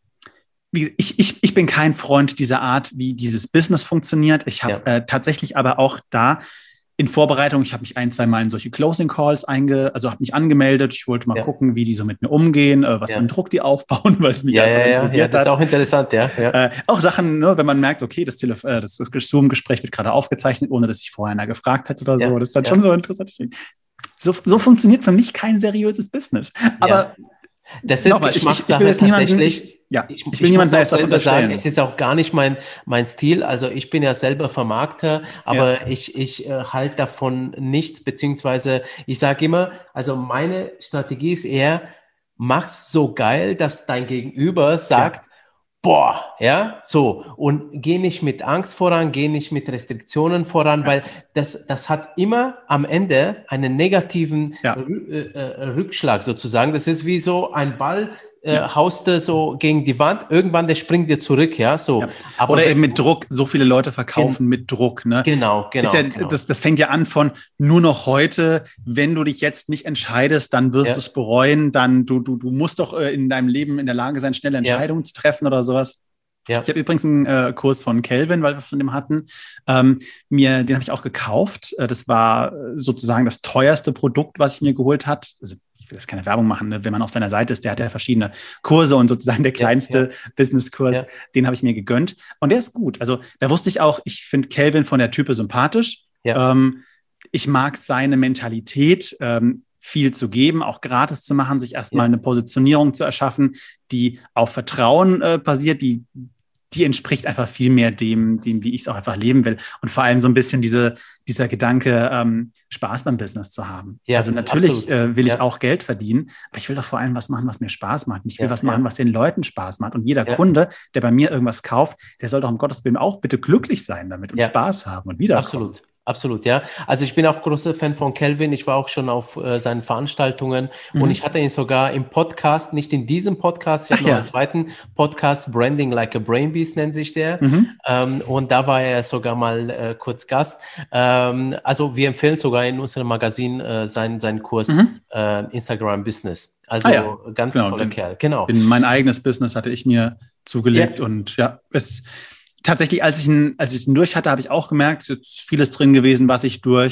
wie, ich, ich, ich bin kein Freund dieser Art, wie dieses Business funktioniert. Ich habe
Ja.
äh, tatsächlich aber auch da in Vorbereitung, ich habe mich ein, zwei Mal in solche Closing Calls einge, also habe mich angemeldet. Ich wollte mal
Ja.
gucken, wie die so mit mir umgehen, äh, was
Ja.
für einen Druck die aufbauen, weil es mich
ja,
einfach
ja, ja, ja,
interessiert
das ist
hat.
auch interessant, ja. ja.
Äh, auch Sachen, ne, wenn man merkt, okay, das, Telef äh, das, das Zoom-Gespräch wird gerade aufgezeichnet, ohne dass sich vorher einer gefragt hat oder so.
Ja,
Das ist dann
ja.
schon so interessant. So, so funktioniert für mich kein seriöses Business. Aber
Das ist
nochmal, ich- ich- ich will
Geschmackssache
jetzt niemanden-
tatsächlich.
ich- ja,
ich,
ich will niemandem
muss auch
jetzt was
selber sagen,
unterstellen.
es ist auch gar nicht mein, mein Stil. Also ich bin ja selber Vermarkter, aber ich, ich äh, halte davon nichts, beziehungsweise ich sage immer, also meine Strategie ist eher, mach's so geil, dass dein Gegenüber sagt, boah, ja, so. Und geh nicht mit Angst voran, geh nicht mit Restriktionen voran,
Ja.
weil das, das hat immer am Ende einen negativen
Ja.
Rü- äh, äh, Rückschlag sozusagen. Das ist wie so ein Ball, äh,
Ja.
haust du so gegen die Wand, irgendwann der springt dir zurück, ja, so.
Ja.
Aber
Oder
wenn-
eben mit Druck, so viele Leute verkaufen mit Druck. Ne?
Genau, genau.
Ist ja,
genau.
das, das fängt ja an von nur noch heute, wenn du dich jetzt nicht entscheidest, dann wirst
Ja.
du es bereuen, dann du, du, du musst doch äh, in deinem Leben in der Lage sein, schnelle Entscheidungen zu treffen oder sowas.
Ja.
Ich habe übrigens einen äh, Kurs von Calvin, weil wir von dem hatten. Ähm, mir, den habe ich auch gekauft. Äh, das war äh, sozusagen das teuerste Produkt, was ich mir geholt hat. Also ich will jetzt keine Werbung machen, ne? Wenn man auf seiner Seite ist, der hat ja verschiedene Kurse und sozusagen der kleinste
ja.
Business-Kurs,
Ja.
den habe ich mir gegönnt. Und der ist gut. Also da wusste ich auch, ich finde Calvin von der Type sympathisch.
Ja.
Ähm, ich mag seine Mentalität, ähm, viel zu geben, auch gratis zu machen, sich erstmal
Ja.
eine Positionierung zu erschaffen, die auf Vertrauen äh, basiert, die die entspricht einfach viel mehr dem, dem wie ich es auch einfach leben will. Und vor allem so ein bisschen diese, dieser Gedanke, ähm, Spaß beim Business zu haben.
Ja,
also natürlich äh, will
Ja.
ich auch Geld verdienen, aber ich will doch vor allem was machen, was mir Spaß macht. Ich will
Ja,
was machen,
ja.
was den Leuten Spaß macht. Und jeder
Ja.
Kunde, der bei mir irgendwas kauft, der soll doch um Gottes Willen auch bitte glücklich sein damit und
Ja.
Spaß haben und wiederkommen.
Absolut. Absolut, ja. Also ich bin auch großer Fan von Calvin. Ich war auch schon auf äh, seinen Veranstaltungen
Mhm.
und ich hatte ihn sogar im Podcast, nicht in diesem Podcast, ich habe
Ach
noch
ja.
einen zweiten Podcast, Branding Like a Brain Beast nennt sich der.
Mhm.
Ähm, und da war er sogar mal äh, kurz Gast. Ähm, also wir empfehlen sogar in unserem Magazin äh, seinen, seinen Kurs
Mhm.
äh, Instagram Business. Also
Ah ja,
ganz
genau,
toller
den-
Kerl, genau.
In mein eigenes Business hatte ich mir zugelegt und ja, es tatsächlich, als ich ihn, als ich ihn durch hatte, habe ich auch gemerkt, es ist vieles drin gewesen, was ich durch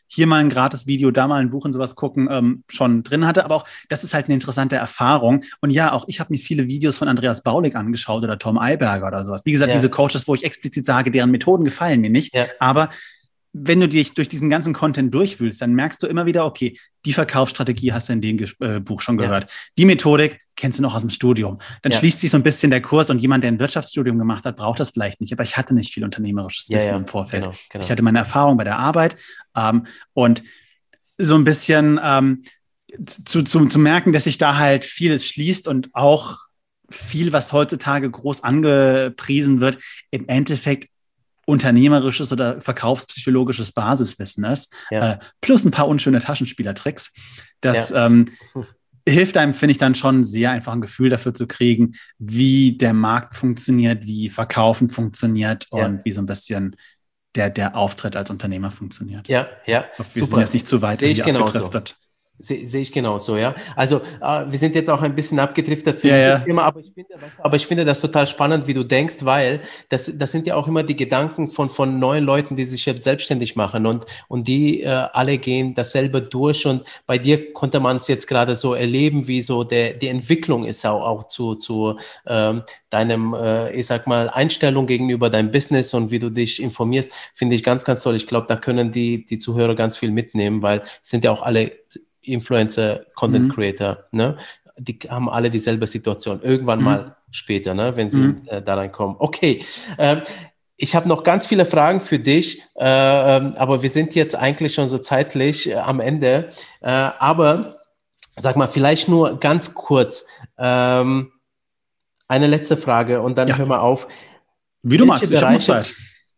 hier mal ein gratis Video, da mal ein Buch und sowas gucken, ähm, schon drin hatte. Aber auch, das ist halt eine interessante Erfahrung. Und ja, auch ich habe mir viele Videos von Andreas Baulig angeschaut oder Tom Eiberger oder sowas. Wie gesagt,
Ja.
diese Coaches, wo ich explizit sage, deren Methoden gefallen mir nicht.
Ja.
Aber wenn du dich durch diesen ganzen Content durchwühlst, dann merkst du immer wieder, okay, die Verkaufsstrategie hast du in dem äh, Buch schon gehört. Ja. Die Methodik kennst du noch aus dem Studium. Dann ja. schließt sich so ein bisschen der Kurs und jemand, der ein Wirtschaftsstudium gemacht hat, braucht das vielleicht nicht. Aber ich hatte nicht viel unternehmerisches Wissen ja, ja. im Vorfeld. Genau, genau. Ich hatte meine Erfahrung bei der Arbeit ähm, und so ein bisschen ähm, zu, zu, zu merken, dass sich da halt vieles schließt und auch viel, was heutzutage groß angepriesen wird, im Endeffekt unternehmerisches oder verkaufspsychologisches Basiswissen ist, ja. äh, plus ein paar unschöne Taschenspielertricks. Das ja. ähm, hilft einem, finde ich, dann schon sehr, einfach ein Gefühl dafür zu kriegen, wie der Markt funktioniert, wie Verkaufen funktioniert ja. und wie so ein bisschen der, der Auftritt als Unternehmer funktioniert.
Ja, ja.
Ich hoffe, wir Super. sind jetzt nicht zu weit
hier abgedriftet. Sehe seh ich genauso, ja. Also äh, wir sind jetzt auch ein bisschen abgedriftet für
ja, ja.
das Thema, aber ich, finde, aber ich finde das total spannend, wie du denkst, weil das, das sind ja auch immer die Gedanken von, von neuen Leuten, die sich jetzt selbstständig machen und, und die äh, alle gehen dasselbe durch und bei dir konnte man es jetzt gerade so erleben, wie so der, die Entwicklung ist auch, auch zu, zu ähm, deinem, äh, ich sag mal, Einstellung gegenüber deinem Business und wie du dich informierst, finde ich ganz, ganz toll. Ich glaube, da können die, die Zuhörer ganz viel mitnehmen, weil es sind ja auch alle Influencer, Content mhm. Creator, ne? Die haben alle dieselbe Situation. Irgendwann mhm. mal später, ne? Wenn sie mhm. äh, da reinkommen. Okay, ähm, ich habe noch ganz viele Fragen für dich, äh, aber wir sind jetzt eigentlich schon so zeitlich äh, am Ende. Äh, aber sag mal, vielleicht nur ganz kurz ähm, eine letzte Frage und dann ja. hör mal auf.
Wie du magst, ich habe noch Zeit.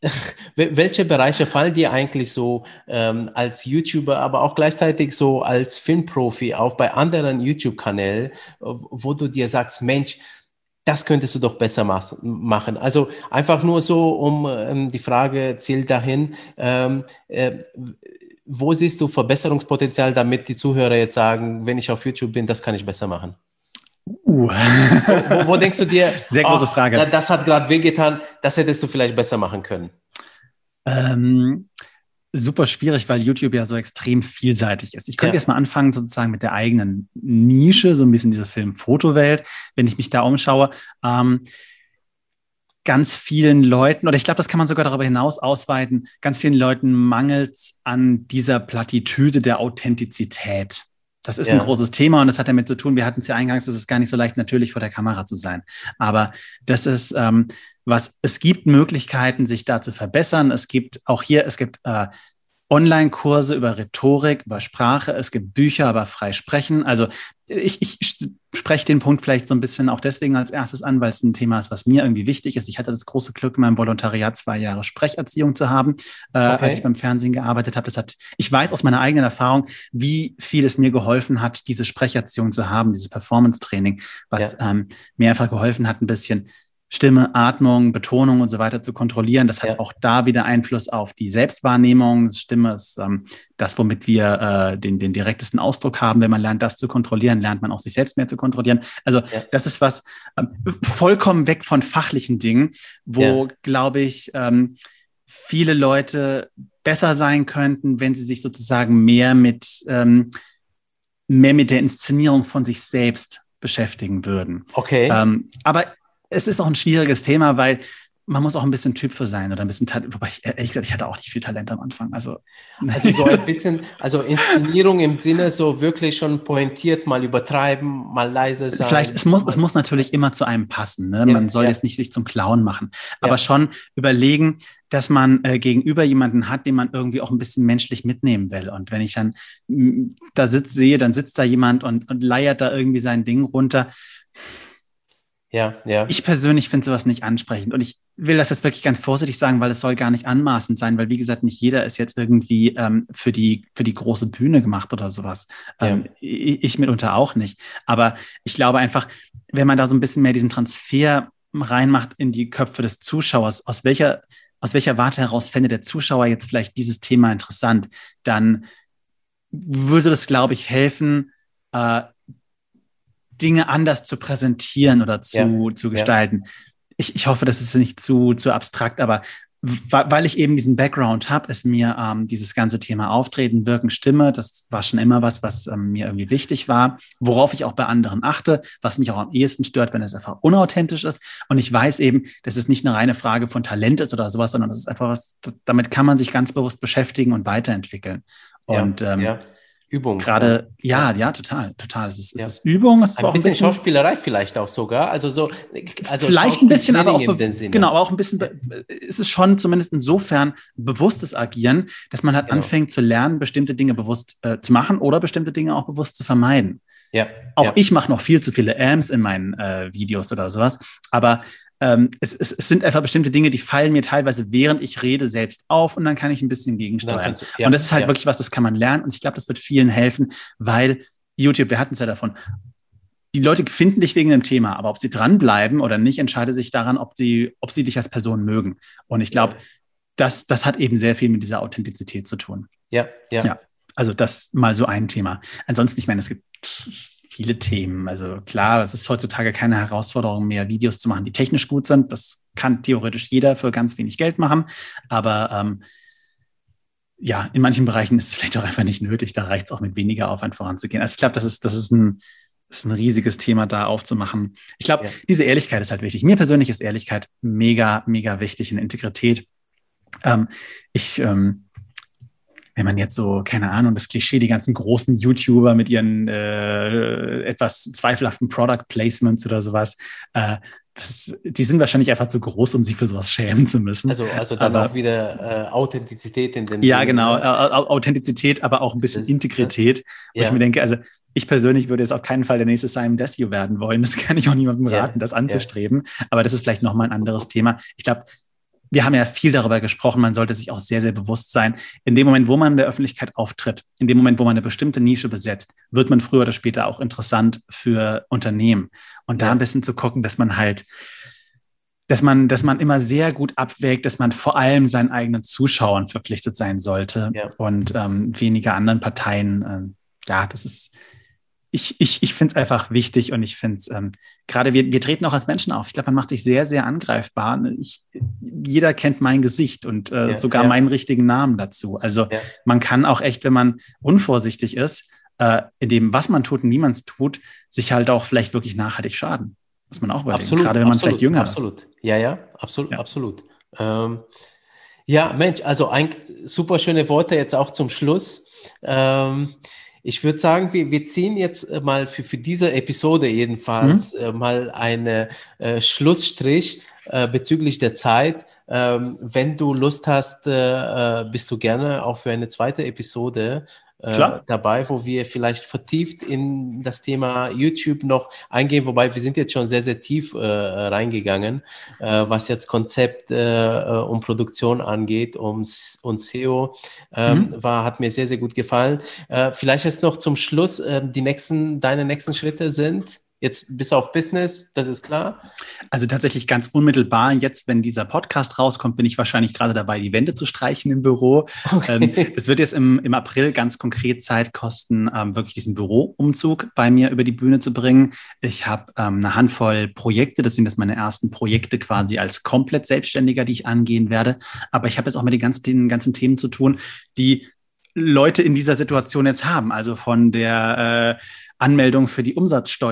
Welche Bereiche fallen dir eigentlich so ähm, als YouTuber, aber auch gleichzeitig so als Filmprofi auf bei anderen YouTube-Kanälen, wo du dir sagst, Mensch, das könntest du doch besser machen. Also einfach nur so, um ähm, die Frage zielt dahin, ähm, äh, wo siehst du Verbesserungspotenzial, damit die Zuhörer jetzt sagen, wenn ich auf YouTube bin, das kann ich besser machen?
Uh.
wo, wo denkst du dir,
sehr große
oh,
Frage.
Das hat gerade wehgetan, das hättest du vielleicht besser machen können?
Ähm, super schwierig, weil YouTube ja so extrem vielseitig ist. Ich könnte ja. jetzt mal anfangen sozusagen mit der eigenen Nische, so ein bisschen diese Film-Foto-Welt, wenn ich mich da umschaue. Ähm, ganz vielen Leuten, oder ich glaube, das kann man sogar darüber hinaus ausweiten, ganz vielen Leuten mangelt es an dieser Plattitüde der Authentizität. Das ist ja. ein großes Thema und das hat damit zu tun, wir hatten es ja eingangs, es ist gar nicht so leicht, natürlich vor der Kamera zu sein. Aber das ist, ähm, was, es gibt Möglichkeiten, sich da zu verbessern. Es gibt auch hier, es gibt äh, Online-Kurse über Rhetorik, über Sprache, es gibt Bücher über Freisprechen. Also ich, ich spreche den Punkt vielleicht so ein bisschen auch deswegen als erstes an, weil es ein Thema ist, was mir irgendwie wichtig ist. Ich hatte das große Glück, in meinem Volontariat zwei Jahre Sprecherziehung zu haben, äh, okay. als ich beim Fernsehen gearbeitet habe. Das hat, ich weiß aus meiner eigenen Erfahrung, wie viel es mir geholfen hat, diese Sprecherziehung zu haben, dieses Performance-Training, was ja. ähm, mir einfach geholfen hat, ein bisschen Stimme, Atmung, Betonung und so weiter zu kontrollieren. Das hat ja. auch da wieder Einfluss auf die Selbstwahrnehmung. Stimme ist ähm, das, womit wir äh, den, den direktesten Ausdruck haben. Wenn man lernt, das zu kontrollieren, lernt man auch sich selbst mehr zu kontrollieren. Also ja. das ist was ähm, vollkommen weg von fachlichen Dingen, wo, ja. glaube ich, ähm, viele Leute besser sein könnten, wenn sie sich sozusagen mehr mit, ähm, mehr mit der Inszenierung von sich selbst beschäftigen würden.
Okay.
Ähm, aber es ist auch ein schwieriges Thema, weil man muss auch ein bisschen Typ für sein oder ein bisschen Talent. Wobei ich, ehrlich gesagt, ich hatte auch nicht viel Talent am Anfang. Also,
also so ein bisschen, also Inszenierung im Sinne so wirklich schon pointiert, mal übertreiben, mal leise sein.
Vielleicht, es muss, es muss natürlich immer zu einem passen. Ne? Ja, man soll ja. jetzt nicht sich zum Clown machen, aber ja. schon überlegen, dass man äh, gegenüber jemanden hat, den man irgendwie auch ein bisschen menschlich mitnehmen will. Und wenn ich dann m, da sitz, sehe, dann sitzt da jemand und, und leiert da irgendwie sein Ding runter.
Ja, ja.
Ich persönlich finde sowas nicht ansprechend und ich will das jetzt wirklich ganz vorsichtig sagen, weil es soll gar nicht anmaßend sein, weil wie gesagt, nicht jeder ist jetzt irgendwie ähm, für die für die große Bühne gemacht oder sowas. Ähm, ja. ich, ich mitunter auch nicht. Aber ich glaube einfach, wenn man da so ein bisschen mehr diesen Transfer reinmacht in die Köpfe des Zuschauers, aus welcher aus welcher Warte heraus fände der Zuschauer jetzt vielleicht dieses Thema interessant, dann würde das, glaube ich, helfen, äh, Dinge anders zu präsentieren oder zu, ja. zu gestalten. Ja. Ich, ich hoffe, das ist nicht zu, zu abstrakt, aber weil ich eben diesen Background habe, ist mir ähm, dieses ganze Thema Auftreten, Wirken, Stimme, das war schon immer was, was ähm, mir irgendwie wichtig war, worauf ich auch bei anderen achte, was mich auch am ehesten stört, wenn es einfach unauthentisch ist. Und ich weiß eben, dass es nicht eine reine Frage von Talent ist oder sowas, sondern das ist einfach was, damit kann man sich ganz bewusst beschäftigen und weiterentwickeln. Und
Ja,
ähm,
ja. Übung.
gerade, ja,
ja,
ja, total, total. Es ist, es
ja.
ist Übung, es ist
Ein
auch ein
bisschen
bisschen
Schauspielerei vielleicht auch sogar. Also so, also
vielleicht ein bisschen, aber
Schauspieltraining
auch,
in
be-
dem Sinne.
genau, aber auch ein bisschen, be- ist es schon zumindest insofern bewusstes Agieren, dass man halt
Genau.
anfängt zu lernen, bestimmte Dinge bewusst äh, zu machen oder bestimmte Dinge auch bewusst zu vermeiden.
Ja,
Auch
ja.
ich mache noch viel zu viele Ams in meinen äh, Videos oder sowas, aber ähm, es, es, es sind einfach bestimmte Dinge, die fallen mir teilweise, während ich rede, selbst auf und dann kann ich ein bisschen
Dann
gegensteuern.
kannst du, ja,
Und das ist halt
ja.
wirklich was, das kann man lernen und ich glaube, das wird vielen helfen, weil YouTube, wir hatten es ja davon, die Leute finden dich wegen dem Thema, aber ob sie dranbleiben oder nicht, entscheidet sich daran, ob sie, ob sie dich als Person mögen. Und ich glaube,
Ja.
das, das hat eben sehr viel mit dieser Authentizität zu tun.
Ja, ja.
Ja, also das mal so ein Thema. Ansonsten, ich meine, es gibt viele Themen. Also klar, es ist heutzutage keine Herausforderung mehr, Videos zu machen, die technisch gut sind. Das kann theoretisch jeder für ganz wenig Geld machen. Aber ähm, ja, in manchen Bereichen ist es vielleicht auch einfach nicht nötig. Da reicht es auch mit weniger Aufwand voranzugehen. Also ich glaube, das ist, das ist ein, das ist ein riesiges Thema, da aufzumachen. Ich glaube,
Ja.
diese Ehrlichkeit ist halt wichtig. Mir persönlich ist Ehrlichkeit mega, mega wichtig in Integrität. Ähm, ich, ähm, wenn man jetzt so, keine Ahnung, das Klischee, die ganzen großen YouTuber mit ihren äh, etwas zweifelhaften Product Placements oder sowas, äh, das, die sind wahrscheinlich einfach zu groß, um sich für sowas schämen zu müssen.
Also, also dann
Aber
auch wieder äh, Authentizität in dem
ja,
Sinne.
genau,
Ne?
Authentizität, aber auch ein bisschen
Das, ne?
Integrität, wo ich
Ja,
mir denke, also ich persönlich würde jetzt auf keinen Fall der nächste Simon Desue werden wollen. Das kann ich auch niemandem
ja,
raten, das
ja.
anzustreben. Aber das ist vielleicht nochmal ein anderes Thema. Ich glaube, wir haben ja viel darüber gesprochen, man sollte sich auch sehr, sehr bewusst sein. In dem Moment, wo man in der Öffentlichkeit auftritt, in dem Moment, wo man eine bestimmte Nische besetzt, wird man früher oder später auch interessant für Unternehmen. Und da
Ja.
ein bisschen zu gucken, dass man halt, dass man, dass man immer sehr gut abwägt, dass man vor allem seinen eigenen Zuschauern verpflichtet sein sollte
Ja.
und ähm, weniger anderen Parteien. Ähm, ja, das ist, ich, ich, ich finde es einfach wichtig und ich finde es, ähm, gerade wir, wir treten auch als Menschen auf. Ich glaube, man macht sich sehr, sehr angreifbar. Ich, jeder kennt mein Gesicht und äh,
Ja,
sogar
ja.
meinen richtigen Namen dazu. Also
Ja.
man kann auch echt, wenn man unvorsichtig ist, äh, in dem, was man tut und wie man es tut, sich halt auch vielleicht wirklich nachhaltig schaden. Muss man auch überlegen.
Absolut,
Gerade wenn man
absolut,
vielleicht jünger
absolut. Ja, ja, absolut,
Ja.
absolut. Ähm, ja, Mensch, also ein, super schöne Worte jetzt auch zum Schluss. Ähm, ich würde sagen, wir, wir ziehen jetzt äh, mal für, für diese Episode jedenfalls
ist.
äh, mal einen äh, Schlussstrich äh, bezüglich der Zeit. Ähm, wenn du Lust hast, äh, äh, bist du gerne auch für eine zweite Episode äh,
Klar.
dabei, wo wir vielleicht vertieft in das Thema YouTube noch eingehen, wobei wir sind jetzt schon sehr, sehr tief äh, reingegangen, äh, was jetzt Konzept äh, und Produktion angeht um, und S E O, ähm,
Mhm.
war, hat mir sehr, sehr gut gefallen. Äh, vielleicht jetzt noch zum Schluss, äh, die nächsten, deine nächsten Schritte sind, jetzt bis auf Business, das ist klar.
Also tatsächlich ganz unmittelbar. Jetzt, wenn dieser Podcast rauskommt, bin ich wahrscheinlich gerade dabei, die Wände zu streichen im Büro.
Okay.
Ähm, das wird jetzt im, im April ganz konkret Zeit kosten, ähm, wirklich diesen Büroumzug bei mir über die Bühne zu bringen. Ich habe ähm, eine Handvoll Projekte. Das sind jetzt meine ersten Projekte quasi als komplett Selbstständiger, die ich angehen werde. Aber ich habe jetzt auch mit den ganzen, den ganzen Themen zu tun, die Leute in dieser Situation jetzt haben. Also von der äh, Anmeldung für die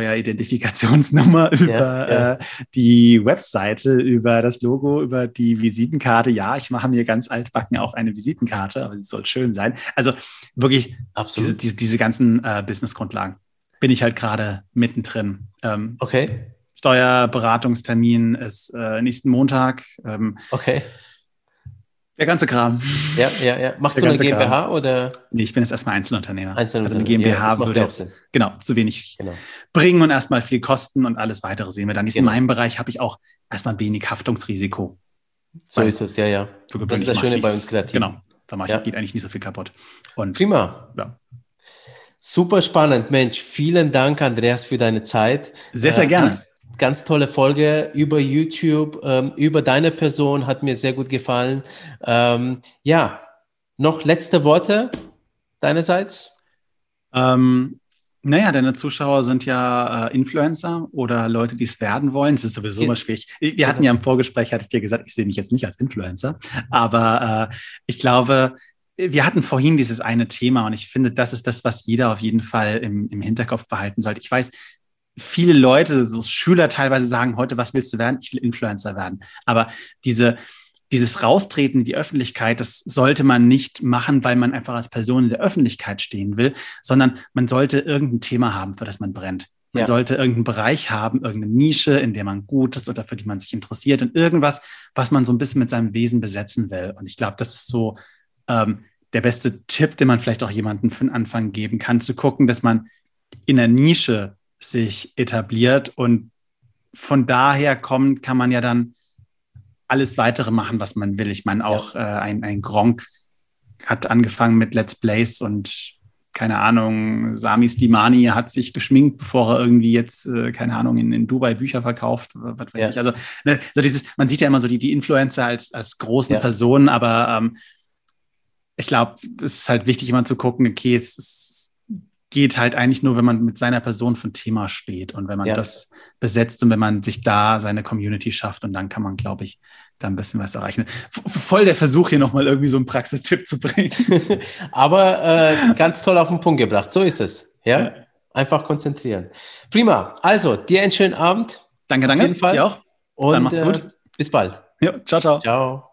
Umsatzsteueridentifikationsnummer über
ja.
äh, die Webseite, über das Logo, über die Visitenkarte. Ja, ich mache mir ganz altbacken auch eine Visitenkarte, aber sie soll schön sein. Also wirklich diese, diese, diese ganzen äh, Business-Grundlagen bin ich halt gerade mittendrin. Ähm,
Okay.
Steuerberatungstermin ist äh, nächsten Montag. Ähm,
Okay.
Der ganze Kram.
Ja, ja, ja. Machst
Der
du eine
ganze
GmbH
Kram.
oder?
Nee, ich bin jetzt erstmal Einzelunternehmer.
Einzelunternehmer.
Also eine
Ja, das
GmbH
macht
würde
ja auch
jetzt,
Sinn.
genau, zu wenig
Genau.
bringen und erstmal viel kosten und alles weitere sehen wir dann.
Genau.
In meinem Bereich habe ich auch erstmal wenig Haftungsrisiko.
So
Weil
ist es, ja, ja.
für
Das ist
gewöhnlich
das
mache
Schöne
ich
bei uns Kreativen.
Genau, da mache ich,
Ja.
geht eigentlich nicht so viel kaputt. Und
Prima.
ja,
Super spannend, Mensch. Vielen Dank, Andreas, für deine Zeit.
sehr, sehr
Äh,
gerne.
Ganz, ganz tolle Folge über YouTube, ähm, über deine Person, hat mir sehr gut gefallen. Ähm, ja, noch letzte Worte deinerseits?
Ähm, Naja, deine Zuschauer sind ja äh, Influencer oder Leute, die es werden wollen. Es ist sowieso
Ge-
immer schwierig. Wir hatten
Genau.
ja im Vorgespräch, hatte ich dir gesagt, ich sehe mich jetzt nicht als Influencer, aber äh, ich glaube, wir hatten vorhin dieses eine Thema und ich finde, das ist das, was jeder auf jeden Fall im, im Hinterkopf behalten sollte. Ich weiß, viele Leute, so Schüler teilweise sagen heute, was willst du werden? Ich will Influencer werden. Aber diese dieses Raustreten in die Öffentlichkeit, das sollte man nicht machen, weil man einfach als Person in der Öffentlichkeit stehen will, sondern man sollte irgendein Thema haben, für das man brennt. Man
Ja,
sollte irgendeinen Bereich haben, irgendeine Nische, in der man gut ist oder für die man sich interessiert und irgendwas, was man so ein bisschen mit seinem Wesen besetzen will. Und ich glaube, das ist so ähm, der beste Tipp, den man vielleicht auch jemandem für den Anfang geben kann, zu gucken, dass man in der Nische sich etabliert und von daher kommt, kann man ja dann alles weitere machen, was man will. Ich meine,
ja,
auch äh, ein, ein Gronkh hat angefangen mit Let's Plays und keine Ahnung, Sami Slimani hat sich geschminkt, bevor er irgendwie jetzt, äh, keine Ahnung, in, in Dubai Bücher verkauft, was weiß ich.
ja,
Also, ne, so dieses, man sieht ja immer so die, die Influencer als, als großen
ja.
Personen, aber ähm, ich glaube, es ist halt wichtig, immer zu gucken, okay, es, es geht halt eigentlich nur, wenn man mit seiner Person für ein Thema steht und wenn man
Ja.
das besetzt und wenn man sich da seine Community schafft und dann kann man, glaube ich, da ein bisschen was erreichen. V voll der Versuch, hier nochmal irgendwie so einen Praxistipp zu bringen.
Aber äh, ganz toll auf den Punkt gebracht. So ist es. Ja,
Ja.
einfach konzentrieren. Prima. Also, dir einen schönen Abend.
Danke,
Auf
danke.
jeden Fall.
Dir auch. Dann
Und
mach's
äh,
gut.
bis bald.
Ja, ciao, ciao.
Ciao.